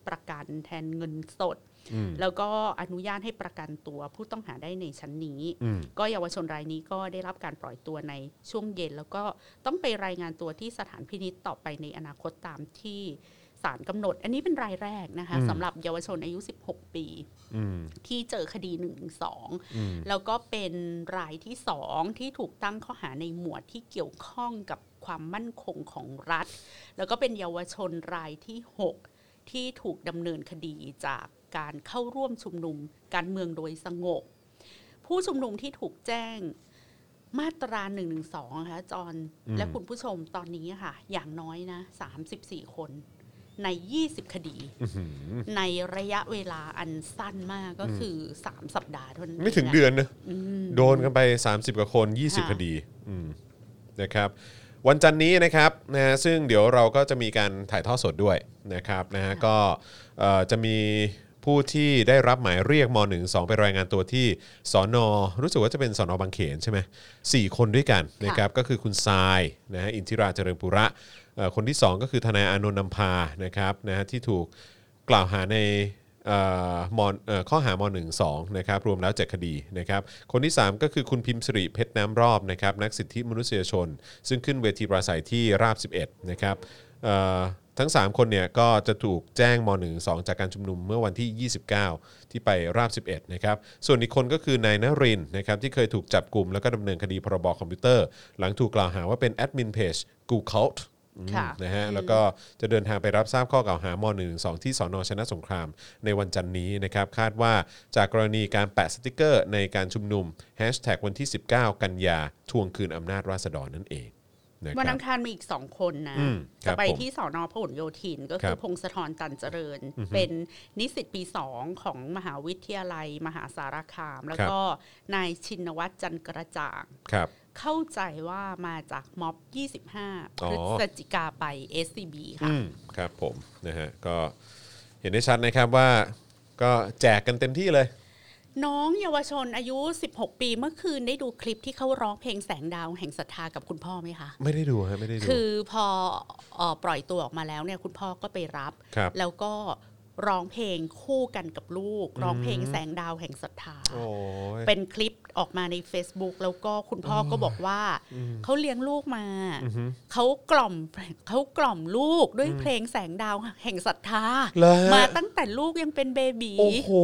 ประกันแทนเงินสดแล้วก็อนุญาตให้ประกันตัวผู้ต้องหาได้ในชั้นนี้ก็เยาวชนรายนี้ก็ได้รับการปล่อยตัวในช่วงเย็นแล้วก็ต้องไปรายงานตัวที่สถานพินิจต่อไปในอนาคตตามที่ศาลกำหนดอันนี้เป็นรายแรกนะคะสำหรับเยาวชนอายุสิบหกปีที่เจอคดีหนึ่งถึงสองแล้วก็เป็นรายที่สองที่ถูกตั้งข้อหาในหมวดที่เกี่ยวข้องกับความมั่นคงของรัฐแล้วก็เป็นเยาวชนรายที่หกที่ถูกดำเนินคดีจากการเข้าร่วมชุมนุมการเมืองโดยสงบผู้ชุมนุมที่ถูกแจ้งมาตราหนึ่งหนึ่งสองนะคะจอนและคุณผู้ชมตอนนี้ค่ะอย่างน้อยนะสามสิบสี่คนในยี่สิบคดีในระยะเวลาอันสั้นมากก็คือสามสัปดาห์เท่านั้นไม่ถึงเดือนนะโดนกันไปสามสิบกว่าคนยี่สิบคดีนะครับวันจันทร์นี้นะครับนะซึ่งเดี๋ยวเราก็จะมีการถ่ายทอดสดด้วยนะครับนะฮะก็จะมีผู้ที่ได้รับหมายเรียกม หนึ่ง สอง ไปรายงานตัวที่สน.รู้สึกว่าจะเป็นสน.บางเขนใช่ไหมสี่คนด้วยกันนะครับก็คือคุณทรายนะฮะอินทิราเจริญปุระคนที่สองก็คือทนายอานนท์นำพานะครับนะฮะที่ถูกกล่าวหาในมข้อหาม หนึ่ง สอง นะครับรวมแล้วเจ็ดคดีนะครับคนที่สามก็คือคุณพิมพ์สิริเพชรน้ำรอบนะครับนักสิทธิมนุษยชนซึ่งขึ้นเวทีปราศัยที่ราบสิบเอ็ดนะครับทั้งสามคนเนี่ยก็จะถูกแจ้งม หนึ่ง สอง จากการชุมนุมเมื่อวันที่ยี่สิบเก้าที่ไปราบสิบเอ็ดนะครับส่วนอีกคนก็คือนายนรินทร์นะครับที่เคยถูกจับกลุ่มแล้วก็ดำเนินคดีพรบคอมพิวเตอร์หลังถูกกล่าวหาว่าเป็นแอดมินเพจ Googleนะฮะแล้วก็จะเดินทางไปรับทราบข้อกล่าวหามหนึ่งสองที่สน.ชนะสงครามในวันจันทร์นี้นะครับคาดว่าจากกรณีการแปะสติกเกอร์ในการชุมนุมแฮชแท็กวันที่สิบเก้ากันยาทวงคืนอำนาจราษฎรนั่นเองวันอังคารมีอีกสองคนนะจะไปที่สน.พหลโยธินก็คือพงศธรตันเจริญเป็นนิสิตปีสองของมหาวิทยาลัยมหาสารคามแล้วก็นายชินวัตรจันกระจ่างเข้าใจว่ามาจากม็อบยี่สิบห้าพฤศจิกาไป เอส ซี บี ค่ะครับผมนะฮะก็เห็นได้ชัดนะครับว่าก็แจกกันเต็มที่เลยน้องเยาวชนอายุสิบหกปีเมื่อคืนได้ดูคลิปที่เขาร้องเพลงแสงดาวแห่งศรัทธากับคุณพ่อไหมคะไม่ได้ดูฮะไม่ได้ดูคือพอปล่อยตัวออกมาแล้วเนี่ยคุณพ่อก็ไปรับแล้วก็ร้องเพลงคู่กันกับลูกร้องเพลงแสงดาวแห่งศรัทธาเป็นคลิปออกมาใน Facebook แล้วก็คุณพ่อก็บอกว่าเขาเลี้ยงลูกมาเขากล่อมเขากล่อมลูกด้วยเพลงแสงดาวแห่งศรัทธามาตั้งแต่ลูกยังเป็นเบบีโอ้โห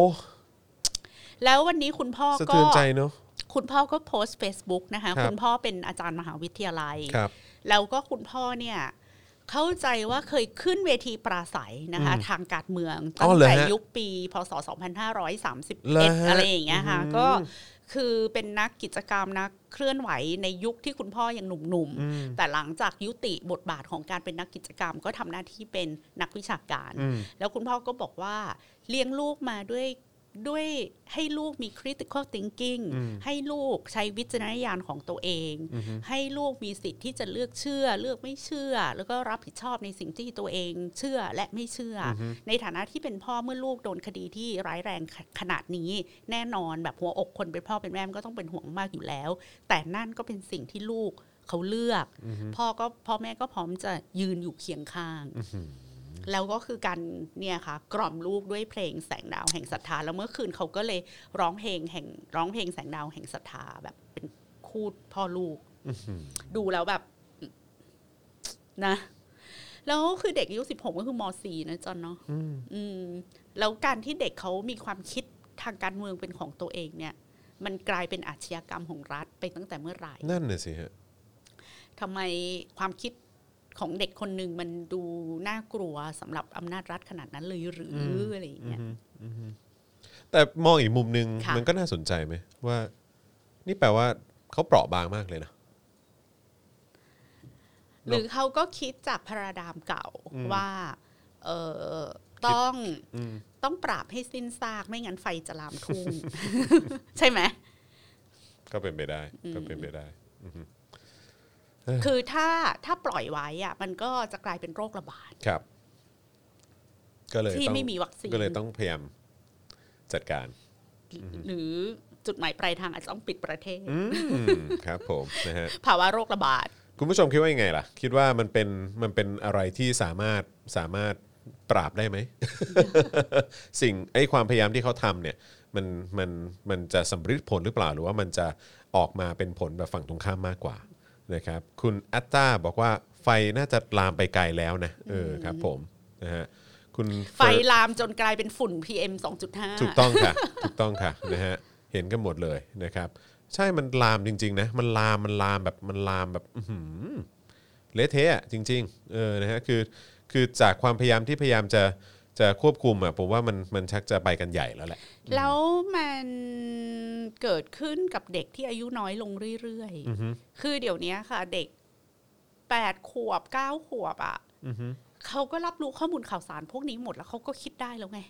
แล้ววันนี้คุณพ่อก็สะเทือนใจเนอะคุณพ่อก็โพสต์ Facebook นะคะคุณพ่อเป็นอาจารย์มหาวิทยาลัยแล้วก็คุณพ่อเนี่ยเข้าใจว่าเคยขึ้นเวทีปราศัยนะคะทางการเมืองตั้งแต่ยุคปีพ.ศ. สองพันห้าร้อยสามสิบเอ็ดอะไรอย่างเงี้ยค่ะก็คือเป็นนักกิจกรรมนักเคลื่อนไหวในยุคที่คุณพ่อยังหนุ่มๆแต่หลังจากยุติบทบาทของการเป็นนักกิจกรรมก็ทำหน้าที่เป็นนักวิชาการแล้วคุณพ่อก็บอกว่าเลี้ยงลูกมาด้วยด้วยให้ลูกมี critical thinking ให้ลูกใช้วิจารณญาณของตัวเองให้ลูกมีสิทธิ์ที่จะเลือกเชื่อเลือกไม่เชื่อแล้วก็รับผิดชอบในสิ่งที่ตัวเองเชื่อและไม่เชื่อในฐานะที่เป็นพ่อเมื่อลูกโดนคดีที่ร้ายแรงขนาดนี้แน่นอนแบบหัวอกคนเป็นพ่อเป็นแม่ก็ต้องเป็นห่วงมากอยู่แล้วแต่นั่นก็เป็นสิ่งที่ลูกเขาเลือกพ่อก็พ่อแม่ก็พร้อมจะยืนอยู่เคียงข้างแล้วก็คือการเนี่ยค่ะกล่อมลูกด้วยเพลงแสงดาวแห่งศรัทธาแล้วเมื่อคืนเขาก็เลยร้องเพลงแห่งร้องเพลงแสงดาวแห่งศรัทธาแบบเป็นคู่พ่อลูกดูแล้วแบบนะแล้วคือเด็กอายุสิบหกก็คือม.สี่ นะจอนเนาะอืมแล้วการที่เด็กเขามีความคิดทางการเมืองเป็นของตัวเองเนี่ยมันกลายเป็นอาชญากรรมของรัฐไปตั้งแต่เมื่อไหร่นั่นน่ะสิฮะทำไมความคิดของเด็กคนหนึ่งมันดูน่ากลัวสำหรับอำนาจรัฐขนาดนั้นเลยหรืออะไรอย่างเงี้ยแต่มองอีกมุมนึงมันก็น่าสนใจไหมว่านี่แปลว่าเขาเปราะบางมากเลยนะหรือเขาก็คิดจากพาราดามเก่าว่าเออต้องต้องปราบให้สิ้นซากไม่งั้นไฟจะลามทุ่งใช่ไหมก็เป็นไปได้ก็เป็นไปได้คือถ้าถ้าปล่อยไว้อะมันก็จะกลายเป็นโรคระบาดครับก็เลยที่ไม่มีวัคซีนก็เลยต้องพยายามจัดการหรือจุดหมายปลายทางอาจจะต้องปิดประเทศครับผมนะฮะภาวะโรคระบาดคุณผู้ชมคิดว่ายังไงล่ะคิดว่ามันเป็นมันเป็นอะไรที่สามารถสามารถปราบได้ไหม สิ่งไอ้ความพยายามที่เขาทำเนี่ยมันมันมันจะสำเร็จผลหรือเปล่าหรือว่ามันจะออกมาเป็นผลแบบฝั่งตรงข้ามมากกว่านะครับคุณอัตตาบอกว่าไฟน่าจะลามไปไกลแล้วนะเออครับผมนะฮะคุณไฟลามจนกลายเป็นฝุ่น พี เอ็ม สองจุดห้าถูกต้องค่ะถูกต้องค่ะนะฮะเห็นกันหมดเลยนะครับใช่มันลามจริงๆนะมันลามมันลามแบบมันลามแบบเละเทะจริงๆเออนะฮะคือคือจากความพยายามที่พยายามจะจะควบคุมอ่ะผมว่ามันมันชักจะไปกันใหญ่แล้วแหละแล้วมันเกิดขึ้นกับเด็กที่อายุน้อยลงเรื่อยๆคือเดี๋ยวนี้ค่ะเด็กแปดขวบเก้าขวบอ่ะเขาก็รับรู้ข้อมูลข่าวสารพวกนี้หมดแล้วเขาก็คิดได้แล้วไง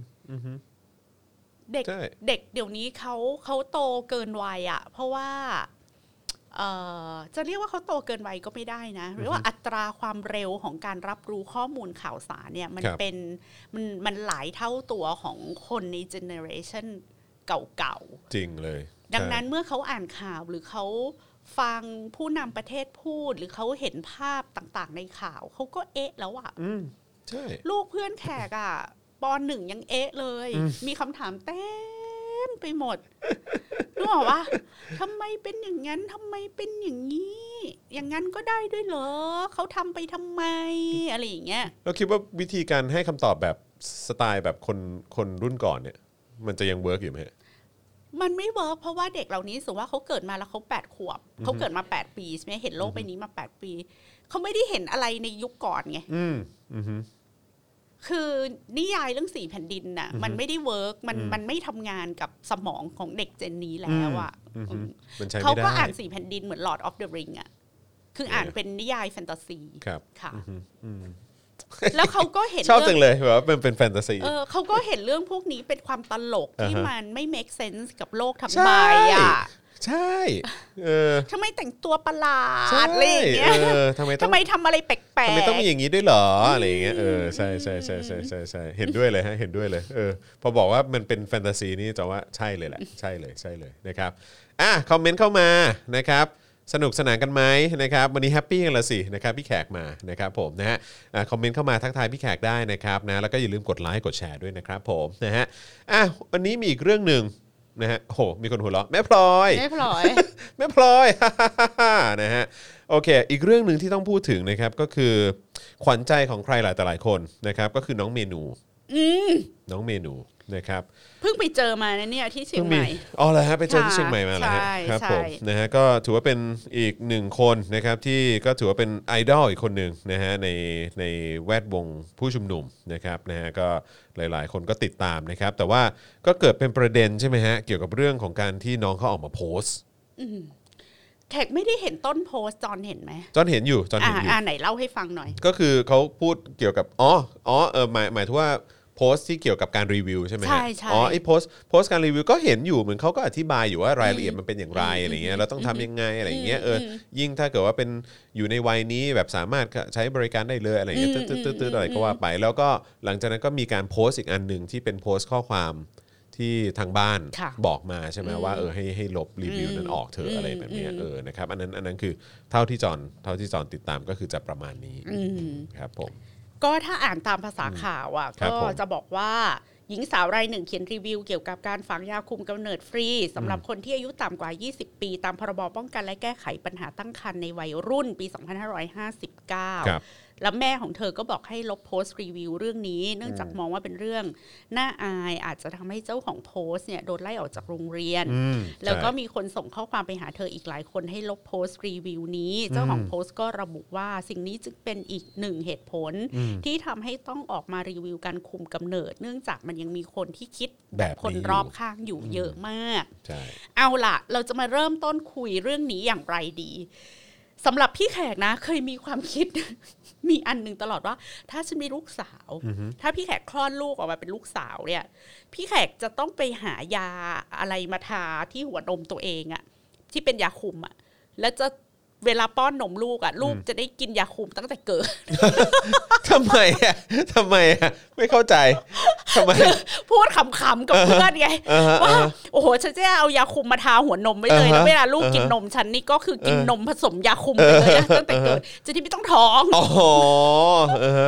เด็กเด็กเดี๋ยวนี้เขาเขาโตเกินวัยอ่ะเพราะว่าเอ่อจะเรียกว่าเขาโตเกินวัยก็ไม่ได้นะหรือว่าอัตราความเร็วของการรับรู้ข้อมูลข่าวสารเนี่ยมันเป็นมันมันหลายเท่าตัวของคนในเจเนอเรชันเก่าๆจริงเลยดังนั้นเมื่อเขาอ่านข่าวหรือเขาฟังผู้นำประเทศพูดหรือเขาเห็นภาพต่างๆในข่าวเขาก็เอ๊ะแล้วอ่ะใช่ลูกเพื่อนแขกอ่ะปอหนึ่งยังเอ๊ะเลยมีคำถามเต็มไปหมดรู้หรอว่าทำไมเป็นอย่างนั้นทำไมเป็นอย่างนี้อย่างนั้นก็ได้ด้วยเหรอเขาทำไปทำไมอะไรอย่างเงี้ยเราคิดว่าวิธีการให้คำตอบแบบสไตล์แบบคนคนรุ่นก่อนเนี่ยมันจะยังเวิร์กอยู่ไหมมันไม่เวิร์กเพราะว่าเด็กเหล่านี้สมมติว่าเขาเกิดมาแล้วเขาแปดขวบเขาเกิดมาแปดปีใช่ไหมเห็นโลกใบนี้มาแปดปีเขาไม่ได้เห็นอะไรในยุคก่อนไงอืมอืมคือนิยายเรื่องสี่แผ่นดินน่ะมันไม่ได้เวิร์กมันมันไม่ทำงานกับสมองของเด็กเจนนี้แล้วอ่ะเขาก็อ่านสี่แผ่นดินเหมือน Lord of the Ring อ่ะคืออ่านเป็นนิยายแฟนตาซีค่ะแล้วเขาก็เห็นชอบจังเลยแบบว่าเป็นเป็นแฟนตาซีเออเขาก็เห็นเรื่องพวกนี้เป็นความตลกที่มันไม่ make sense กับโลกทั้งใบอ่ะใช่เออทำไมแต่งตัวประหลาดอะไรอย่างเงี้ยทำไมทำไมทำอะไรแปลกๆทำไมต้องมีอย่างนี้ด้วยเหรออะไรอย่างเงี้ยเออใช่ใช่ใช่ใช่ใช่ใช่เห็นด้วยเลยฮะเห็นด้วยเลยเออพอบอกว่ามันเป็นแฟนตาซีนี่จะว่าใช่เลยแหละใช่เลยใช่เลยนะครับอ่ะคอมเมนต์เข้ามานะครับสนุกสนานกันไหมนะครับวันนี้แฮปปี้กันละสินะครับพี่แขกมานะครับผมนะฮะคอมเมนต์เข้ามาทักทายพี่แขกได้นะครับนะแล้วก็อย่าลืมกดไลค์กดแชร์ด้วยนะครับผมนะฮะอ่ะวันนี้มีอีกเรื่องนึงนะฮะโหมีคนหัวเราะแม่พลอยแม่พลอยแม่พลอย นะฮะโอเคอีกเรื่องนึงที่ต้องพูดถึงนะครับก็คือขวัญใจของใครหลายต่อหลายคนนะครับก็คือน้องเมนูน้องเมนูนะครับเพิ่งไปเจอมานะเนี่ยที่เชียงใหม่อ๋อเหรอฮะไปเจอที่เชียงใหม่มาแล้วครับผมนะฮะก็ถือว่าเป็นอีกหนึ่งคนนะครับที่ก็ถือว่าเป็นไอดอลอีกคนหนึ่งนะฮะในในแวดวงผู้ชุมนุมนะครับนะฮะก็หลายๆคนก็ติดตามนะครับแต่ว่าก็เกิดเป็นประเด็นใช่ไหมฮะเกี่ยวกับเรื่องของการที่น้องเขาออกมาโพสต์แขกไม่ได้เห็นต้นโพสต์จอนเห็นไหมจอนเห็นอยู่จอนเห็นอยู่อ่าไหนเล่าให้ฟังหน่อยก็คือเขาพูดเกี่ยวกับอ๋ออ๋อเออหมายหมายถึงว่าโพสต์ที่เกี่ยวกับการรีวิวใช่ไหมใช่ใช่อ๋อไอ้โพสต์โพสต์การรีวิวก็เห็นอยู่เหมือนเขาก็อธิบายอยู่ว่ารายละเอียดมันเป็นอย่างไรอะไรเงี้ยเราต้องทำยังไงอะไรเงี้ยเออยิ่งถ้าเกิดว่าเป็นอยู่ในวัยนี้แบบสามารถใช้บริการได้เลยอะไรเงี้ยตืดๆๆอะไรก็ว่าไปแล้วก็หลังจากนั้นก็มีการโพสต์อีกอันนึงที่เป็นโพสต์ข้อความที่ทางบ้านบอกมาใช่ไหมว่าเออให้ให้ลบรีวิวนั้นออกเถอะอะไรแบบนี้เออนะครับอันนั้นอันนั้นคือเท่าที่จอนเท่าที่จอนติดตามก็คือจะประมาณนี้ครับผมก็ถ้าอ่านตามภาษาข่าวอ่ะก็จะบอกว่าหญิงสาวรายหนึ่งเขียนรีวิวเกี่ยวกับการฝังยาคุมกำเนิดฟรีสำหรับคนที่อายุต่ำกว่ายี่สิบปีตามพรบป้องกันและแก้ไขปัญหาตั้งครรภ์ในวัยรุ่นปีสองพันห้าร้อยห้าสิบเก้าแล้วแม่ของเธอก็บอกให้ลบโพสต์รีวิวเรื่องนี้เนื่องจากมองว่าเป็นเรื่องน่าอายอาจจะทำให้เจ้าของโพสต์เนี่ยโดนไล่ออกจากโรงเรียนแล้วก็มีคนส่งข้อความไปหาเธออีกหลายคนให้ลบโพสต์รีวิวนี้เจ้าของโพสต์ก็ระบุว่าสิ่งนี้จึงเป็นอีกหนึ่งเหตุผลที่ทำให้ต้องออกมารีวิวการคุมกำเนิดเนื่องจากมันยังมีคนที่คิดแบบคนรอบข้างอยู่เยอะมากเอาล่ะเราจะมาเริ่มต้นคุยเรื่องนี้อย่างไรดีสำหรับพี่แขกนะเคยมีความคิด มีอันหนึ่งตลอดว่าถ้าฉันมีลูกสาว uh-huh. ถ้าพี่แขกคลอดลูกออกมาเป็นลูกสาวเนี่ยพี่แขกจะต้องไปหายาอะไรมาทาที่หัวนมตัวเองอะที่เป็นยาคุมอะแล้วจะเวลาป้อนนมลูกอ่ะลูกจะได้กินยาคุมตั้งแต่เกิดทำไมอ่ะทำไมอ่ะไม่เข้าใจทำไมพูดขำๆกับเพื่อนไงว่าโอ้โหฉันจะเอายาคุมมาทาหัวนมไว้เลยแล้วเวลาลูกกินนมฉันนี่ก็คือกินนมผสมยาคุมไปเลยนะตั้งแต่เกิดจะที่ไม่ต้องท้องอ๋อ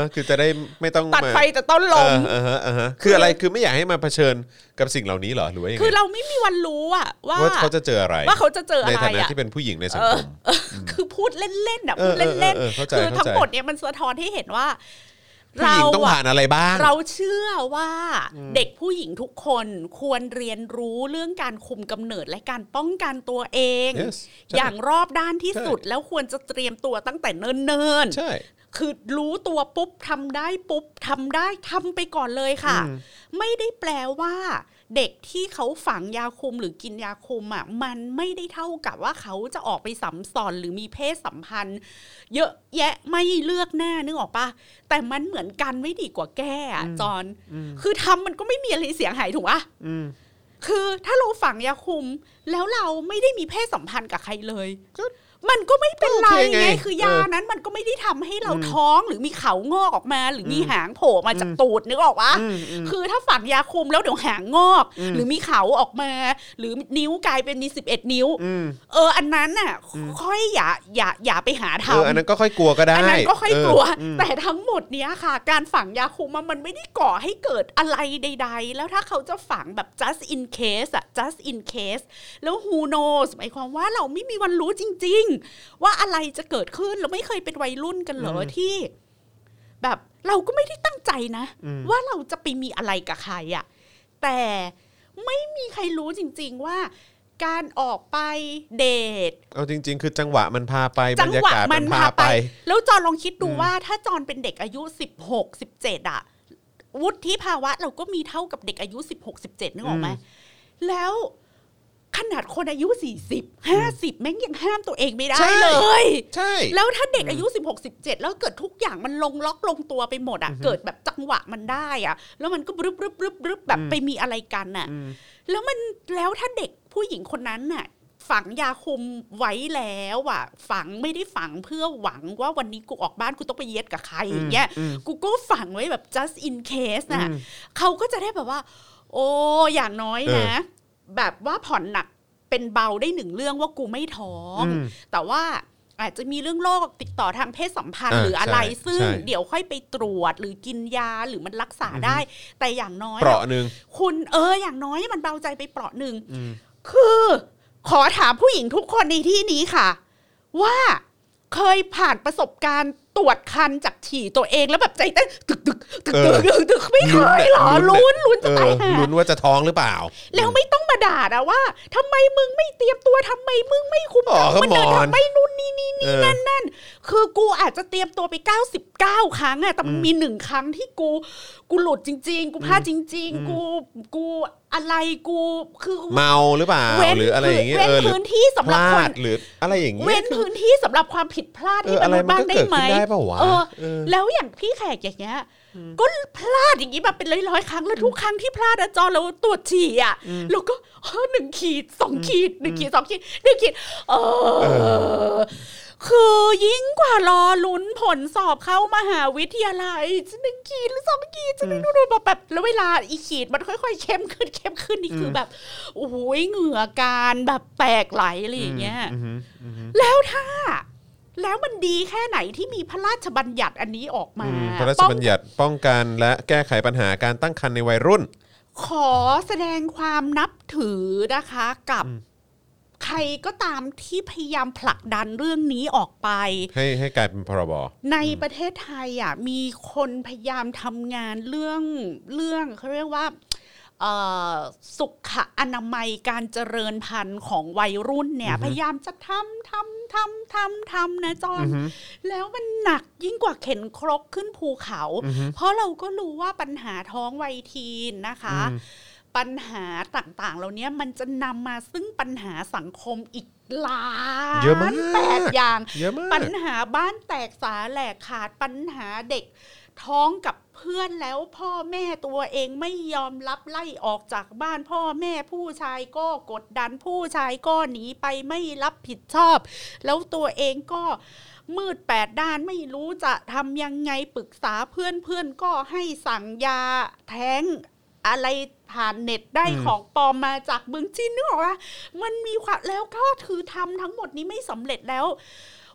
คือจะได้ไม่ต้องตัดไฟแต่ต้นลมเออเออคืออะไรคือไม่อยากให้มาเผชิญกับสิ่งเหล่านี้เหรอหรือว่ายังไงคือเราไม่มีวันรู้อะว่าเขาจะเจออะไรว่าเขาจะเจออะไรในฐานะที่เป็นผู้หญิงในสังคมคือพูดเล่นๆอะพูดเล่นๆคือทั้งหมดเนี่ยมันสะท้อนให้เห็นว่าผู้หญิงต้องผ่านอะไรบ้างเราเชื่อว่าเด็กผู้หญิงทุกคนควรเรียนรู้เรื่องการคุมกำเนิดและการป้องกันตัวเอง yes, อย่างรอบด้านที่สุดแล้วควรจะเตรียมตัวตั้งแต่เนิ่นๆใช่คือรู้ตัวปุ๊บทำได้ปุ๊บทำได้ทำไปก่อนเลยค่ะไม่ได้แปลว่าเด็กที่เขาฝังยาคุมหรือกินยาคุมอ่ะมันไม่ได้เท่ากับว่าเขาจะออกไปสัมสอนหรือมีเพศสัมพันธ์เยอะแยะไม่เลือกหน้านึกออกปะแต่มันเหมือนกันไม่ดีกว่าแก้อ่ะจอนคือทำมันก็ไม่มีอะไรเสียหายถูกปะคือถ้าเราฝังยาคุมแล้วเราไม่ได้มีเพศสัมพันธ์กับใครเลยมันก็ไม่เป็นไรไงคือยานั้นมันก็ไม่ได้ทำให้เราท้องหรือมีเขางอกออกมาหรือมีหางโผล่มาจากตูดนึกออกปะคือถ้าฝังยาคุมแล้วเดี๋ยวหางงอกหรือมีเขาออกมาหรือนิ้วกลายเป็นมีสิบเอ็ดนิ้วเอออันนั้นน่ะค่อยอย่าอย่าอย่าไปหาทำเอออันนั้นก็ค่อยกลัวก็ได้อันนั้นก็ค่อยกลัวแต่ทั้งหมดเนี้ยค่ะการฝังยาคุมมันไม่ได้ก่อให้เกิดอะไรใดๆแล้วถ้าเขาจะฝังแบบ just in case อะ just in case แล้ว who knows หมายความว่าเราไม่มีวันรู้จริงๆว่าอะไรจะเกิดขึ้นเราไม่เคยเป็นวัยรุ่นกันเหรอที่แบบเราก็ไม่ได้ตั้งใจนะว่าเราจะไปมีอะไรกับใครอะแต่ไม่มีใครรู้จริงๆว่าการออกไปเดทเอาจริงๆคือจังหวะมันพาไปบรรยากาศมันพาไปแล้วจอนลองคิดดูว่าถ้าจอนเป็นเด็กอายุสิบหก สิบเจ็ดอะวุฒิภาวะเราก็มีเท่ากับเด็กอายุสิบหก สิบเจ็ดนึกออกไหมแล้วขนาดคนอายุสี่สิบ ห้าสิบแม่งยังห้ามตัวเองไม่ได้เลยใช่แล้วถ้าเด็กอายุสิบหก สิบเจ็ดแล้วเกิดทุกอย่างมันลงล็อกลงตัวไปหมดอ่ะเกิดแบบจังหวะมันได้อ่ะแล้วมันก็บรึบรึบรึบรึบแบบไปมีอะไรกันน่ะแล้วมันแล้วถ้าเด็กผู้หญิงคนนั้นน่ะฝังยาคุมไว้แล้วอ่ะฝังไม่ได้ฝังเพื่อหวังว่าวันนี้กูออกบ้านกูต้องไปเย็ดกับใครอย่างเงี้ยกูก็ฝังไว้แบบ just in case น่ะเขาก็จะได้แบบว่าโอ้อย่างน้อยนะแบบว่าผ่อนหนักเป็นเบาได้หนึ่งเรื่องว่ากูไม่ท้องแต่ว่าอาจจะมีเรื่องโรคติดต่อทางเพศสัมพันธ์หรืออะไรซึ่งเดี๋ยวค่อยไปตรวจหรือกินยาหรือมันรักษาได้แต่อย่างน้อยเปราะนึงคุณเอออย่างน้อยมันเบาใจไปเปราะนึงคือขอถามผู้หญิงทุกคนในที่นี้ค่ะว่าเคยผ่านประสบการณ์ตรวจคันจากฉี่ตัวเองแล้วแบบใจเต้นตึกตึกตึกตึกตึกตึกไม่เคยหรอลุ้นลุ้นจะตายห่าลุ้นว่าจะท้องหรือเปล่าแล้วไม่ต้องมาด่านะว่าทำไมมึงไม่เตรียมตัวทำไมมึงไม่คุมตัวมันทำไมนู่นนี่นี่นี่นั่นนั่นคือกูอาจจะเตรียมตัวไปเก้าสิบเก้าครั้งอะแต่มีหนึ่งครั้งที่กูกูหลุดจริงๆกูพลาดจริงๆกูกูอะไรกูคือเมาหรือเปล่าหรืออะไรอย่างเงี้ยเว้นพื้นที่สำหรับคนหรืออะไรอย่างเงี้ยเว้นพื้นที่สำหรับความผิดพลาดที่มนุษย์บ้างได้ไหมเออแล้วอย่างพี่แขกอย่างเงี้ยก็พลาดอย่างงี้มาเป็นร้อยๆครั้งแล้วทุกครั้งที่พลาดอะจอแล้วตรวจฉี่อะแล้วก็เออหนึ่งขีดสองขีดหนึ่งขีดสองขีดหนึ่งขีดเออคือยิ่งกว่ารอลุ้นผลสอบเข้ามหาวิทยาลัยจะหนึ่งขีดหรือสองขีดจะไม่รู้แบบแบบแล้วเวลาอีขีดมันค่อยๆเข้มขึ้นเข้มขึ้นนี่คือแบบโอ้โหเหงื่อการแบบแตกไหลอะไรอย่างเงี้ยแล้วถ้าแล้วมันดีแค่ไหนที่มีพระราชบัญญัติอันนี้ออกมาพระราชบัญญัติป้องกันและแก้ไขปัญหาการตั้งครรภ์ในวัยรุ่นขอแสดงความนับถือนะคะกับใครก็ตามที่พยายามผลักดันเรื่องนี้ออกไปให้ให้กลายเป็นพรบในประเทศไทยอ่ะมีคนพยายามทำงานเรื่องเรื่องเขาเรียกว่าสุขอนามัยการเจริญพันธุ์ของวัยรุ่นเนี่ยพยายามจะทำทำทำทำทำนะจอนแล้วมันหนักยิ่งกว่าเข็นครกขึ้นภูเขาเพราะเราก็รู้ว่าปัญหาท้องวัยทีนนะคะปัญหาต่างๆเหล่านี้มันจะนำมาซึ่งปัญหาสังคมอีกล้านแปดอย่างปัญหาบ้านแตกสาแหลกขาดปัญหาเด็กท้องกับเพื่อนแล้วพ่อแม่ตัวเองไม่ยอมรับไล่ออกจากบ้านพ่อแม่ผู้ชายก็กดดันผู้ชายก็หนีไปไม่รับผิดชอบแล้วตัวเองก็มืดแปดด้านไม่รู้จะทำยังไงปรึกษาเพื่อนเพื่อนก็ให้สั่งยาแท้งอะไรผ่านเน็ตได้ของปลอมมาจากเมืองจีนนึกออกว่ามันมีความแล้วก็ถือทำทั้งหมดนี้ไม่สำเร็จแล้ว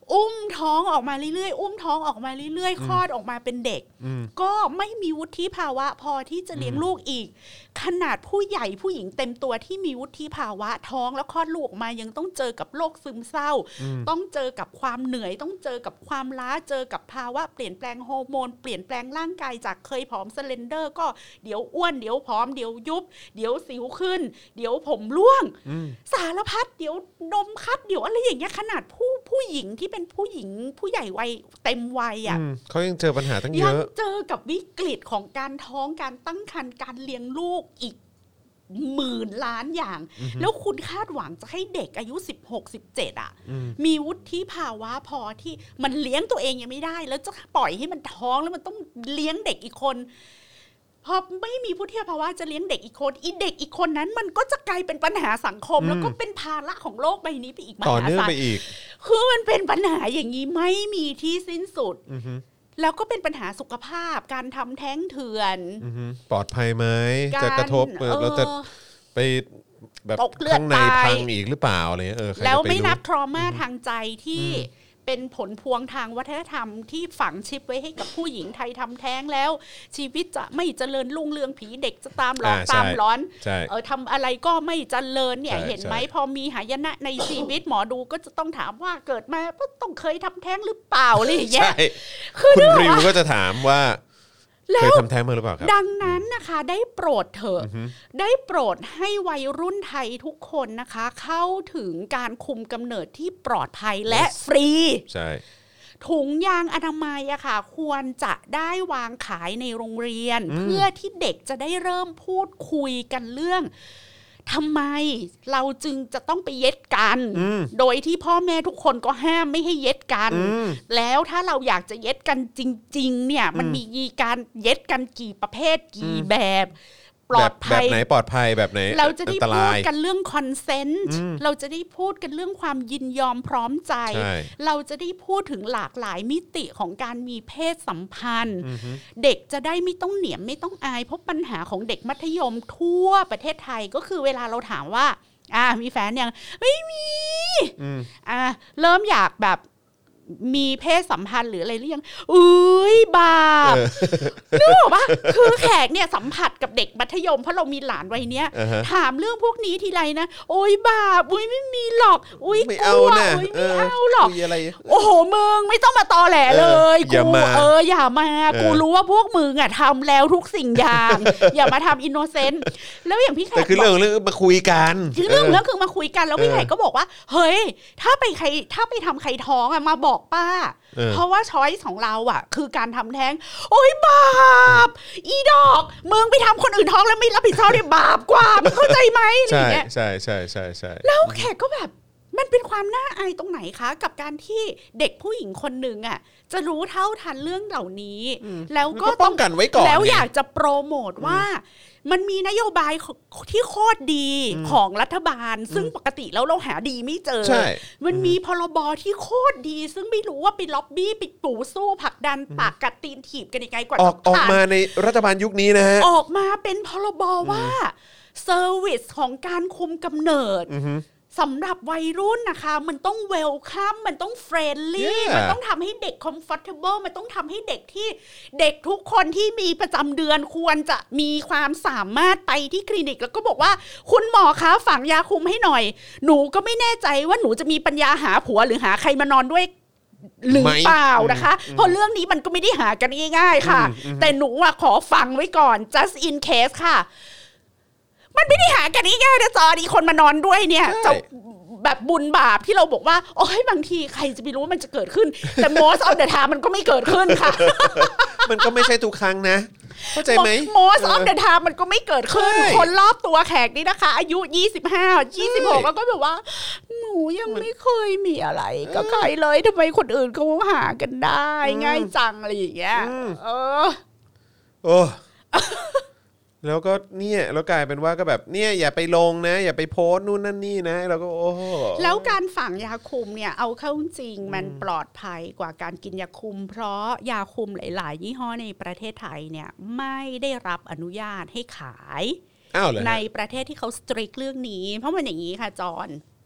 อุ้มท้องออกมาเรื่อยๆอุ้มท้องออกมาเรื่อยๆคลอดออกมาเป็นเด็กก็ไม่มีวุฒิภาวะพอที่จะเลี้ยงลูกอีกขนาดผู้ใหญ่ผู้หญิงเต็มตัวที่มีวุฒิภาวะท้องแล้วคลอดลูกออกมายังต้องเจอกับโรคซึมเศร้าต้องเจอกับความเหนื่อยต้องเจอกับความล้าเจอกับภาวะเปลี่ยนแปลงฮอร์โมนเปลี่ยนแปลงร่างกายจากเคยผอมสเลนเดอร์ก็เดี๋ยวอ้วนเดี๋ยวผอมเดี๋ยวยุบเดี๋ยวสิวขึ้นเดี๋ยวผมร่วงสารพัดเดี๋ยวนมคัดเดี๋ยวอะไรอย่างเงี้ยขนาดผู้ผู้หญิงที่เป็นผู้หญิงผู้ใหญ่วัยเต็มวัยอ่ะเขายังเจอปัญหาตั้งเยอะยังเจอกับวิกฤตของการท้องการตั้งครรภ์การเลี้ยงลูกอีกหมื่นล้านอย่างแล้วคุณคาดหวังจะให้เด็กอายุสิบหก สิบเจ็ดอ่ะมีวุฒิภาวะพอที่มันเลี้ยงตัวเองยังไม่ได้แล้วจะปล่อยให้มันท้องแล้วมันต้องเลี้ยงเด็กอีกคนพอไม่มีวุฒิภาวะจะเลี้ยงเด็กอีกคนอีเด็กอีกคนนั้นมันก็จะกลายเป็นปัญหาสังคมแล้วก็เป็นภาระของโลกใบนี้ไปอีกมหาศาลต่อเนื่องไปอีกคือมันเป็นปัญหาอย่างนี้ไม่มีที่สิ้นสุดแล้วก็เป็นปัญหาสุขภาพการทำแท้งเถื่อนปลอดภัยไหมจะกระทบเราจะไปแบบข้างในพังอีกหรือเปล่าอะไรเออแล้วไม่นับทรมาทางใจที่เป็นผลพวงทางวัฒนธรรมที่ฝังชิปไว้ให้กับผู้หญิงไทยทำแท้งแล้วชีวิตจะไม่เจริญรุ่งเรืองผีเด็กจะตามหลอกตามร้อนเออทำอะไรก็ไม่เจริญเนี่ยเห็นไหมพอมีหายนะในชีวิตหมอดูก็จะต้องถามว่าเกิดมาต้องเคยทำแท้งหรือเปล่าอะไรอย่างเงี้ยคุณริวก็จะถามว่าเคยทำแท้งมาหรือเปล่าครับดังนั้นนะคะได้โปรดเถอะได้โปรดให้วัยรุ่นไทยทุกคนนะคะเข้าถึงการคุมกำเนิดที่ปลอดภัยและฟรีใช่ถุงยางอนามัยอะค่ะควรจะได้วางขายในโรงเรียนเพื่อที่เด็กจะได้เริ่มพูดคุยกันเรื่องทำไมเราจึงจะต้องไปเย็ดกันโดยที่พ่อแม่ทุกคนก็ห้ามไม่ให้เย็ดกันแล้วถ้าเราอยากจะเย็ดกันจริงๆเนี่ยมันมีการเย็ดกันกี่ประเภทกี่แบบปลอดภัยแบบไหนปลอดภัยแบบไหนเราจะได้พูดกันเรื่องคอนเซนต์เราจะได้พูดกันเรื่องความยินยอมพร้อมใจเราจะได้พูดถึงหลากหลายมิติของการมีเพศสัมพันธ์เด็กจะได้ไม่ต้องเหนียมไม่ต้องอายเพราะปัญหาของเด็กมัธยมทั่วประเทศไทยก็คือเวลาเราถามว่าอ่ามีแฟนยังไม่มีอ่าเริ่มอยากแบบมีเพศสัมพันธ์หรืออะไรหรือยังอุ้ยบาปนึกออกปะคือแขกเนี่ยสัมผัสกับเด็กมัธยมเพราะเรามีหลานวัยเนี้ยถามเรื่องพวกนี้ทีไรนะโอ้ยบาปอุ้ยไม่มีหรอกอุ้ยไม่เอานะอุ้ยไม่เอาหรอกโอ้โหมึงไม่ต้องมาตอแหลเลยกูเอออย่ามากูรู้ว่าพวกมึงอ่ะทำแล้วทุกสิ่งอย่างอย่ามาทำอินโนเซนต์แล้วอย่างพี่แขกแต่คือเรื่องเรื่องมาคุยกันเรื่องเรื่องคือมาคุยกันแล้วพี่แขกก็บอกว่าเฮ้ยถ้าไปใครถ้าไปทำใครท้องอ่ะมาบอกป้าเพราะว่าช้อยส์ของเราอ่ะคือการทำแท้งโอ๊ยบาปอีดอกมึงไปทำคนอื่นท้องแล้วไม่รับผิดชอบเนี่ยบาปกว่ามึงเข้าใจไหมใช่ใช่ใช่ใช่ใช่แล้วแขกก็แบบมันเป็นความน่าอายตรงไหนคะกับการที่เด็กผู้หญิงคนหนึ่งอ่ะจะรู้เท่าทันเรื่องเหล่านี้แล้วก็ป้องกันไว้ก่อนแล้วอยากจะโปรโมทว่ามันมีนโยบายที่โคตรดีของรัฐบาลซึ่งปกติแล้วเราหาดีไม่เจอมันมีพรบที่โคตรดีซึ่งไม่รู้ว่าไปล็อบบี้ไปตู่สู้ผลักดันปากกัดตีนถีบกันยังไงกว่าจะออกมาในรัฐบาลยุคนี้นะฮะออกมาเป็นพรบว่าเซอร์วิสของการคุมกำเนิดสำหรับวัยรุ่นนะคะมันต้องเวลคัมมันต้องเฟรนลี่ มันต้องทำให้เด็กคอมฟอร์ทเบิลมันต้องทำให้เด็กที่เด็กทุกคนที่มีประจำเดือนควรจะมีความสามารถไปที่คลินิกแล้วก็บอกว่าคุณหมอคะฝังยาคุมให้หน่อยหนูก็ไม่แน่ใจว่าหนูจะมีปัญญาหาผัวหรือหาใครมานอนด้วยหรือเปล่านะคะเพราะเรื่องนี้มันก็ไม่ได้หากันง่ายๆค่ะแต่หนูอ่ะขอฟังไว้ก่อน just in case ค่ะมันไม่ได้หากันง่ายๆนะจอดีคนมานอนด้วยเนี่ยจะแบบบุญบาปที่เราบอกว่าโอ้ยบางทีใครจะไปรู้ว่ามันจะเกิดขึ้นแต่ most of the time มันก็ไม่เกิดขึ้นค่ะมันก็ไม่ใช่ทุกครั้งนะเข้าใจไหม most of the time มันก็ไม่เกิดขึ้นคนรอบตัวแขกนี่นะคะอายุยี่สิบห้า ยี่สิบหกแล้วก็แบบว่าหนูยังไม่เคยมีอะไรกับใครเลยทำไมคนอื่นเขาหากันได้ง่ายจังอะไรอย่างเงี้ยเออโอ้แล้วก็เนี่ยแล้วกลายเป็นว่าก็แบบเนี่ยอย่าไปลงนะอย่าไปโพสต์นู่นนั่นนี่นะแล้วก็โอ้แล้วการฝังยาคุมเนี่ยเอาเข้าจริงมันปลอดภัยกว่าการกินยาคุมเพราะยาคุมหลายๆยี่ห้อในประเทศไทยเนี่ยไม่ได้รับอนุญาตให้ขายในประเทศที่เขาสตริกเรื่องนี้เพราะมันอย่างนี้ค่ะจอน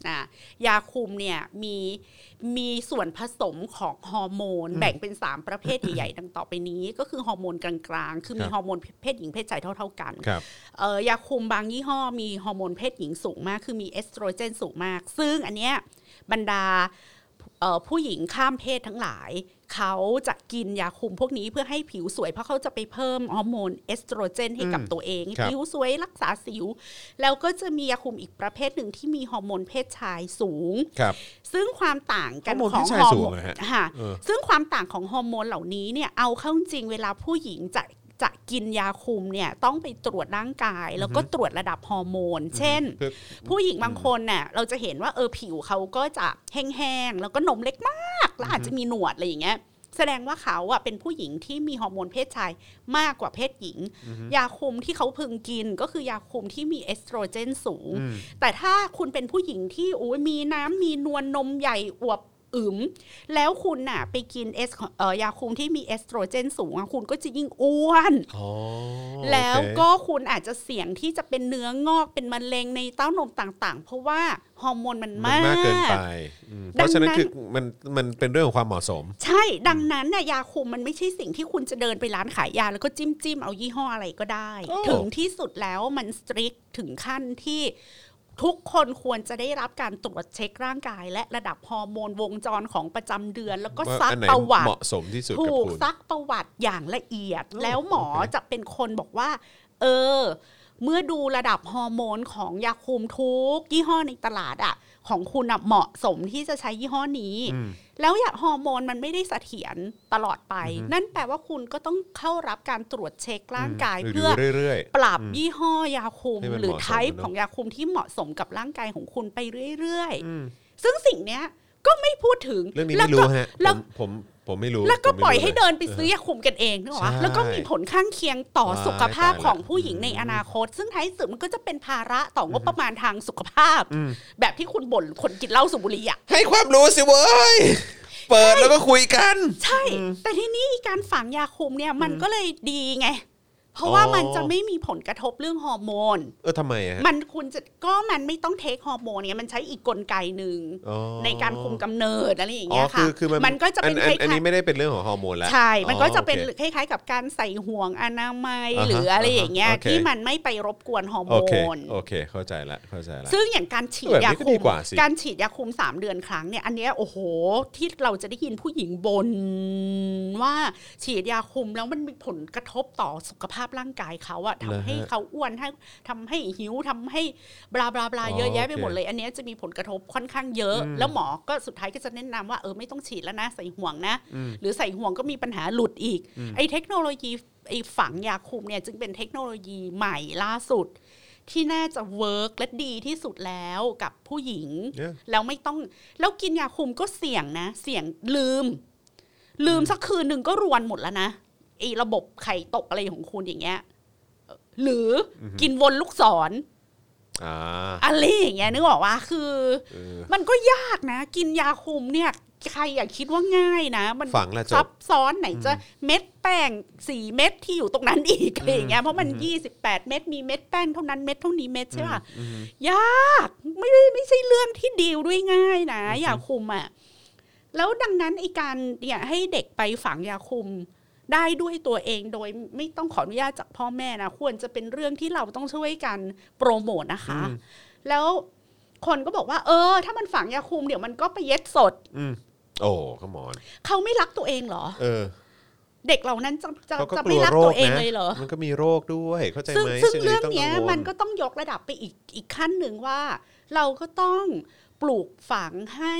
อ่ะยาคุมเนี่ยมีมีส่วนผสมของฮอร์โมนแบ่งเป็นสามประเภทใหญ่ๆดังต่อไปนี้ก็คือฮอร์โมนกลางๆคือมีฮอร์โมนเพศหญิงเพศชายเท่าๆกันเอ่อยาคุมบางยี่ห้อมีฮอร์โมนเพศหญิงสูงมากคือมีเอสโตรเจนสูงมากซึ่งอันเนี้ยบรรดาผู้หญิงข้ามเพศทั้งหลายเขาจะกินยาคุมพวกนี้เพื่อให้ผิวสวยเพราะเขาจะไปเพิ่มฮอร์โมนเอสโตรเจนให้กับตัวเองผิวสวยรักษาสิวแล้วก็จะมียาคุมอีกประเภทหนึ่งที่มีฮอร์โมนเพศชายสูงซึ่งความต่างกันของฮอร์โมนค่ะซึ่งความต่างของฮอร์โมนเหล่านี้เนี่ยเอาเข้าจริงเวลาผู้หญิงจะจะกินยาคุมเนี่ยต้องไปตรวจร่างกายแล้วก็ตรวจระดับฮอร์โมนเช่นผู้หญิงบางคนน่ะเราจะเห็นว่าเออผิวเขาก็จะแห้งๆแล้วก็นมเล็กมากแล้วอาจจะมีหนวดอะไรอย่างเงี้ยแสดงว่าเขาอ่ะเป็นผู้หญิงที่มีฮอร์โมนเพศชายมากกว่าเพศหญิงยาคุมที่เขาพึงกินก็คือยาคุมที่มีเอสโตรเจนสูงแต่ถ้าคุณเป็นผู้หญิงที่โอ้ยมีน้ำมีนวลนมใหญ่อวบอึมแล้วคุณน่ะไปกินเอสเอ่อยาคุมที่มีเอสโตรเจนสูงคุณก็จะยิ่งอ้วนแล้วก็คุณอาจจะเสี่ยงที่จะเป็นเนื้องอกเป็นมะเร็งในเต้านมต่างๆเพราะว่าฮอร์โมนมันมากเกินไปเพราะฉะนั้นคือมันมันเป็นเรื่องของความเหมาะสมใช่ดังนั้นน่ะยาคุมมันไม่ใช่สิ่งที่คุณจะเดินไปร้านขายยาแล้วก็จิ้มจิ้มเอายี่ห้ออะไรก็ได้ถึงที่สุดแล้วมันสตริกถึงขั้นที่ทุกคนควรจะได้รับการตรวจเช็คร่างกายและระดับฮอร์โมนวงจรของประจำเดือนแล้วก็ซักประวัติเหมาะสมที่สุดกับคุณถูกซักประวัติอย่างละเอียดแล้วหมอจะเป็นคนบอกว่าเออเมื่อดูระดับฮอร์โมนของยาคุมทุกยี่ห้อในตลาดอ่ะของคุณอ่ะเหมาะสมที่จะใช้ยี่ห้อนี้แล้วยาฮอร์โมนมันไม่ได้เสถียรตลอดไปนั่นแปลว่าคุณก็ต้องเข้ารับการตรวจเช็คร่างกายเพื่อปรับยี่ห้อยาคุมหรือไทป์ของยาคุมที่เหมาะสมกับร่างกายของคุณไปเรื่อยๆซึ่งสิ่งเนี้ยก็ไม่พูดถึงเรื่องนี้ไม่รู้ฮะผมผมไม่รู้แล้วก็ปล่อยให้เดินไปซื้อยาคุมกันเองนึกออกป่ะแล้วก็มีผลข้างเคียงต่อสุขภาพของผู้หญิงในอนาคตซึ่งท้ายสุดมันก็จะเป็นภาระต่องบประมาณทางสุขภาพแบบที่คุณบ่นคนกินเหล้าสูบบุหรี่อ่ะให้ความรู้สิเว้ยเปิดแล้วก็คุยกันใช่แต่ทีนี้การฝังยาคุมเนี่ยมันก็เลยดีไงเพราะว่ามันจะไม่มีผลกระทบเรื่องฮอร์โมนเออทำไมฮะมันคุณจะก็มันไม่ต้องเทคฮอร์โมนเนี่ยมันใช้อีกกลไกนึงในการคุมกำเนิดอะไรอย่างเงี้ยค่ะมันก็จะเป็นคล้ายๆอันนี้ไม่ได้เป็นเรื่องของฮอร์โมนแล้วใช่มันก็จะเป็นคล้ายๆกับการใส่ห่วงอนามัยหรืออะไรอย่างเงี้ยที่มันไม่ไปรบกวนฮอร์โมนโอเคเข้าใจละเข้าใจละซึ่งอย่างการฉีดยาคุมการฉีดยาคุมสามเดือนครั้งเนี่ยอันเนี้ยโอ้โหที่เราจะได้ยินผู้หญิงบ่นว่าฉีดยาคุมแล้วมันมีผลกระทบต่อสุขภาพร่างกายเขาทำให้เขาอ้วนให้ทำให้หิวทำให้บลาบลาบลาเยอะแยะไปหมดเลยอันนี้จะมีผลกระทบค่อนข้างเยอะแล้วหมอก็สุดท้ายก็จะแนะนำว่าเออไม่ต้องฉีดแล้วนะใส่ห่วงนะหรือใส่ห่วงก็มีปัญหาหลุดอีกไอ้เทคโนโลยีไอ้ฝังยาคุมเนี่ยจึงเป็นเทคโนโลยีใหม่ล่าสุดที่น่าจะเวิร์กและดีที่สุดแล้วกับผู้หญิง yeah. แล้วไม่ต้องแล้วกินยาคุมก็เสี่ยงนะเสี่ยงลืมลืมสักคืนนึงก็รวนหมดแล้วนะไอ้ระบบไข่ตกอะไรของคุณอย่างเงี้ยหรือกินวนลูกศรอ่าอะไรอย่างเงี้ยนึกออกว่าคือมันก็ยากนะกินยาคุมเนี่ยใครอย่าคิดว่าง่ายนะมันซับซ้อนไหนจะเม็ดแป้งสี่เม็ดที่อยู่ตรงนั้นอีกอะไรอย่างเงี้ยเพราะมันยี่สิบแปดเม็ดมีเม็ดแป้งเท่านั้นเม็ดเท่านี้เม็ดใช่ป่ะยากไม่ได้ไม่ใช่เรื่องที่ดีลด้วยง่ายนะยาคุมอ่ะแล้วดังนั้นไอ้การเนี่ยให้เด็กไปฝังยาคุมได้ด้วยตัวเองโดยไม่ต้องขออนุญาตจากพ่อแม่นะควรจะเป็นเรื่องที่เราต้องช่วยกันโปรโมทนะคะแล้วคนก็บอกว่าเออถ้ามันฝังยาคุมเดี๋ยวมันก็ไปเย็ดสดโอ้ขมอนเขาไม่รักตัวเองเหรอเออเด็กเหล่านั้นจะจะจะไม่รักตัวเองเลยเหรอมันก็มีโรคด้วยเข้าใจไหมซึ่งเรื่องนี้มันก็ต้องยกระดับไปอีกอีกขั้นหนึ่งว่าเราก็ต้องปลูกฝังให้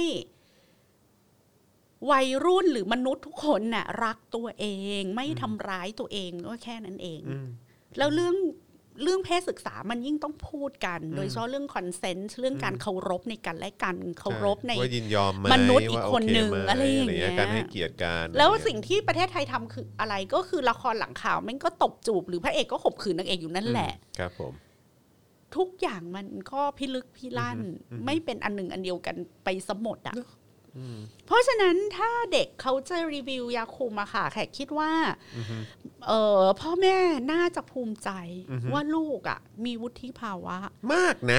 วัยรุ่นหรือมนุษย์ทุกคนน่ะรักตัวเองไม่ทำร้ายตัวเองก็แค่นั้นเองแล้วเรื่องเรื่องเพศศึกษามันยิ่งต้องพูดกันโดยเฉพาะเรื่องคอนเซนต์เรื่องการเคารพในกันและกันเคารพในมนุษย์อีกคนนึงอะไรอย่างเงี้ยการให้เกียรติกันแล้วสิ่งที่ประเทศไทยทำคืออะไรก็คือละครหลังข่าวมันก็ตบจูบหรือพระเอกก็ข่มขืนนางเอกอยู่นั่นแหละครับผมทุกอย่างมันก็พิลึกพิลั่นไม่เป็นอันหนึ่งอันเดียวกันไปสมดอ่ะเพราะฉะนั้นถ้าเด็กเขาจะรีวิวยาคุมอะค่ะแขกคิดว่าเออพ่อแม่น่าจะภูมิใจว่าลูกอะมีวุฒิภาวะมากนะ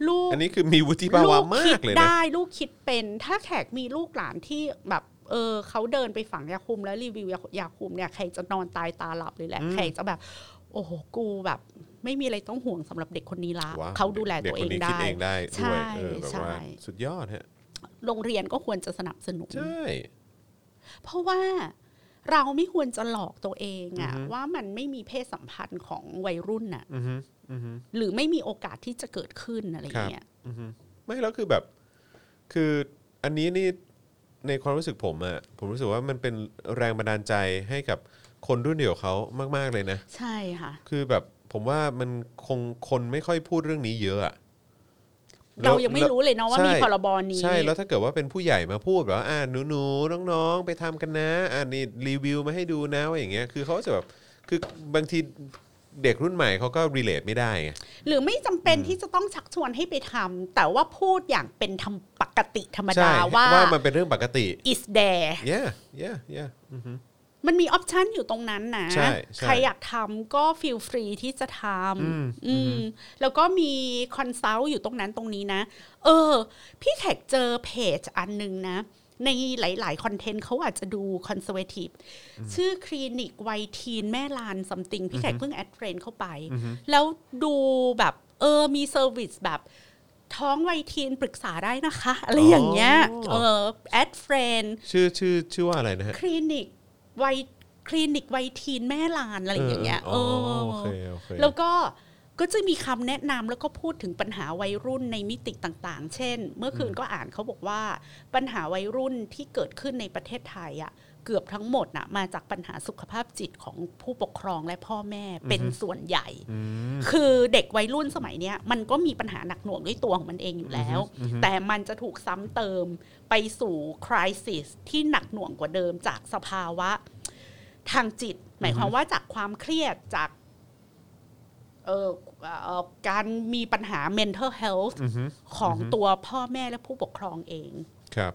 ลูกอันนี้คือมีวุฒิภาวะมากเลยนะได้ลูกคิดเป็นถ้าแขกมีลูกหลานที่แบบเออเขาเดินไปฝังยาคุมแล้วรีวิวยาคุมเนี่ยใครจะนอนตายตาหลับเลยแหละใครจะแบบโอ้โหกูแบบไม่มีอะไรต้องห่วงสำหรับเด็กคนนี้ละเขาดูแลตัวเองได้คิดเองได้ด้วยเออแบบว่าสุดยอดฮะโรงเรียนก็ควรจะสนับสนุนใช่เพราะว่าเราไม่ควรจะหลอกตัวเองอะว่ามันไม่มีเพศสัมพันธ์ของวัยรุ่นน่ะหรือไม่มีโอกาสที่จะเกิดขึ้นอะไรอย่างเงี้ยไม่แล้วคือแบบคืออันนี้นี่ในความรู้สึกผมอะผมรู้สึกว่ามันเป็นแรงบันดาลใจให้กับคนรุ่นเดียวเขามากๆเลยนะใช่ค่ะคือแบบผมว่ามันคงคนไม่ค่อยพูดเรื่องนี้เยอะอะเรายังไม่รู้เลยเนาะว่ามีพรบนี้ใช่แล้วถ้าเกิดว่าเป็นผู้ใหญ่มาพูดแบบอ่าหนูๆน้องๆไปทำกันนะอ่านี่รีวิวมาให้ดูนะว่าอย่างเงี้ยคือเขาจะแบบคือบางทีเด็กรุ่นใหม่เขาก็รีเลทไม่ได้ไงหรือไม่จำเป็นที่จะต้องชักชวนให้ไปทำแต่ว่าพูดอย่างเป็นธรรมปกติธรรมดาว่าว่ามันเป็นเรื่องปกติ is there yeah yeah yeah มันมีออปชันอยู่ตรงนั้นนะใครอยากทำก็ฟีลฟรีที่จะทำแล้วก็มีคอนซัลท์อยู่ตรงนั้นตรงนี้นะเออพี่แขกเจอเพจอันนึงนะในหลายๆคอนเทนต์เขาอาจจะดูคอนเซอร์เวทีฟชื่อคลินิกวัยทีนแม่ลานซัมติงพี่แขกเพิ่งแอดเฟรนด์เข้าไปแล้วดูแบบเออมีเซอร์วิสแบบท้องวัยทีนปรึกษาได้นะคะอะไรอย่างเงี้ยเออแอดเฟรนด์ชื่อชื่อชื่อว่าอะไรนะฮะคลินิกวัยคลินิกวัยทีนแม่ลานอะไรอย่างเงี้ยเออแล้วก็ก็จะมีคำแนะนำแล้วก็พูดถึงปัญหาวัยรุ่นในมิติต่างๆเช่นเมื่อคืนก็อ่านเขาบอกว่าปัญหาวัยรุ่นที่เกิดขึ้นในประเทศไทยอ่ะเกือบทั้งหมดน่ะมาจากปัญหาสุขภาพจิตของผู้ปกครองและพ่อแม่เป็นส่วนใหญ่คือเด็กวัยรุ่นสมัยเนี้ยมันก็มีปัญหาหนักหน่วงด้วยตัวของมันเองอยู่แล้วแต่มันจะถูกซ้ำเติมไปสู่คริสิสที่หนักหน่วงกว่าเดิมจากสภาวะทางจิตหมายความว่าจากความเครียดจากเอ่อการมีปัญหา mental health ของตัวพ่อแม่และผู้ปกครองเองครับ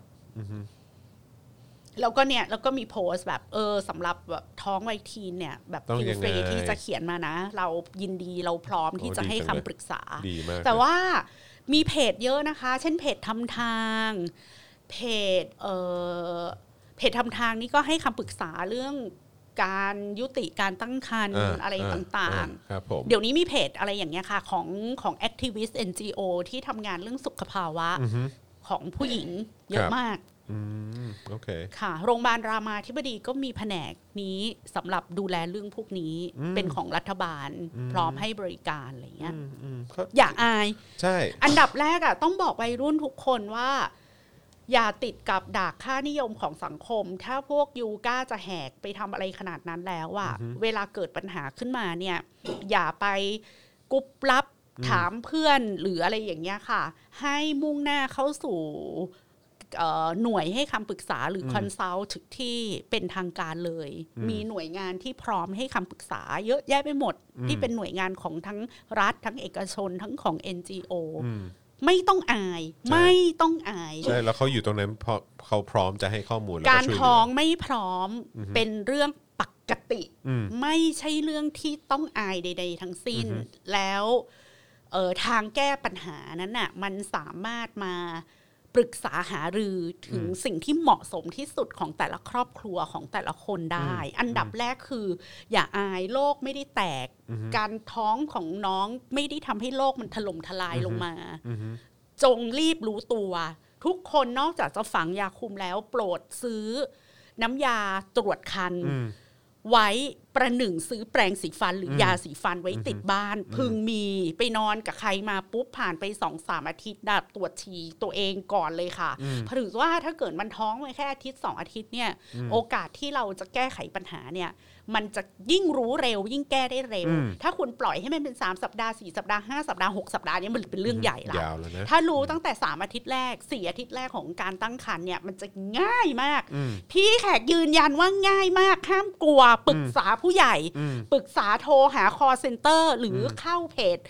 แล้วก็เนี่ยแล้วก็มีโพสต์แบบเออสำหรับแบบท้องวัยทีนเนี่ยแบบฟิลเฟรที่จะเขียนมานะเรายินดีเราพร้อมที่จะให้คำปรึกษาแต่ว่ามีเพจเยอะนะคะเช่นเพจทำทางเพจเอ่อเพจทำทางนี่ก็ให้คำปรึกษาเรื่องการยุติการตั้งครรภ์อะไรต่างๆเดี๋ยวนี้มีเพจอะไรอย่างเงี้ยค่ะของของ activist เอ็น จี โอ ที่ทำงานเรื่องสุขภาวะของผู้หญิงเยอะมากโอเคค่ะโรงพยาบาลรามาธิบดีก็มีแผนกนี้สำหรับดูแลเรื่องพวกนี้เป็นของรัฐบาลพร้อมให้บริการอะไรเงี้ยอย่าอายใช่อันดับแรกอ่ะต้องบอกวัยรุ่นทุกคนว่าอย่าติดกับดากค่านิยมของสังคมถ้าพวกยูกล้าจะแหกไปทำอะไรขนาดนั้นแล้วอ่ะเวลาเกิดปัญหาขึ้นมาเนี่ยอย่าไปกุบลับถามเพื่อนหรืออะไรอย่างเงี้ยค่ะให้มุ่งหน้าเข้าสู่หน่วยให้คำปรึกษาหรือคอนซัลท์ที่เป็นทางการเลยมีหน่วยงานที่พร้อมให้คำปรึกษาเยอะแยะไปหมดที่เป็นหน่วยงานของทั้งรัฐทั้งเอกชนทั้งของ เอ็น จี โอ ไม่ต้องอายไม่ต้องอายใช่แล้วเขาอยู่ตรงนั้นเพราะเขาพร้อมจะให้ข้อมูลการท้องไม่พร้อมเป็นเรื่องปกติไม่ใช่เรื่องที่ต้องอายใดๆทั้งสิ้นแล้วเอ่อทางแก้ปัญหานั้นน่ะมันสามารถมาปรึกษาหารือถึงสิ่งที่เหมาะสมที่สุดของแต่ละครอบครัวของแต่ละคนได้อันดับแรกคืออย่าอายโลกไม่ได้แตกการท้องของน้องไม่ได้ทำให้โลกมันถล่มทลายลงมาจงรีบรู้ตัวทุกคนนอกจากจะฝังยาคุมแล้วโปรดซื้อน้ำยาตรวจครรภ์ไว้ประหนึ่งซื้อแปรงสีฟันหรือยาสีฟันไว้ติดบ้านพึงมีไปนอนกับใครมาปุ๊บผ่านไป สองสาม อาทิตย์ดับตรวจฉี่ตัวเองก่อนเลยค่ะเพราะถือว่าถ้าเกิดมันท้องไปแค่อาทิตย์สองอาทิตย์เนี่ยโอกาสที่เราจะแก้ไขปัญหาเนี่ยมันจะยิ่งรู้เร็วยิ่งแก้ได้เร็วถ้าคุณปล่อยให้มันเป็นสามสัปดาห์สี่สัปดาห์ห้าสัปดาห์หกสัปดาห์นี้มันเป็นเรื่องใหญ่ละถ้ารู้ตั้งแต่สามอาทิตย์แรกสี่อาทิตย์แรกของการตั้งครรภ์เนี่ยมันจะง่ายมากพี่แขกยืนยันว่าง่ายมากห้ามกลัวปรึกษาผู้ใหญ่ปรึกษาโทรหา call center หรือเข้าเพจ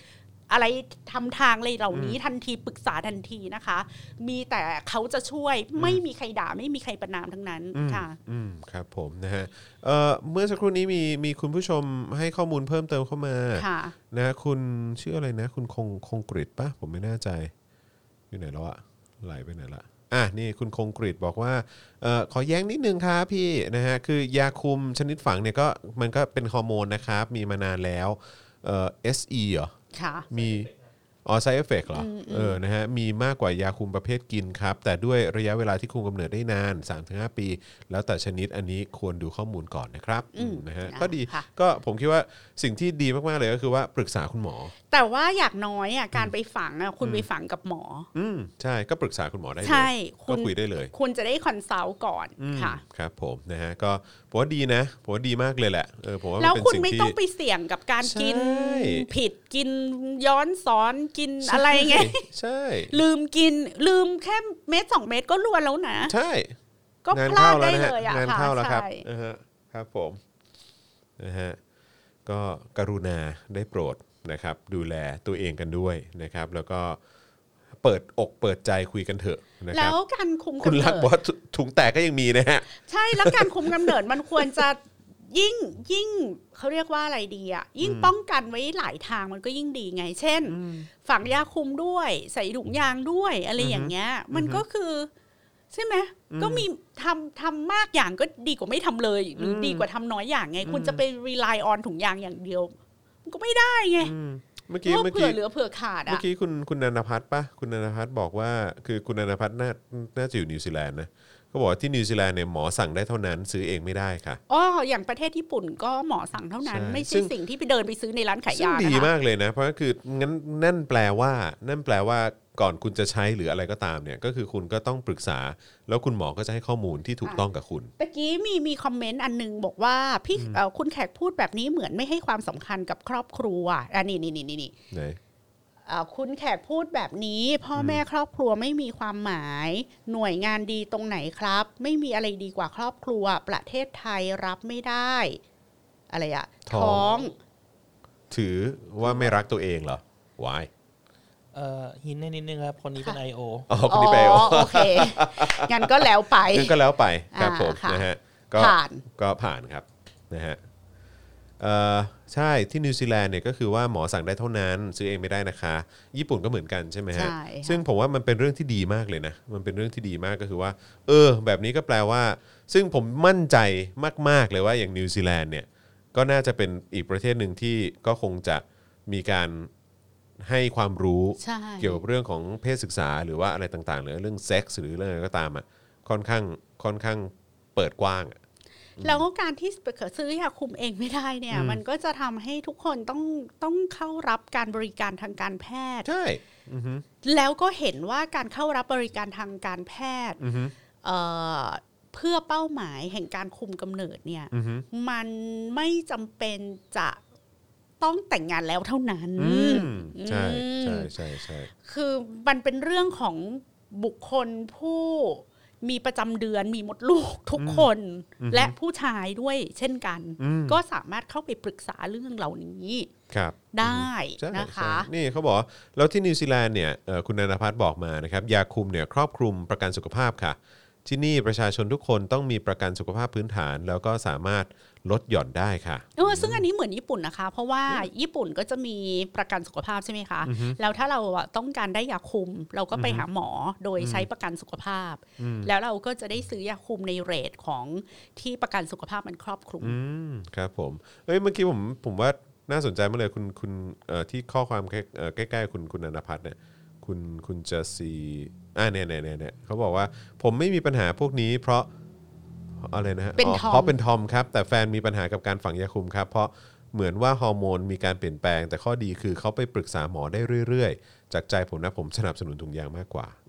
อะไรทำทางอะไรเหล่านี้ทันทีปรึกษาทันทีนะคะมีแต่เขาจะช่วยไม่มีใครด่าไม่มีใครประณามทั้งนั้นค่ะอืมครับผมนะฮะเอ่อเมื่อสักครู่นี้มีมีคุณผู้ชมให้ข้อมูลเพิ่มเติมเข้ามานะคุณชื่ออะไรนะคุณคงคงกฤษป่ะผมไม่แน่ใจอยู่ไหนแล้วอะไหลไปไหนละอ่ะนี่คุณคงกฤษบอกว่าเอ่อขอแย้งนิดนึงครับพี่นะฮะคือยาคุมชนิดฝังเนี่ยก็มันก็เป็นฮอร์โมนนะครับมีมานานแล้วเอ่อ เอส อี เหรอมีอ๋อ side effect เหรอเออนะฮะมีมากกว่ายาคุมประเภทกินครับแต่ด้วยระยะเวลาที่คุมกำเนิดได้นาน สามถึงห้า ปีแล้วแต่ชนิดอันนี้ควรดูข้อมูลก่อนนะครับนะฮะก็ดีก็ผมคิดว่าสิ่งที่ดีมากๆเลยก็คือว่าปรึกษาคุณหมอแต่ว่าอยากน้อยอ่ะการไปฝังอ่ะคุณไปฝังกับหมออืมใช่ก็ปรึกษาคุณหมอได้เลยใช่ก็คุยได้เลยคุณจะได้คอนซัลท์ก่อนค่ะครับผมนะฮะก็ผมว่าดีนะผมว่าดีมากเลยแหละเออผมว่าแล้วคุณไม่ต้องไปเสี่ยงกับการกินผิดกินย้อนสอนกินอะไรไงใช่ลืมกินลืมแค่เม็ดสองเม็ดก็รวนแล้วนะใช่ก็พลาดได้เลยอ่ะงานเข้าแล้วครับนะฮะครับผมนะฮะก็กรุณาได้โปรดนะครับดูแลตัวเองกันด้วยนะครับแล้วก็เปิดอกเปิดใจคุยกันเถอะนะครับแล้วการคุมกำเนิดคุณรักบอกว่าถุงแตกก็ยังมีนะฮะใช่แล้วการคุมกำเนิดมันควรจะยิ่งยิ่งเขาเรียกว่าอะไรดีอ่ะยิ่งป้องกันไว้หลายทางมันก็ยิ่งดีไงเช่นฝังยาคุมด้วยใส่ถุงยางด้วยอะไรอย่างเงี้ยมันก็คือใช่ไหมก็มีทำทำมากอย่างก็ดีกว่าไม่ทำเลยหรือดีกว่าทำน้อยอย่างไงคุณจะไป rely on ถุงยางอย่างเดียวมันก็ไม่ได้ไงเมื่อกี้เมื่อกี้เหลือเผื่อขาดอ่ะเมื่อกี้คุณคุณนันทพัฒน์ป่ะคุณนันทพัฒน์บอกว่าคือคุณนันทพัฒน์น่าน่าจะอยู่นิวซีแลนด์นะเขาบอกว่าที่นิวซีแลนด์เนี่ยหมอสั่งได้เท่านั้นซื้อเองไม่ได้ค่ะอ๋ออย่างประเทศญี่ปุ่นก็หมอสั่งเท่านั้นไม่ใช่สิ่งที่ไปเดินไปซื้อในร้านขายยาดีมากเลยนะเพราะคืองั้นนั่นแปลว่านั่นแปลว่าก่อนคุณจะใช้หรืออะไรก็ตามเนี่ยก็คือคุณก็ต้องปรึกษาแล้วคุณหมอก็จะให้ข้อมูลที่ถูกต้องกับคุณเมื่อกี้มีมีคอมเมนต์อันนึงบอกว่าพี่คุณแขกพูดแบบนี้เหมือนไม่ให้ความสำคัญกับครอบครัวอันนี้นี่นี่นี่ไหนคุณแขกพูดแบบนี้พ่อแม่ครอบครัวไม่มีความหมายหน่วยงานดีตรงไหนครับไม่มีอะไรดีกว่าครอบครัวประเทศไทยรับไม่ได้อะไรอะท้องถือว่าไม่รักตัวเองเหรอ why เอ่อหินนิดนึงครับคนนี้เป็น ไอ โออ๋อคนนี้เป็น ไอ โอโอเคงั้นก็แล้วไปงั้นก็แล้วไปครับผมนะฮะก็ผ่านก็ผ่านครับนะฮะเอ่อใช่ที่นิวซีแลนด์เนี่ยก็คือว่าหมอสั่งได้เท่านั้นซื้อเองไม่ได้นะคะญี่ปุ่นก็เหมือนกันใช่ไหมฮะซึ่งผมว่ามันเป็นเรื่องที่ดีมากเลยนะมันเป็นเรื่องที่ดีมากก็คือว่าเออแบบนี้ก็แปลว่าซึ่งผมมั่นใจมากๆเลยว่าอย่างนิวซีแลนด์เนี่ยก็น่าจะเป็นอีกประเทศหนึ่งที่ก็คงจะมีการให้ความรู้เกี่ยวกับเรื่องของเพศศึกษาหรือว่าอะไรต่างๆหรือเรื่องเซ็กส์หรือเรื่องอะไรก็ตามอ่ะค่อนข้างค่อนข้างเปิดกว้างอ่ะแล้วก็การที่ซื้อยาคุมเองไม่ได้เนี่ยมันก็จะทำให้ทุกคนต้องต้องเข้ารับการบริการทางการแพทย์ใช่แล้วก็เห็นว่าการเข้ารับบริการทางการแพทย์เอ่อเพื่อเป้าหมายแห่งการคุมกำเนิดเนี่ยมันไม่จำเป็นจะต้องแต่งงานแล้วเท่านั้นใช่ใช่ใช่ใช่คือมันเป็นเรื่องของบุคคลผู้มีประจำเดือนมีมดลูกทุกคนและผู้ชายด้วยเช่นกันก็สามารถเข้าไปปรึกษาเรื่องเหล่านี้ได้นะคะนี่เขาบอกแล้วที่นิวซีแลนด์เนี่ยคุณนันทพัฒน์บอกมานะครับยาคุมเนี่ยครอบคลุมประกันสุขภาพค่ะที่นี่ประชาชนทุกคนต้องมีประกันสุขภาพพื้นฐานแล้วก็สามารถลดหย่อนได้ค่ะเออซึ่งอันนี้เหมือนญี่ปุ่นนะคะเพราะว่าญี่ปุ่นก็จะมีประกันสุขภาพใช่ไหมคะแล้วถ้าเราต้องการได้ยาคุมเราก็ไปหาหมอโดยใช้ประกันสุขภาพแล้วเราก็จะได้ซื้อยาคุมในเรทของที่ประกันสุขภาพมันครอบคลุมครับผมเอ้ยเมื่อกี้ผมผมว่าน่าสนใจมากเลยคุณคุณที่ข้อความใกล้ๆคุณคุณอนันทพัฒน์เนี่ยคุณคุณจะซีอ่าเนี่ยเนี่ยเนี่ยเขาบอกว่าผมไม่มีปัญหาพวกนี้เพราะอะไรนะฮะเพราะเป็นทอมครับแต่แฟนมีปัญหากับการฝังยาคุมครับเพราะเหมือนว่าฮอร์โมนมีการเปลี่ยนแปลงแต่ข้อดีคือเขาไปปรึกษาหมอได้เรื่อยๆจากใจผมนะผมสนับสนุนถุงยางมากกว่า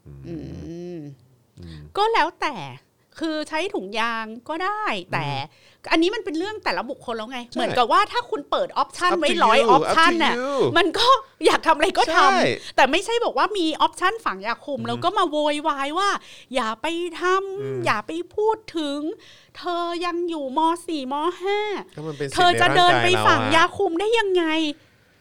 ก็แล้วแต่คือใช้ถุงยางก็ได้แต่อันนี้มันเป็นเรื่องแต่ละบุคคลแล้วไงเหมือนกับว่าถ้าคุณเปิดออปชันไว้ร้อยออปชันน่ะมันก็อยากทำอะไรก็ทำแต่ไม่ใช่บอกว่ามีออปชันฝังยาคุมแล้วก็มาโวยวายว่าอย่าไปทำอย่าไปพูดถึงเธอยังอยู่ม.สี่ ม.ห้า เธอจะเดินไปฝังยาคุมได้ยังไง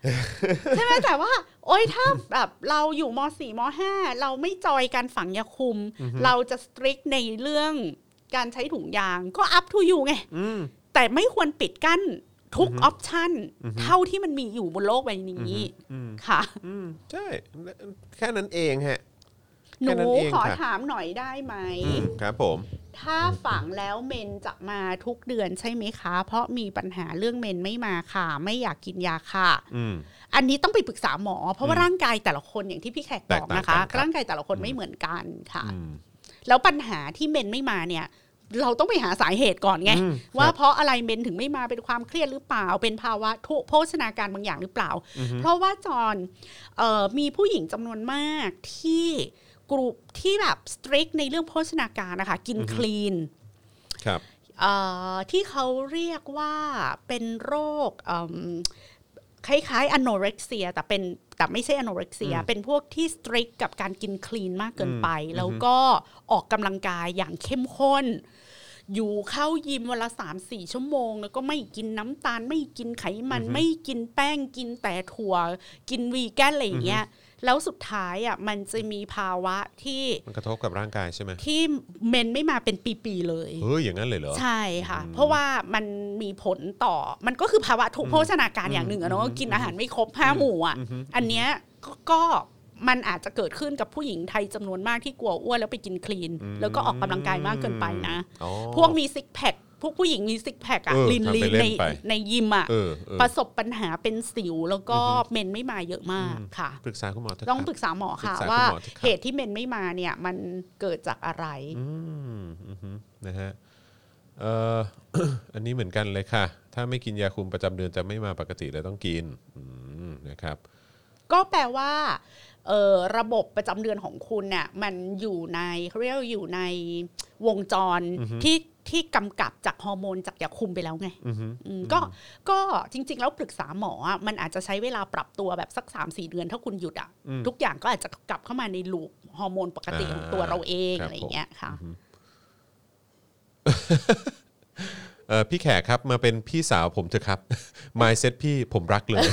ใช่ไหมแต่ว่าโอ๊ยถ้าแบบเราอยู่ม.สี่ ม.ห้า เราไม่จอยการฝังยาคุมเราจะสตริกในเรื่องการใช้ถุงยางก็ up to you ไงแต่ไม่ควรปิดกั้นทุกออปชันเท่าที่มันมีอยู่บนโลกใบนี้ค่ะใช่แค่นั้นเองฮะหนูขอถามหน่อยได้ไหมครับผมถ้าฝังแล้วเมนจะมาทุกเดือนใช่ไหมคะเพราะมีปัญหาเรื่องเมนไม่มาค่ะไม่อยากกินยาค่ะอันนี้ต้องไปปรึกษาหมอเพราะว่าร่างกายแต่ละคนอย่างที่พี่แขกบอกนะคะร่างกายแต่ละคนไม่เหมือนกันค่ะแล้วปัญหาที่เมนไม่มาเนี่ยเราต้องไปหาสาเหตุก่อนไงว่าเพราะอะไรเมนถึงไม่มาเป็นความเครียดหรือเปล่าเป็นภาวะทุโภชนาการบางอย่างหรือเปล่าเพราะว่าจอนเอ่อมีผู้หญิงจำนวนมากที่กลุ่มที่แบบสตริกในเรื่องโภชนาการนะคะกินคลีนครับที่เขาเรียกว่าเป็นโรคคล้ายๆอโนเร็กเซียแต่เป็นแต่ไม่ใช่อโนเร็กเซียเป็นพวกที่สตริกกับการกินคลีนมากเกินไปแล้วก็ออกกำลังกายอย่างเข้มข้นอยู่เข้ายิมวันละ สามถึงสี่ ชั่วโมงแล้วก็ไม่กินน้ำตาลไม่กินไขมันไม่กินแป้งกินแต่ถั่วกินวีแกนอะไรอย่างเงี้ยแล้วสุดท้ายอ่ะมันจะมีภาวะที่มันกระทบกับร่างกายใช่ไหมที่เมนไม่มาเป็นปีๆเลยเฮ้ยอย่างนั้นเลยเหรอใช่ค่ะเพราะว่ามันมีผลต่อมันก็คือภาวะทุพโภชนาการอย่างหนึ่งอะเนาะกินอาหารไม่ครบห้าหมู่อ่ะอันเนี้ยก็มันอาจจะเกิดขึ้นกับผู้หญิงไทยจำนวนมากที่กลัวอ้วนแล้วไปกินคลีนแล้วก็ออกกำลังกายมากเกินไปนะพวกมีซิกแพคพวกผู้หญิงมีซิกแพคอะลีนลีนในในยิมอะประสบปัญหาเป็นสิวแล้วก็เมนไม่มาเยอะมากค่ะปรึกษาคุณหมอต้องปรึกษาหมอค่ะว่าเหตุที่เมนไม่มาเนี่ยมันเกิดจากอะไรนะฮะเอ่ออันนี้เหมือนกันเลยค่ะถ้าไม่กินยาคุมประจำเดือนจะไม่มาปกติเลยต้องกินนะครับก็แปลว่าเอ่อระบบประจำเดือนของคุณเนี่ยมันอยู่ในเขาเรียกอยู่ในวงจรที่ที่กำกับจากฮอร์โมนจากยาคุมไปแล้วไงก็ก็จริงๆแล้วปรึกษาหมออ่ะมันอาจจะใช้เวลาปรับตัวแบบสัก สามถึงสี่ เดือนถ้าคุณหยุดอ่ะทุกอย่างก็อาจจะกลับเข้ามาในลูปฮอร์โมนปกติของตัวเราเองอะไรอย่างเงี้ยค่ะเอ่อพี่แขกครับมาเป็นพี่สาวผมเถอะครับ mindset พี่ผมรักเลย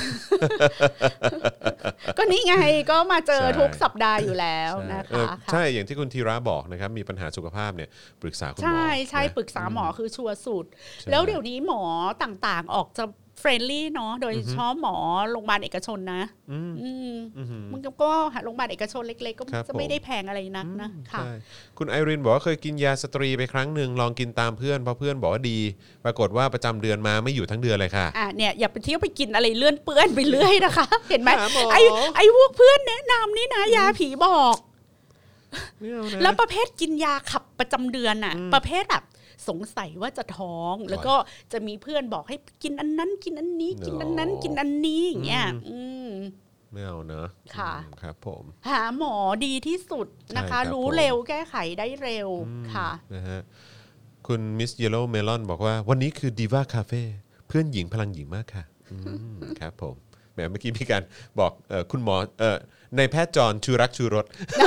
ก็นี่ไงก็มาเจอทุกสัปดาห์อยู่แล้วนะคะใช่อย่างที่คุณธีระบอกนะครับมีปัญหาสุขภาพเนี่ยปรึกษาคุณหมอใช่ใช่ปรึกษาหมอคือชัวร์สุดแล้วเดี๋ยวนี้หมอต่างๆออกจะเฟรนลี่เนาะโดยเฉพาะหมอโรงพยาบาลเอกชนนะมันก็โรงพยาบาลเอกชนเล็กๆก็จะไม่ได้แพงอะไรนักนะค่ะคุณไอรินบอกว่าเคยกินยาสตรีไปครั้งหนึ่งลองกินตามเพื่อนเพราะเพื่อนบอกว่าดีปรากฏว่าประจำเดือนมาไม่อยู่ทั้งเดือนเลยค่ะอ่ะเนี่ยอย่าไปเที่ยวไปกินอะไรเลื่อนเปื้อนไปเรื่อยนะคะเห็นไหมไอ้ไอ้พวกเพื่อนแนะนำนี่นะยาผีบอกแล้วประเภทกินยาขับประจำเดือนอ่ะประเภทแบบสงสัยว่าจะท้องแล้วก็จะมีเพื่อนบอกให้กินอันนั้นกินอันนี้กินอันนั้นกินอันนี้อย่างเงี้ยไม่เอาเนอะค่ะครับผมหาหมอดีที่สุดนะคะรู้เร็วแก้ไขได้เร็วค่ะนะฮะคุณมิสเยลโล่เมลอนบอกว่าวันนี้คือดีว่าคาเฟ่เพื่อนหญิงพลังหญิงมากค่ะครับผมแหมเมื่อกี้มีการบอกคุณหมอในแพทย์จรชูรักชูรส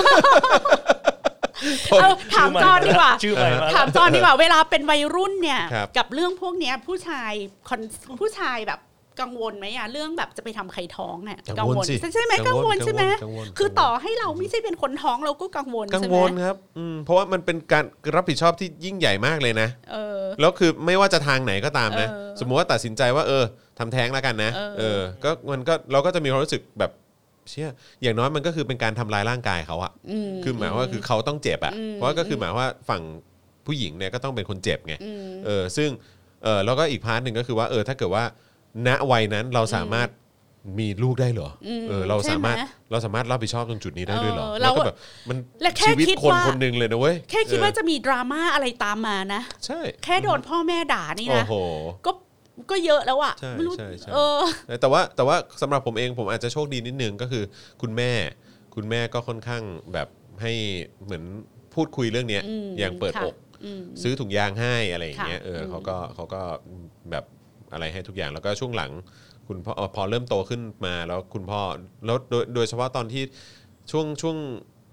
เอาถามจอนดีกว่าถามจอนดีกว่าเวลาเป็นวัยรุ่นเนี่ยกับเรื่องพวกนี้ผู้ชายผู้ชายแบบกังวลไหมอะเรื่องแบบจะไปทำไข่ท้องเนี่ยกังวลใช่ไหมกังวลใช่ไหมคือต่อให้เราไม่ใช่เป็นคนท้องเราก็กังวลกังวลครับเพราะว่ามันเป็นการรับผิดชอบที่ยิ่งใหญ่มากเลยนะแล้วคือไม่ว่าจะทางไหนก็ตามนะสมมติว่าตัดสินใจว่าเออทำแท้งแล้วกันนะเออก็มันก็เราก็จะมีความรู้สึกแบบเชี่ยอย่างน้อยมันก็คือเป็นการทำลายร่างกายเขาอะคือหมายว่าคือเขาต้องเจ็บอะเพราะก็คือหมายว่าฝั่งผู้หญิงเนี่ยก็ต้องเป็นคนเจ็บไงเออซึ่งเออแล้วก็อีกพาร์ทหนึ่งก็คือว่าเออถ้าเกิดว่าณวัยนั้นเราสามารถมีลูกได้เหรอเออเราสามารถเราสามารถรับผิดชอบตรงจุดนี้ได้ด้วยเหรอแล้วก็แบบมันชีวิตคนคนนึงเลยนะเว้ยแค่คิดว่าจะมีดราม่าอะไรตามมานะใช่แค่โดนพ่อแม่ด่านี่นะก็ก็เยอะแล้วอะไม่รู้เออแต่ว่าแต่ว่าสำหรับผมเองผมอาจจะโชคดีนิดนึงก็คือคุณแม่คุณแม่ก็ค่อนข้างแบบให้เหมือนพูดคุยเรื่องนี้อย่างเปิดอกซื้อถุงยางให้อะไรอย่างเงี้ยเออเขาก็เขาก็แบบอะไรให้ทุกอย่างแล้วก็ช่วงหลังคุณพ่อพอเริ่มโตขึ้นมาแล้วคุณพ่อแล้วโดยโดยเฉพาะตอนที่ช่วงช่วง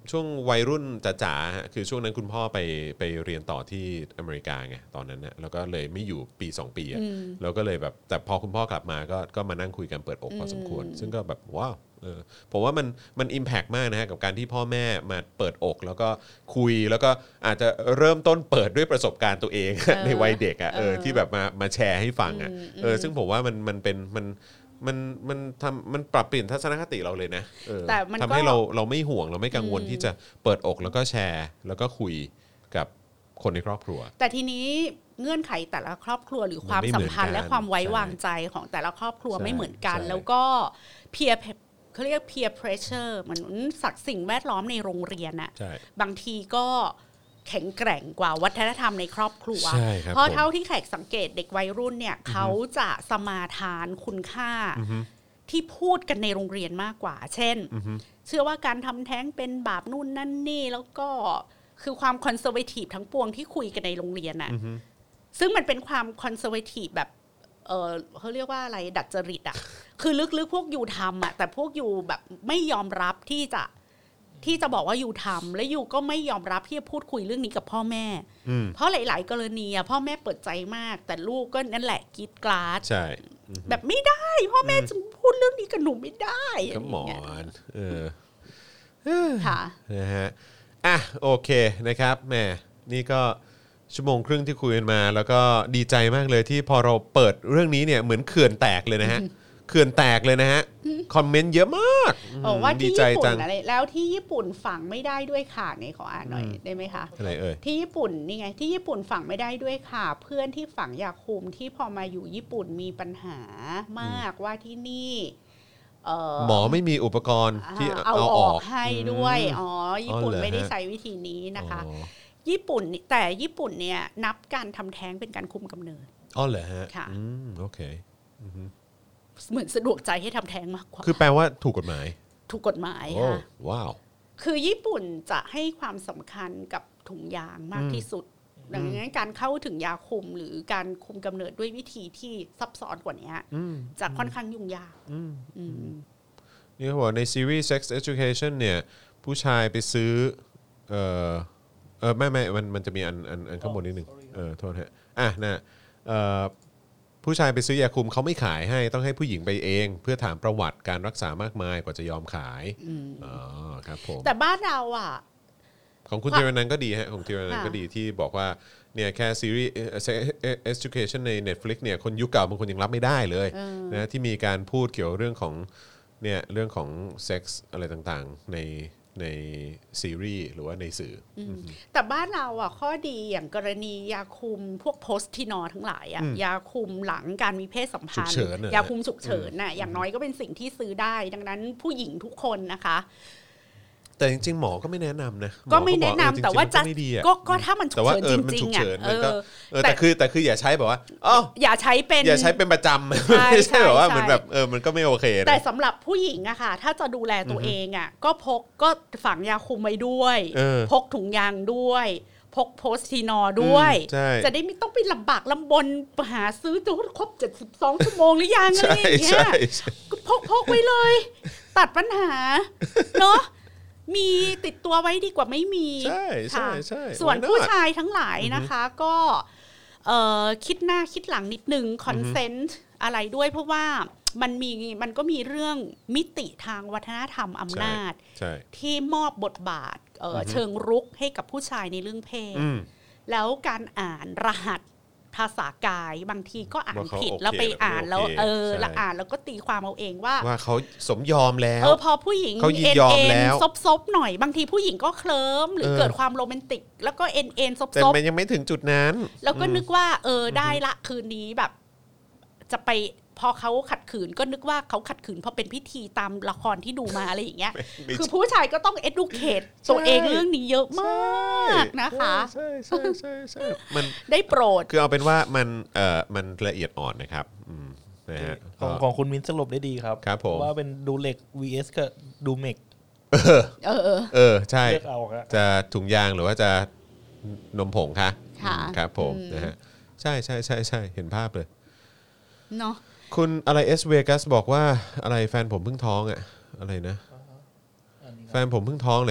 ช่วงวัยรุ่นจ๋าๆฮะคือช่วงนั้นคุณพ่อไปไปเรียนต่อที่อเมริกาไงตอนนั้นนะแล้วก็เลยไม่อยู่ปีสองปีอะแล้วก็เลยแบบแต่พอคุณพ่อกลับมาก็ก็มานั่งคุยกันเปิดอกพอสมควรซึ่งก็แบบว้าวเออผมว่ามันมันอิมแพกมากนะฮะกับการที่พ่อแม่มาเปิดอกแล้วก็คุยแล้วก็อาจจะเริ่มต้นเปิดด้วยประสบการณ์ตัวเอง ในวัยเด็กอ่ะเออที่แบบมามาแชร์ให้ฟังอ่ะเออซึ่งผมว่ามันมันเป็นมันมันมันทำมันปรับเปลี่ยนทัศนคติเราเลยนะเออทำให้เราเราไม่ห่วงเราไม่กังวลที่จะเปิดอกแล้วก็แชร์แล้วก็คุยกับคนในครอบครัวแต่ทีนี้เงื่อนไขแต่ละครอบครัวหรือความสัมพันธ์และความไว้วางใจของแต่ละครอบครัวไม่เหมือนกันแล้วก็เพียร์เขาเรียก peer pressure เหมือนสักสิ่งแวดล้อมในโรงเรียนน่ะบางทีก็แข็งแกร่งกว่าวัฒนธรรมในครอบครัวเพราะเท่าที่แขกสังเกตเด็กวัยรุ่นเนี่ยเขาจะสมาทานคุณค่าที่พูดกันในโรงเรียนมากกว่าเช่นเชื่อว่าการทำแท้งเป็นบาปนู่นนั่นนี่แล้วก็คือความคอนเซอร์เวทีฟทั้งปวงที่คุยกันในโรงเรียนน่ะซึ่งมันเป็นความคอนเซอร์เวทีฟแบบเออเขาเรียกว่าอะไรดัดจริตอ่ะคือลึกๆพวกยูทำอ่ะแต่พวกยูแบบไม่ยอมรับที่จะที่จะบอกว่ายูทำและยูก็ไม่ยอมรับที่จะพูดคุยเรื่องนี้กับพ่อแม่เพราะหลายๆกรณีอ่ะพ่อแม่เปิดใจมากแต่ลูกก็นั่นแหละกรีดกราดใช่แบบไม่ได้พ่อแม่จะพูดเรื่องนี้กับหนูไม่ได้ก็หมอนเออค่ะนะฮะอ่ะโอเคนะครับแม่นี่ก็ชั่วโมงครึ่งที่คุยกันมาแล้วก็ดีใจมากเลยที่พอเราเปิดเรื่องนี้เนี่ยเหมือนเขื่อนแตกเลยนะฮะเขื่อนแตกเลยนะฮะคอมเมนต์เยอะมากบอกว่าที่ญี่ปุ่นอะไรแล้วที่ญี่ปุ่นฝังไม่ได้ด้วยค่ะนี่ขออ่านหน่อยได้ไหมคะอะไรเอ่ยที่ญี่ปุ่นนี่ไงที่ญี่ปุ่นฝังไม่ได้ด้วยค่ะเพื่อนที่ฝังยาคุมที่พอมาอยู่ญี่ปุ่นมีปัญหามากว่าที่นี่หมอไม่มีอุปกรณ์ที่เอาออกให้ด้วยอ๋อญี่ปุ่นไม่ได้ใช้วิธีนี้นะคะญี่ปุ่นแต่ญี่ปุ่นเนี่ยนับการทำแท้งเป็นการคุมกำเนิดอ๋อเหรอฮะค่ะอืมโอเคเหมือนสะดวกใจให้ทำแท้งมากกว่าคือแปลว่าถูกกฎหมายถูกกฎหมายค่ะว้าวคือญี่ปุ่นจะให้ความสำคัญกับถุงยางมากที่สุดดังนั้นการเข้าถึงยาคุมหรือการคุมกำเนิดด้วยวิธีที่ซับซ้อนกว่านี้จะค่อนข้างยุ่งยากนี่เขาบอกในซีรีส์ Sex Education เนี่ยผู้ชายไปซื้อเอ่อเออไม่ไม่มันมันจะมีอันอันอันข้างบนนิดนึงเออโทษฮะอ่ะนะเอ่อผู้ชายไปซื้อยาคุมเขาไม่ขายให้ต้องให้ผู้หญิงไปเองเพื่อถามประวัติการรักษามากมายกว่าจะยอมขายอ๋อครับผมแต่บ้านเราอ่ะของคุณเทวนันก็ดีฮะของเทวนันก็ดีที่บอกว่าเนี่ยแค่ซีรีส์ Education ใน Netflix เนี่ยคนยุคเก่าบางคนยังรับไม่ได้เลยนะที่มีการพูดเกี่ยวเรื่องของเนี่ยเรื่องของเซ็กส์อะไรต่างๆในในซีรีส์หรือว่าในสื่อแต่บ้านเราอ่ะข้อดีอย่างกรณียาคุมพวกโพสตินอทั้งหลายอ่ะยาคุมหลังการมีเพศสัมพันธ์ยาคุมฉุกเฉินน่ะอย่างน้อยก็เป็นสิ่งที่ซื้อได้ดังนั้นผู้หญิงทุกคนนะคะแต่จริงๆหมอก็ไม่แนะนำนะก็ไม่แนะนำแต่ว่าจะก็ก็ถ้ามันฉุกเฉินจริงๆอ่ะแต่คือแต่คืออย่าใช้แบบว่าอ๋ออย่าใช้เป็นอย่าใช้เป็นประจำไม่ใช่แบบว่าเหมือนแบบเออมันก็ไม่โอเคแต่สำหรับผู้หญิงอะค่ะถ้าจะดูแลตัวเองอะก็พกก็ฝังยาคุมไว้ด้วยพกถุงยางด้วยพกโพสตินอด้วยจะได้ไม่ต้องไปลำบากลำบนหาซื้อจนครบเจ็ดสิบสองชั่วโมงหรือยังอะไรอย่างเงี้ยก็พกพกไว้เลยตัดปัญหาเนาะมีติดตัวไว้ดีกว่าไม่มีใช่ใช่ใช่ส่วนผู้ชายทั้งหลายนะคะก็คิดหน้าคิดหลังนิดนึงคอนเซนต์อะไรด้วยเพราะว่ามันมีมันก็มีเรื่องมิติทางวัฒนธรรมอำนาจที่มอบบทบาทเชิงรุกให้กับผู้ชายในเรื่องเพศแล้วการอ่านรหัสภาษากายบางทีก็อ่านผิดแล้วไปอ่านแล้วเออแล้วอ่านแล้วก็ตีความเอาเองว่าว่าเขาสมยอมแล้วเออพอผู้หญิงเขายินยอมแล้วซบๆหน่อยบางทีผู้หญิงก็เคลิ้มหรือเกิดความโรแมนติกแล้วก็เอ็นเอ็นซบๆแต่มันยังไม่ถึงจุดนั้นแล้วก็นึกว่าเออได้ละคืนนี้แบบจะไปพอเขาขัดขืนก็นึกว่าเขาขัดขืนเพราะเป็นพิธีตามละครที่ดูมาอะไรอย่างเงี้ยคือผู้ชายก็ต้อง educate ตัวเองเรื่องนี้เยอะมากนะคะใช่ใช่ใช่ใช่มันได้โปรดคือเอาเป็นว่ามันเอ่อมันละเอียดอ่อนนะครับนะฮะของของคุณมิ้นสรุปได้ดีครับครับผมว่าเป็นดูเหล็ก วี เอส กับดูเมกเออเออเออใช่จะถุงยางหรือว่าจะนมผงคะครับผมนะฮะใช่ใช่ใช่ใช่เห็นภาพเลยเนาะคุณอะไรเอสเวกัสบอกว่าอะไรแฟนผมเพิ่งท้องอ่ะอะไรนะแฟนผมเพิ่งท้องเลยครับ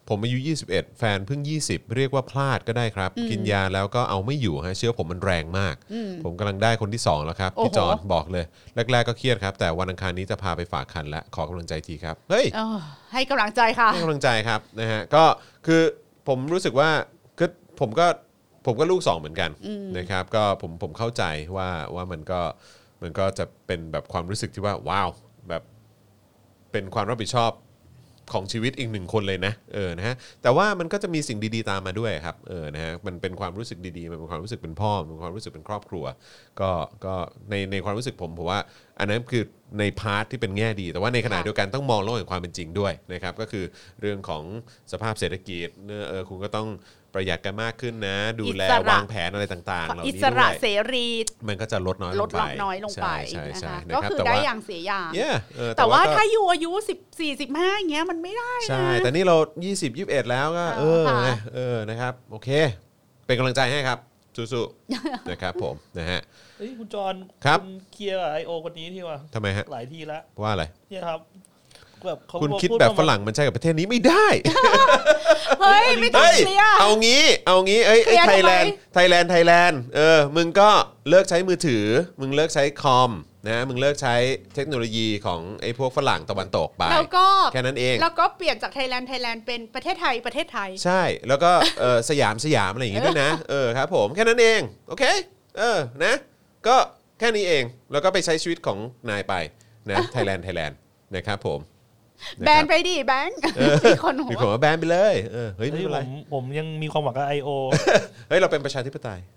ผมอายุยี่สิบเอ็ดแฟนเพิ่งยี่สิบเรียกว่าพลาดก็ได้ครับกินยาแล้วก็เอาไม่อยู่ฮะเชื้อผมมันแรงมากผมกำลังได้คนที่สองแล้วครับพี่จอนบอกเลยแรกๆก็เครียดครับแต่วันอังคารนี้จะพาไปฝากคันแล้วขอกำลังใจทีครับเฮ้ยให้กำลังใจค่ะให้กำลังใจครับนะฮะก็คือผมรู้สึกว่าคือผมก็ผมก็ลูกสองเหมือนกันนะครับก็ผมผมเข้าใจว่าว่ามันก็มันก็จะเป็นแบบความรู้สึกที่ว่าว้าวแบบเป็นความรับผิดชอบของชีวิตอีกหนึ่งคนเลยนะเออนะฮะแต่ว่ามันก็จะมีสิ่งดีๆตามมาด้วยครับเออนะฮะมันเป็นความรู้สึกดีๆมันเป็นความรู้สึกเป็นพ่อมันเป็นความรู้สึกเป็นครอบครัวก็ก็ในในความรู้สึกผมผมว่าอันนั้นคือในพาร์ทที่เป็นแง่ดีแต่ว่าในขณะเดียวกันต้องมองโลกแห่งความเป็นจริงด้วยนะครับก็คือเรื่องของสภาพเศรษฐกิจเออคุณก็ต้องประหยัดกันมากขึ้นนะดูแลวางแผนอะไรต่างๆเหล่านี้ด้วยอิสระเสรีมันก็จะลดน้อยลงไปลดน้อยลงไปนะคะก็คือได้อย่างเสียอย่าง yeah, แต่ว่าถ้าอยู่อายุสิบสี่ สิบห้าอย่างเงี้ยมันไม่ได้นะใช่แต่นี่เรายี่สิบ ยี่สิบเอ็ดแล้วก็เออเออนะครับโอเคเป็นกำลังใจให้ครับสู้ๆนะครับผมนะฮะเฮ้ยคุณจอนครับเคลียร์ไอโอคนนี้ที่ว่าทำไมฮะหลายทีแล้วว่าอะไรเนี่ยครับแบบคุณคิดแบบฝรั่งมันใช่กับประเทศนี้ไม่ได้เฮ้ยไม่ต้องเคลียร์เอางี้เอางี้เอ้ยไอ้ไทยแลนด์ไทยแลนด์ไทยแลนด์เออมึงก็เลิกใช้มือถือมึงเลิกใช้คอมนะมึงเลิกใช้เทคโนโลยีของไอ้พวกฝรั่งตะวันตกไปแล้วก็แค่นั้นเองแล้วก็เปลี่ยนจากไทยแลนด์ไทยแลนด์เป็นประเทศไทยประเทศไทยใช่แล้วก็เออสยามสยามอะไรอย่างงี้ด้วยนะเออครับผมแค่นั้นเองโอเคเออนะก็แค่นี้เองแล้วก็ไปใช้ชีวิตของนายไปนะไทยแลนด์ไทยแลนด์นะครับผมแบนไปดิแบงค์มีคนหัวมีคนว่าแบนไปเลยเออเฮ้ยไม่เป็นไรผมผมยังมีความหวังกับ ไอ โอเฮ้ยเราเป็นประชาธิปไตย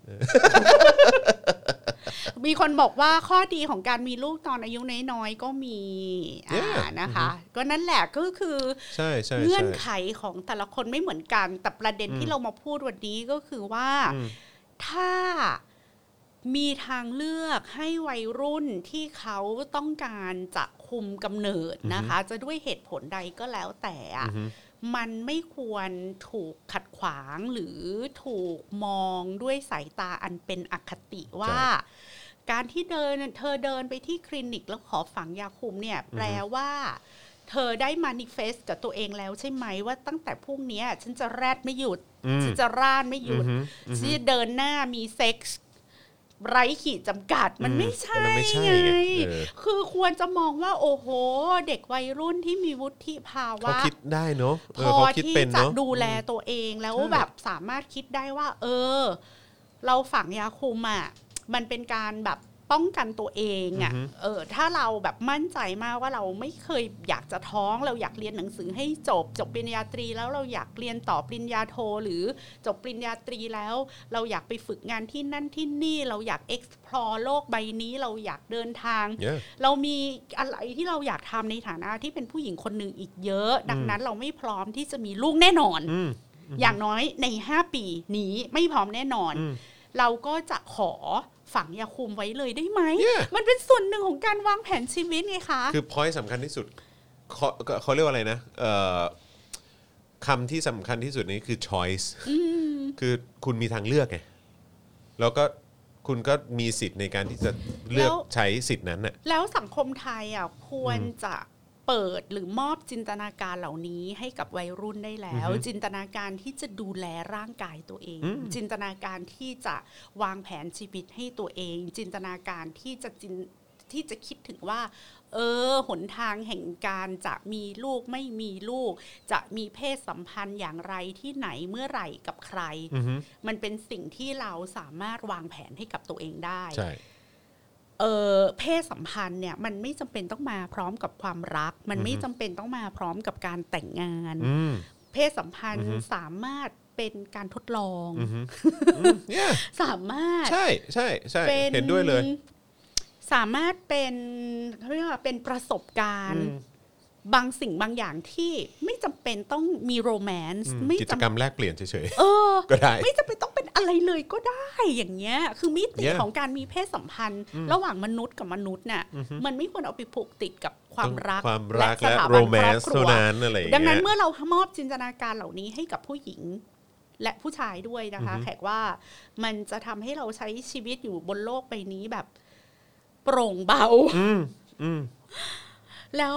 มีคนบอกว่าข้อดีของการมีลูกตอนอายุน้อยๆก็มีอ่านะคะก็นั่นแหละก็คือเงื่อนไขของแต่ละคนไม่เหมือนกันแต่ประเด็นที่เรามาพูดวันนี้ก็คือว่าถ้ามีทางเลือกให้วัยรุ่นที่เขาต้องการจะคุมกำเนิดนะคะจะด้วยเหตุผลใดก็แล้วแต่มันไม่ควรถูกขัดขวางหรือถูกมองด้วยสายตาอันเป็นอคติว่าการที่เดินเธอเดินไปที่คลินิกแล้วขอฝังยาคุมเนี่ยแปลว่าเธอได้มานิเฟสต์กับตัวเองแล้วใช่ไหมว่าตั้งแต่พรุ่งนี้ฉันจะแรดไม่หยุดฉันจะร่านไม่หยุดฉันจะเดินหน้ามีเซ็กส์ไร้ขีดจำกัดมันไม่ใช่ไงคือควรจะมองว่าโอ้โหเด็กวัยรุ่นที่มีวุฒิภาวะเขาคิดได้เนาะพอที่จะดูแลตัวเองแล้วแบบสามารถคิดได้ว่าเออเราฝังยาคุมอ่ะมันเป็นการแบบป้องกันตัวเองอ่ะเออถ้าเราแบบมั่นใจมากว่าเราไม่เคยอยากจะท้องเราอยากเรียนหนังสือให้จบจบปริญญาตรีแล้วเราอยากเรียนต่อปริญญาโทหรือจบปริญญาตรีแล้วเราอยากไปฝึกงานที่นั่นที่นี่เราอยาก explore โลกใบนี้เราอยากเดินทาง yeah. เรามีอะไรที่เราอยากทำในฐานะที่เป็นผู้หญิงคนหนึ่งอีกเยอะดังนั้นเราไม่พร้อมที่จะมีลูกแน่นอนอย่างน้อยในห้าปีนี้ไม่พร้อมแน่นอนเราก็จะขอฝังยาคุมไว้เลยได้ไหม yeah. มันเป็นส่วนหนึ่งของการวางแผนชีวิตไงคะคือ point สำคัญที่สุดเขาเขาเรียกว่าอะไรนะคำที่สำคัญที่สุดนี้คือ choice คือคุณมีทางเลือกไงแล้วก็คุณก็มีสิทธิ์ในการที่จะเลือกใช้สิทธินั้นน่ะแล้วสังคมไทยอ่ะควรจะเปิดหรือมอบจินตนาการเหล่านี้ให้กับวัยรุ่นได้แล้วจินตนาการที่จะดูแลร่างกายตัวเองจินตนาการที่จะวางแผนชีวิตให้ตัวเองจินตนาการที่จะจินที่จะคิดถึงว่าเออหนทางแห่งการจะมีลูกไม่มีลูกจะมีเพศสัมพันธ์อย่างไรที่ไหนเมื่อไหร่กับใครมันเป็นสิ่งที่เราสามารถวางแผนให้กับตัวเองได้ใช่เออเพศสัมพันธ์เนี่ยมันไม่จำเป็นต้องมาพร้อมกับความรักมันไม่จำเป็นต้องมาพร้อมกับการแต่งงานเพศสัมพันธ์สามารถเป็นการทดลองสามารถใช่ใช่ใช่เห็นด้วยเลยสามารถเป็นเรียกว่าเป็นประสบการณ์บางสิ่งบางอย่างที่ไม่จำเป็นต้องมีโรแมนต์กิจกรรมแลกเปลี่ยนเฉยๆเออก็ได้ไม่จำเป็นต้องเป็นอะไรเลยก็ได้อย่างเงี้ยคือมิติ yeah. ของการมีเพศสัมพันธ์ระหว่างมนุษย์กับมนุษย์น่ะมันไม่ควรเอาไปผูกติดกับความรักและสถาบันครอบครัวดังนั้นเมื่อเรามอบจินตนาการเหล่านี้ให้กับผู้หญิงและผู้ชายด้วยนะคะแขกว่ามันจะทำให้เราใช้ชีวิตอยู่บนโลกใบนี้แบบโปร่งเบาแล้ว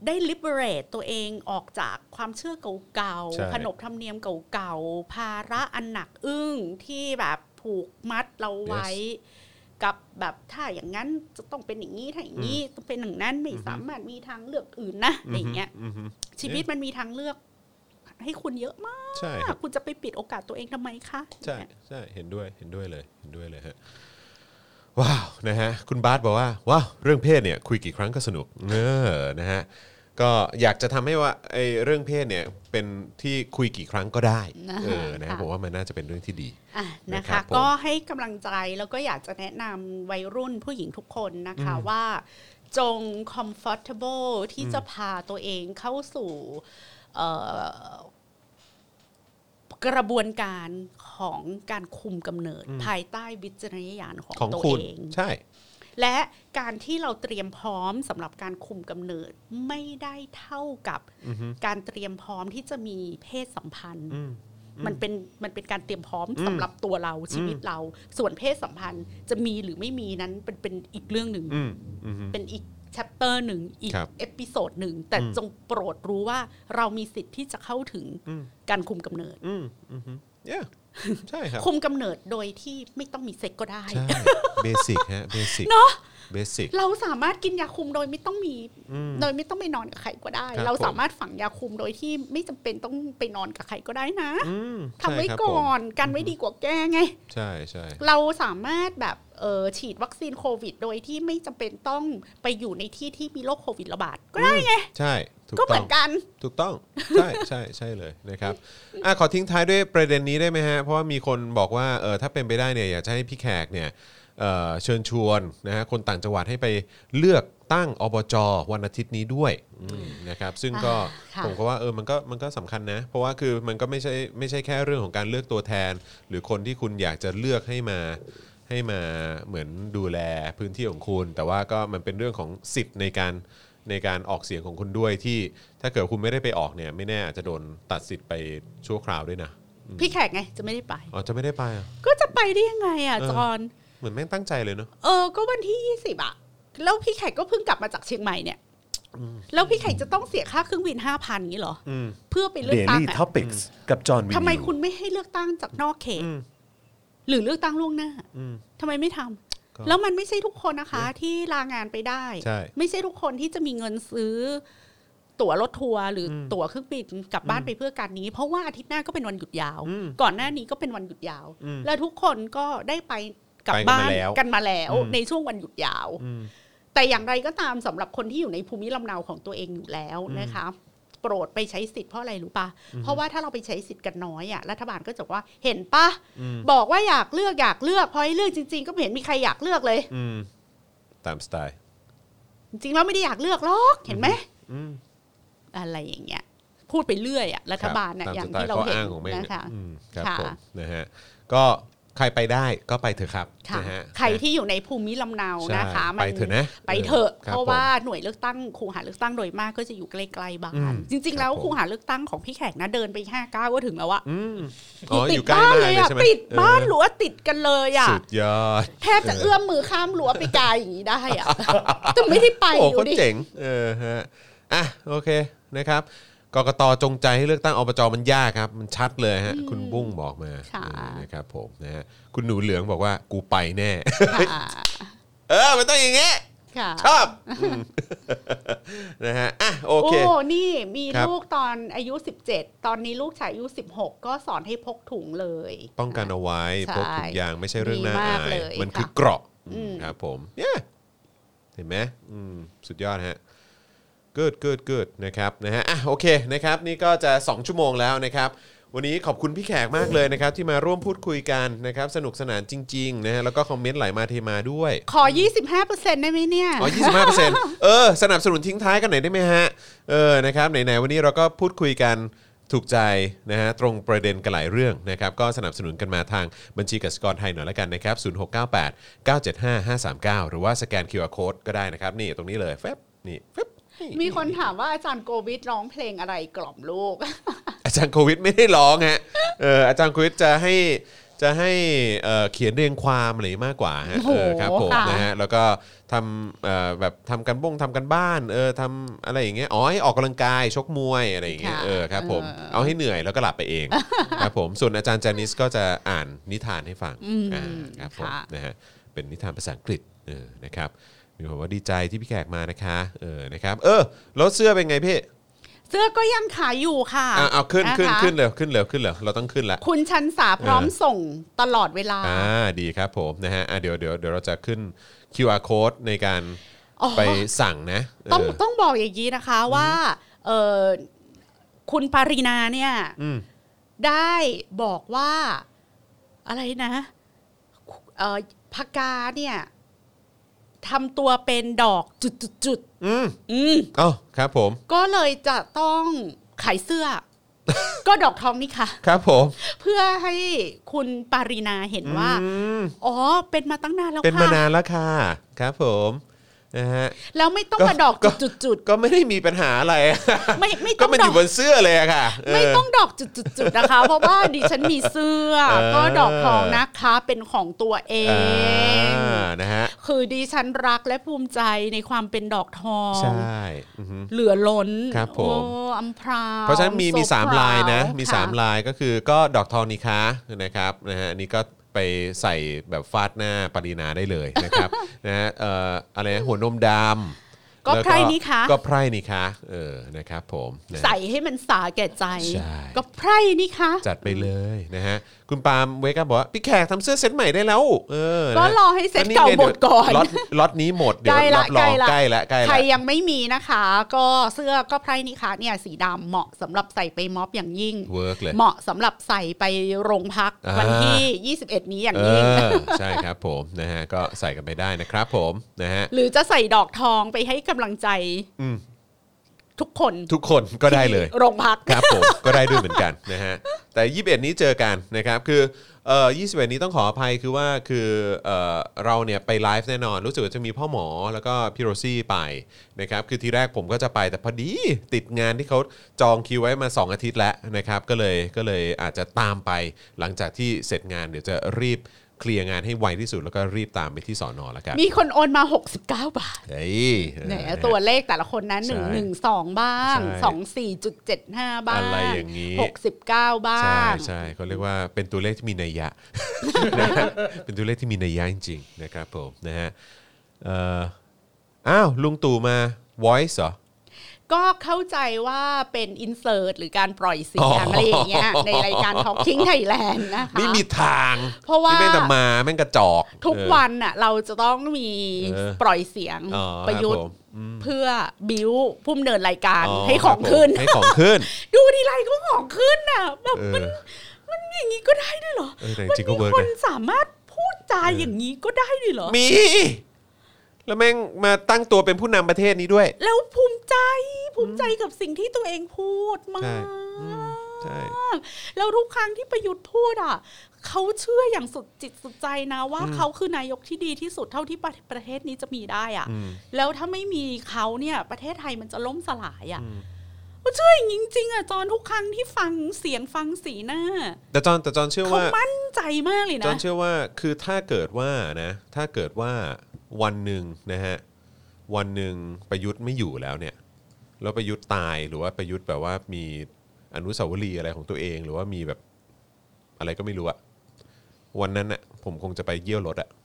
ได้ liberate ตัวเองออกจากความเชื่อเก่าๆขนบธรรมเนียมเก่าๆภาระอันหนักอึ้งที่แบบผูกมัดเราไว้ yes. กับแบบถ้าอย่างนั้นจะต้องเป็นอย่างนี้ถ้าอย่างนี้ต้องเป็นอย่างนั้นไม่สามารถมีทางเลือกอื่นนะอะไรเงี้ยชีวิตมันมีทางเลือกให้คุณเยอะมากคุณจะไปปิดโอกาสตัวเองทำไมคะใช่ใช่เห็นด้วยเห็นด้วยเลยเห็นด้วยเลยฮะว้าวนะฮะคุณบาสบอกว่าว้าวเรื่องเพศเนี่ยคุยกี่ครั้งก็สนุกเออนะฮะก็อยากจะทำให้ว่าไอ้เรื่องเพศเนี่ยเป็นที่คุยกี่ครั้งก็ได้เออนะผมว่ามันน่าจะเป็นเรื่องที่ดีนะคะก็ให้กำลังใจแล้วก็อยากจะแนะนำวัยรุ่นผู้หญิงทุกคนนะคะว่าจง comfortable ที่จะพาตัวเองเข้าสู่กระบวนการของการคุมกำเนิดภายใต้วิจารณญาณของตัวเองใช่และการที่เราเตรียมพร้อมสำหรับการคุมกำเนิดไม่ได้เท่ากับการเตรียมพร้อมที่จะมีเพศสัมพันธ์มันเป็นมันเป็นการเตรียมพร้อมสำหรับตัวเราชีวิตเราส่วนเพศสัมพันธ์จะมีหรือไม่มีนั้นเป็นเป็นอีกเรื่องหนึ่งเป็นอีกchapter หนึ่งอีกเอพิโซดหนึ่งแต่จงโปรดรู้ว่าเรามีสิทธิ์ที่จะเข้าถึงการคุมกำเนิดใช่ครับคุมกำเนิดโดยที่ไม่ต้องมีเซ็กก็ได้ใช่เบสิกฮะเบสิกเนาะเบสิกเราสามารถกินยาคุมโดยไม่ต้องมีโดยไม่ต้องไปนอนกับใครก็ได้เราสามารถฝังยาคุมโดยที่ไม่จำเป็นต้องไปนอนกับใครก็ได้นะทำไว้ก่อนกันไว้ดีกว่าแก้ไงใช่ใช่เราสามารถแบบเออฉีดวัคซีนโควิดโดยที่ไม่จำเป็นต้องไปอยู่ในที่ที่มีโรคโควิดระบาดก็ได้ไงใช่ก็เหมือนกันถูกต้องใช่ใช่ใช่เลยนะครับอ่ะขอทิ้งท้ายด้วยประเด็นนี้ได้ไหมฮะเพราะว่ามีคนบอกว่าเออถ้าเป็นไปได้เนี่ยอยากจะให้พี่แขกเนี่ยเอ่อเชิญชวนนะฮะคนต่างจังหวัดให้ไปเลือกตั้งอบจ.วันอาทิตย์นี้ด้วยนะครับซึ่งก็ผมก็ว่าเออมันก็มันก็สำคัญนะเพราะว่าคือมันก็ไม่ใช่ไม่ใช่แค่เรื่องของการเลือกตัวแทนหรือคนที่คุณอยากจะเลือกให้มาให้มาเหมือนดูแลพื้นที่ของคุณแต่ว่าก็มันเป็นเรื่องของสิทธิ์ในการในการออกเสียงของคุณด้วยที่ถ้าเกิดคุณไม่ได้ไปออกเนี่ยไม่แน่อาจจะโดนตัดสิทธิ์ไปชั่วคราวด้วยนะพี่แขกไงจะไม่ได้ไปอ๋อจะไม่ได้ไปอ่ะก็จะไปได้ยังไงอ่ะจอนเหมือนแม่งตั้งใจเลยเนาะเออก็วันที่ยี่สิบอ่ะแล้วพี่แขกก็เพิ่งกลับมาจากเชียงใหม่เนี่ยแล้วพี่แขกจะต้องเสียค่าเครื่องบิน ห้าพัน งี้เหรอเพื่อไปเลือกตั้ง Daily Topics กับจอห์นวินยูทำไมคุณไม่ให้เลือกตั้งจากนอกเขตหรือเลือกตั้งล่วงหน้าทำไมไม่ทำแล้วมันไม่ใช่ทุกคนนะคะที่ลางานไปได้ไม่ใช่ทุกคนที่จะมีเงินซื้อตั๋วรถทัวร์หรือตั๋วเครื่องบินกลับบ้านไปเพื่อการนี้เพราะว่าอาทิตย์หน้าก็เป็นวันหยุดยาวก่อนหน้านี้ก็เป็นวันหยุดยาวแล้วทุกคนก็ได้ไปกลับบ้านกันมาแล้วในช่วงวันหยุดยาวแต่อย่างไรก็ตามสำหรับคนที่อยู่ในภูมิลำเนาของตัวเองอยู่แล้วนะคะโปรดไปใช้สิทธิ์เพราะอะไรรู้ป่ะเพราะว่าถ้าเราไปใช้สิทธิ์กันน้อยอ่ะรัฐบาลก็จะว่าเห็นป่ะบอกว่าอยากเลือกอยากเลือกพอให้เลือกจริงๆก็ไม่เห็นมีใครอยากเลือกเลยตามสไตล์จริงๆแล้วไม่ได้อยากเลือกหรอกเห็นไหมอะไรอย่างเงี้ยพูดไปเรื่อยอ่ะรัฐบาลเนี่ยอย่างที่เราเห็นนะคะครับผมนะฮะก็ใครไปได้ก็ไปเถอะครับนะฮะใครที่อยู่ในภูมิลำเนานะคะไปเถอะนะไปเถอะเพราะว่าหน่วยเลือกตั้งคูหาเลือกตั้งโดยมากก็จะอยู่ใกล้ๆบ้านจริงๆแล้วคูหาเลือกตั้งของพี่แขกนะเดินไปห้าก้าวก็ถึงแล้วอะติดบ้านเลยอะติดบ้านหรือว่าติดกันเลยอะสุดยอดแทบจะเอื้อมมือข้ามรั้วไปไกลอย่างนี้ได้อะแต่ไม่ได้ไปอยู่ดิโอ้โหเจ๋งเออฮะอ่ะโอเคนะครับกกต.จงใจให้เลือกตั้งอบจ.มันยากครับมันชัดเลยฮะคุณบุ้งบอกมานะครับผมนะฮะคุณหนูเหลืองบอกว่ากูไปแน่เออมันต้องอย่างงี้ชอบนะฮะอ่ะโอเคโอ้นี่มีลูกตอนอายุสิบเจ็ดตอนนี้ลูกชายอายุสิบหกก็สอนให้พกถุงเลยป้องกันเอาไว้พกถุงยางไม่ใช่เรื่องน่าอายมันคือเกราะครับผมเนี่ยเห็นไหมสุดยอดฮะgood good good นะครับนะฮะอ่ะโอเคนะครับนี่ก็จะสองชั่วโมงแล้วนะครับวันนี้ขอบคุณพี่แขกมากเลยนะครับที่มาร่วมพูดคุยกันนะครับสนุกสนานจริงๆนะฮะแล้วก็คอมเมนต์ไหลมาเทมาด้วยขอ ยี่สิบห้าเปอร์เซ็นต์ ได้ไหมเนี่ยอ๋อ ยี่สิบห้าเปอร์เซ็นต์ เออสนับสนุนทิ้งท้ายกันหน่อยได้ไหมฮะเออนะครับไหนๆวันนี้เราก็พูดคุยกันถูกใจนะฮะตรงประเด็นกันหลายเรื่องนะครับก็สนับสนุนกันมาทางบัญชีกสิกรไทยหน่อยละกันนะครับศูนย์ หก เก้า แปด เก้า เจ็ด ห้า ห้า สาม เก้าหรือว่าสแกน คิว อาร์ Code ก็ได้นะครับนี่ตรงนี้เลยแฟบนี่แฟบมีคนถามว่าอาจารย์โควิดร้องเพลงอะไรกล่อมลูกอาจารย์โควิดไม่ได้ร้องฮะเอออาจารย์โควิดจะให้จะให้เอ่อเขียนเรียงความอะไรมากกว่าฮะโอ้โหเออครับผมค่ะนะฮะแล้วก็ทำเอ่อแบบทำกันบ้งทำกันบ้านเออทำอะไรอย่างเงี้ยอ๋อให้ออกกำลังกายชกมวยอะไรอย่างเงี้ยค่ะเออครับผมเออเอาให้เหนื่อยแล้วก็หลับไปเอง ครับผมส่วนอาจารย์จานิสก็จะอ่านนิทานให้ฟังอืมอ่าครับผมค่ะนะฮะเป็นนิทานภาษาอังกฤษเออนะครับมีคนว่าดีใจที่พี่แขกมานะคะเออนะครับเออแล้วเสื้อเป็นไงพี่เสื้อก็ยังขายอยู่ค่ะอ่ะเอาขึ้นขึ้นนะคะขึ้นเร็วขึ้นเร็วขึ้นเร็วเราต้องขึ้นละคุณชันสาพร้อมเออส่งตลอดเวลาอ่าดีครับผมนะฮะอ่ะเดี๋ยวเดี๋ยวเดี๋ยวเราจะขึ้น คิว อาร์ code ในการอ๋อไปสั่งนะต้องเออต้องบอกอย่างนี้นะคะว่าเออคุณปารีนาเนี่ยอืมได้บอกว่าอะไรนะเอ่อพกาเนี่ยทำตัวเป็นดอกจุดๆๆอืมอืมเอ้าครับผมก็เลยจะต้องขายเสื้อ ก็ดอกทองนี่ค่ะครับผมเพื่อให้คุณปารีนาเห็นว่าอืมอ๋อเป็นมาตั้งนานแล้วเป็นค่ะมานานแล้วค่ะครับผมนะฮะแล้วไม่ต้องมาดอกจุดๆก็ไม่ได้มีปัญหาอะไรๆไม่ไม่ก็ต้องมันดออกยู่บนเสื้อเลยอะค่ะเไม่ต้องดอกจุดๆๆนะคะ เพราะว่าดิฉันมีเสื้อเออก็ดอกทองนะคะเป็นของตัวเองอ่านะฮะคือดิฉันรักและภูมิใจในความเป็นดอกทองใช่อือฮึเหลือล้นครับผมโอ้อัมพราวเพราะฉะนั้นมีมีโซสามพรวลายนะมีค่ะสามลายก็คือก็ดอกทองนิคะนะครับนะฮะอันนี้ก็ไปใส่แบบฟาดหน้าปรินาได้เลยนะครับ นะฮะเอ่ออะไรนะหัวนมดำก็แล้วไพร่นี่คะก็ไพร่นี่คะเออนะครับผมนะฮะใส่ให้มันสาแก่ใจใช่ก็ไพร่นี่คะจัดไปเลยนะฮะคุณปาล์มเวก้าบอกว่าพี่แขกทำเสื้อเซ็ตใหม่ได้แล้วเออนะก็รอให้เซ็ตเก่าหมดก่อนล็อตล็อตนี้หมดเดี๋ยวใกล้ละรับรองใกใกล้ล้ละละใกล้ใครละยังไม่มีนะคะ ก็เสื้อก็ไพร่นี่คะเนี่ยสีดำเหมาะสำหรับใส่ไปม็อบอย่างยิ่งเวิร์กเลยเหมาะสำหรับใส่ไปโรงพักอ่าวันที่ยี่สิบเอ็ดนี้อย่างเอยิ่งอใช่ครับผมนะฮะก็ใส่กันไปได้นะครับผมนะฮะหรือจะใส่ดอกทองไปให้กำลังใจอืมทุกคนทุกคนก็ได้เลยที่โรงพักครับผม ก็ได้ด้วยเหมือนกันนะฮะแต่ยี่สิบเอ็ดนี้เจอกันนะครับคือเอ่อยี่สิบเอ็ดนี้ต้องขออภัยคือว่าคือเอ่อเราเนี่ยไปไลฟ์แน่นอนรู้สึกว่าจะมีพ่อหมอแล้วก็พี่โรซี่ไปนะครับคือทีแรกผมก็จะไปแต่พอดีติดงานที่เขาจองคิวไว้มาสองอาทิตย์แล้วนะครับก็เลยก็เลยอาจจะตามไปหลังจากที่เสร็จงานเดี๋ยวจะรีบเคลียร์งานให้ไวที่สุดแล้วก็รีบตามไปที่สอนอแล้วกันมีคนโอนมาหกสิบเก้าบาทเฮ้ยไหนอะตัวเลขแต่ละคนนะหนึ่งใช่หนึ่งสองบ้างใช่สองสี่จุดเจ็ดห้าบ้างอะไรอย่างนี้หกสิบเก้าบ้าใช่งใช่เขาเรียกว่าเป็นตัวเลขที่มีนัยยะ นะฮะเป็นตัวเลขที่มีนัยยะจริงๆนะครับผมนะฮะเอ่ออ้าวลุงตู่มา voice เหรอก็เข้าใจว่าเป็นอินเสิร์ตหรือการปล่อยเสียงอ๋อออะไรอย่างเงี้ยในรายการ Talking Thailand นะคะไม่มีทางเพราะว่าที่แม่งจะมาแม่งกระจอกทุกเออวันน่ะเราจะต้องมีเออปล่อยเสียงอ๋อประยุทคธ์บผมอืมเพื่อบิ้วผู้ดำเนินรายการอ๋อให้ของขึ้นครับผมให้ของขึ้นดูทีไรก็ของขึ้นน่ะแบบเอมันอมันอย่างนี้ก็ได้ด้วยเหรอเออแต่จมันริงๆก็มีเวิร์กคนนะสามารถพูดจาอย่างนี้ก็ได้ด้วยเหรอมี แล้วแม่งมาตั้งตัวเป็นผู้นำประเทศนี้ด้วยแล้วภูมิใจภูมิใจกับสิ่งที่ตัวเองพูดมาใช่กอืมใช่แล้วทุกครั้งที่ประยุทธ์พูดอ่ะเขาเชื่ออย่างสุดจิตสุดใจนะว่าเขาคือนายกที่ดีที่สุดเท่าที่ประประเทศนี้จะมีได้อ่ะอืมแล้วถ้าไม่มีเขาเนี่ยประเทศไทยมันจะล่มสลายอ่ะมันเชื่ออย่างนี้จริงๆอ่ะจอนทุกครั้งที่ฟังเสียงฟังสีหน้าแต่จอนแต่จอนเชื่อเขาว่ามั่นใจมากเลยจอนะนเชื่อว่าคือถ้าเกิดว่านะถ้าเกิดว่าวันหนึ่งนะฮะวันหนึ่งประยุทธ์ไม่อยู่แล้วเนี่ยแล้วประยุทธ์ตายหรือว่าประยุทธ์แบบว่ามีอนุสาวรีย์อะไรของตัวเอง หรือว่ามีแบบอะไรก็ไม่รู้อะวันนั้นน่ะผมคงจะไปเยี่ยวรถอะ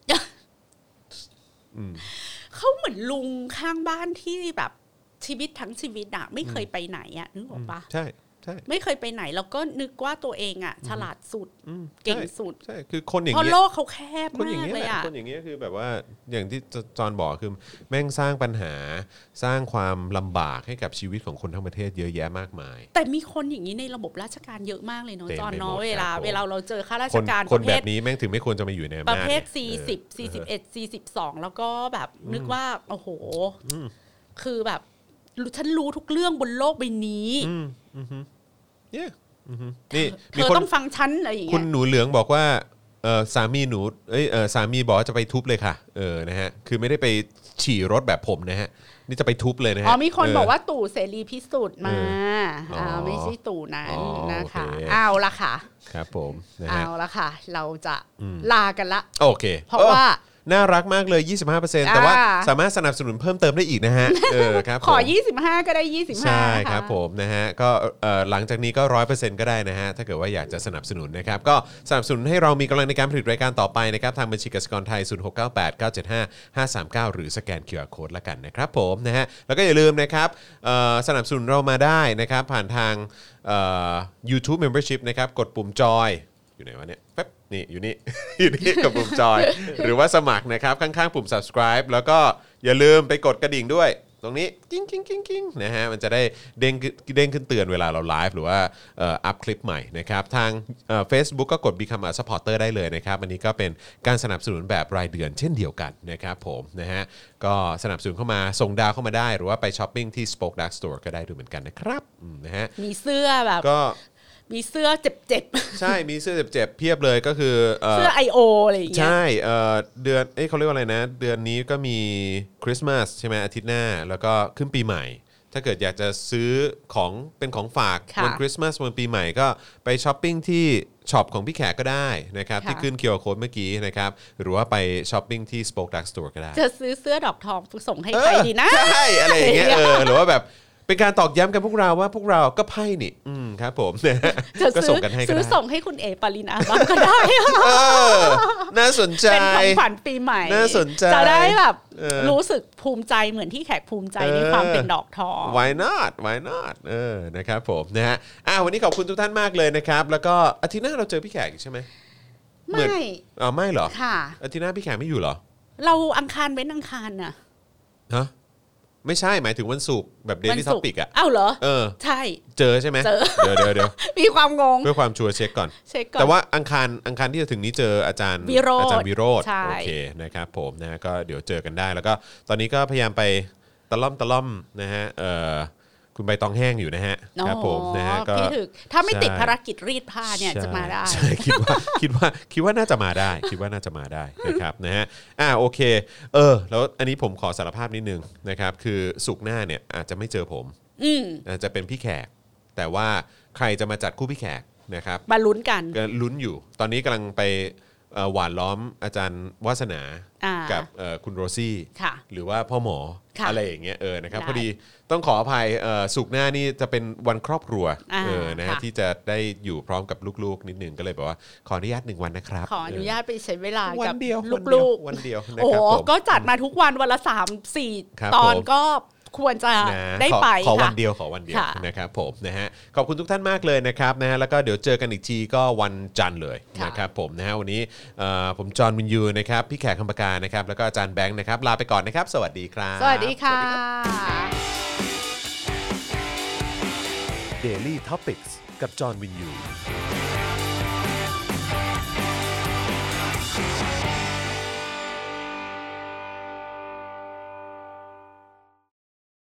เขาเหมือนลุงข้างบ้านที่แบบชีวิตทั้งชีวิตอะไม่เคยไปไหนอะนึกออกปะใช่ใช่ไม่เคยไปไหนแล้วก็นึกว่าตัวเองอะฉลาดสุดอืมเก่งสุดใช่คือคนอย่างเพราะเงี้ยโลกเขาแคบคนอมาย่างกเงี้ยเลยแหละอะคนอย่างเงี้ยคือแบบว่าอย่างที่จอนบอกคือแม่งสร้างปัญหาสร้างความลำบากให้กับชีวิตของคนทั้งประเทศเยอะแยะมากมายแต่มีคนอย่างนี้ในระบบราชการเยอะมากเลยเนาะเต็มจอนไปหมดเนาะเวลาครับผมเวลาเราเจอข้าราคชนการคนประแบเภทบนี้แม่งถึงไม่ควรจะมาอยู่ในอำนาจประเภทนี่ยสี่สิบ สี่สิบเอ็ด สี่สิบสองแล้วก็แบบนึกว่าโอ้โหคือแบบฉันรู้ทุกเรื่องบนโลกใบนี้อืมอืมอืมเนี่ยอืมนี่เธมีอคนต้องฟังฉันอะไรอย่างคุเงี้ณยหนูเหลืองบอกว่าเออสามีหนูเอ้ยเออสามีบอกว่าจะไปทุบเลยค่ะเออนะฮะคือไม่ได้ไปฉี่รถแบบผมนะฮะนี่จะไปทุบเลยนะฮะอ๋อมีคนบอกว่าตู่เสรีพิสุทธิ์มาอ่าไม่ใช่ตู่นั้นนะคะเอาละค่ะครับผมนะฮะเอาละค่ะเราจะลากันละโอเคเพราะว่าน่ารักมากเลย ยี่สิบห้าเปอร์เซ็นต์ แต่ว่าสามารถสนับสนุนเพิ่มเติมได้อีกนะฮะเออครับขอยี่สิบห้าก็ได้ยี่สิบห้าใช่ครับผมนะฮะก็เอ่อหลังจากนี้ก็ หนึ่งร้อยเปอร์เซ็นต์ ก็ได้นะฮะถ้าเกิดว่าอยากจะสนับสนุนนะครับก็สนับสนุนให้เรามีกำลังในการผลิตรายการต่อไปนะครับทางบัญชีกสิกรไทยศูนย์ หก เก้า แปด เก้า เจ็ด ห้า ห้า สาม เก้าหรือสแกน คิว อาร์ Code ละกันนะครับผมนะฮะแล้วก็อย่าลืมนะครับเอ่อสนับสนุนเรามาได้นะครับผ่านทางเอ่อ YouTube Membership นะครับกดปุ่มจอยอยู่ไหนวะเนี่ยแป๊บนี่อยู่นี่ อยู่นี่กับปุ่มจอยหรือว่าสมัครนะครับข้างๆปุ่ม subscribe แล้วก็อย่าลืมไปกดกระดิ่งด้วยตรงนี้กิ้งกิ้งกิ้งกิ้งนะฮะมันจะได้เด้งเด้งขึ้นเตือนเวลาเราไลฟ์หรือว่าเอ่ออัพคลิปใหม่นะครับทางเอ่อ Facebook ก็กด Become a supporter ได้เลยนะครับอันนี้ก็เป็นการสนับสนุนแบบรายเดือนเช่นเดียวกันนะครับผมนะฮะก็สนับสนุนเข้ามาส่งดาวเข้ามาได้หรือว่าไปช้อปปิ้งที่ Spoke Dark Store ก็ได้ด้วยเหมือนกันนะครับนะฮะมีเสื้อแบบก็มีเสื้อเจ็บๆใช่มีเสื้อเจ็บๆเพียบเลยก็คือเสื้อ ไอ โอ อะไรอย่างเงี้ยใช่เอ่อเดือนเอ้ยเขาเรียกว่าอะไรนะเดือนนี้ก็มีคริสต์มาสใช่ไหมอาทิตย์หน้าแล้วก็ขึ้นปีใหม่ถ้าเกิดอยากจะซื้อของเป็นของฝากวันคริสต์มาสวันปีใหม่ก็ไปช้อปปิ้งที่ช็อปของพี่แขกก็ได้นะครับที่ขึ้น คิว อาร์ Code เมื่อกี้นะครับหรือว่าไปช้อปปิ้งที่ Spoke Dark Store ก็ได้จะซื้อเสื้อดอกทองส่งให้ใครดีนะใช่อะไรอย่างเงี้ยเออหรือว่าแบบเป็นการตอกย้ำกันพวกเราว่าพวกเราก็ไพ่นี่อืมครับผมก็ส่งกันให้ก็ได้ซื้อส่งให้คุณเอปรินาบ้างก็ได้น่าสนใจเป็นของขวัญปีใหม่น่าสนใจจะได้แบบรู้สึกภูมิใจเหมือนที่แขกภูมิใจในความเป็นดอกทอง Why not Why not เออนะครับผมนะฮะอ่ะวันนี้ขอบคุณทุกท่านมากเลยนะครับแล้วก็อาทิตย์หน้าเราเจอพี่แขกใช่ไหมไม่อ๋อไม่เหรอค่ะอาทิตย์หน้าพี่แขกไม่อยู่เหรอเราอังคารเว้นอังคารน่ะฮะไม่ใช่หมายถึงวันศุกร์แบบ Daily Topic อ่ะอ้าวเหรอเออใช่เจอใช่ไหมเดี๋ยวเดี๋ยวเดี๋ยวมีความงงเพื่อความชัวร์เช็คก่อนเช็คก่อนแต่ว่าอังคารอังคารที่จะถึงนี้เจออาจารย์อาจารย์วิโรจน์โอเคนะครับผมนะก็เดี๋ยวเจอกันได้แล้วก็ตอนนี้ก็พยายามไปตะล่อมตะล่อมนะฮะเอ่อคุณใบตองแห้งอยู่นะฮะครับผมนะฮะก็ถ้าไม่ติดภารกิจรีดผ้าเนี่ยจะมาได้ใช่คิดว่าคิดว่าคิดว่าน่าจะมาได้คิดว่าน่าจะมาได้นะครับนะฮะอ่าโอเคเออแล้วอันนี้ผมขอสารภาพนิดนึงนะครับคือศุกร์หน้าเนี่ยอาจจะไม่เจอผมอืมอาจจะเป็นพี่แขกแต่ว่าใครจะมาจัดคู่พี่แขกนะครับมาลุ้นกันก็ลุ้นอยู่ตอนนี้กำลังไปหวานล้อมอาจารย์วาสนากับคุณโรซี่หรือว่าพ่อหมออะไรอย่างเงี้ยเออนะครับพอดีต้องขออภัยสุกร์หน้านี่จะเป็นวันครอบครัวเออนะฮะที่จะได้อยู่พร้อมกับลูกๆนิดนึงก็เลยบอกว่าขออนุญาตหนึ่งวันนะครับขออนุญาตไปใช้เวลากับลูกๆวันเดียวโอ้ก็จัดมาทุกวันวันละสามสี่ตอนก็ควรจะได้ไปขอวันเดียวขอวันเดียวนะครับผมนะฮะขอบคุณทุกท่านมากเลยนะครับนะฮะแล้วก็เดี๋ยวเจอกันอีกทีก็วันจันทร์เลยนะครับผมนะฮะวันนี้ผมจอห์นวินยูนะครับพี่แขกคำปากานะครับแล้วก็อาจารย์แบงค์นะครับลาไปก่อนนะครับสวัสดีครับสวัสดีค่ะ Daily Topics กับจอห์นวินยู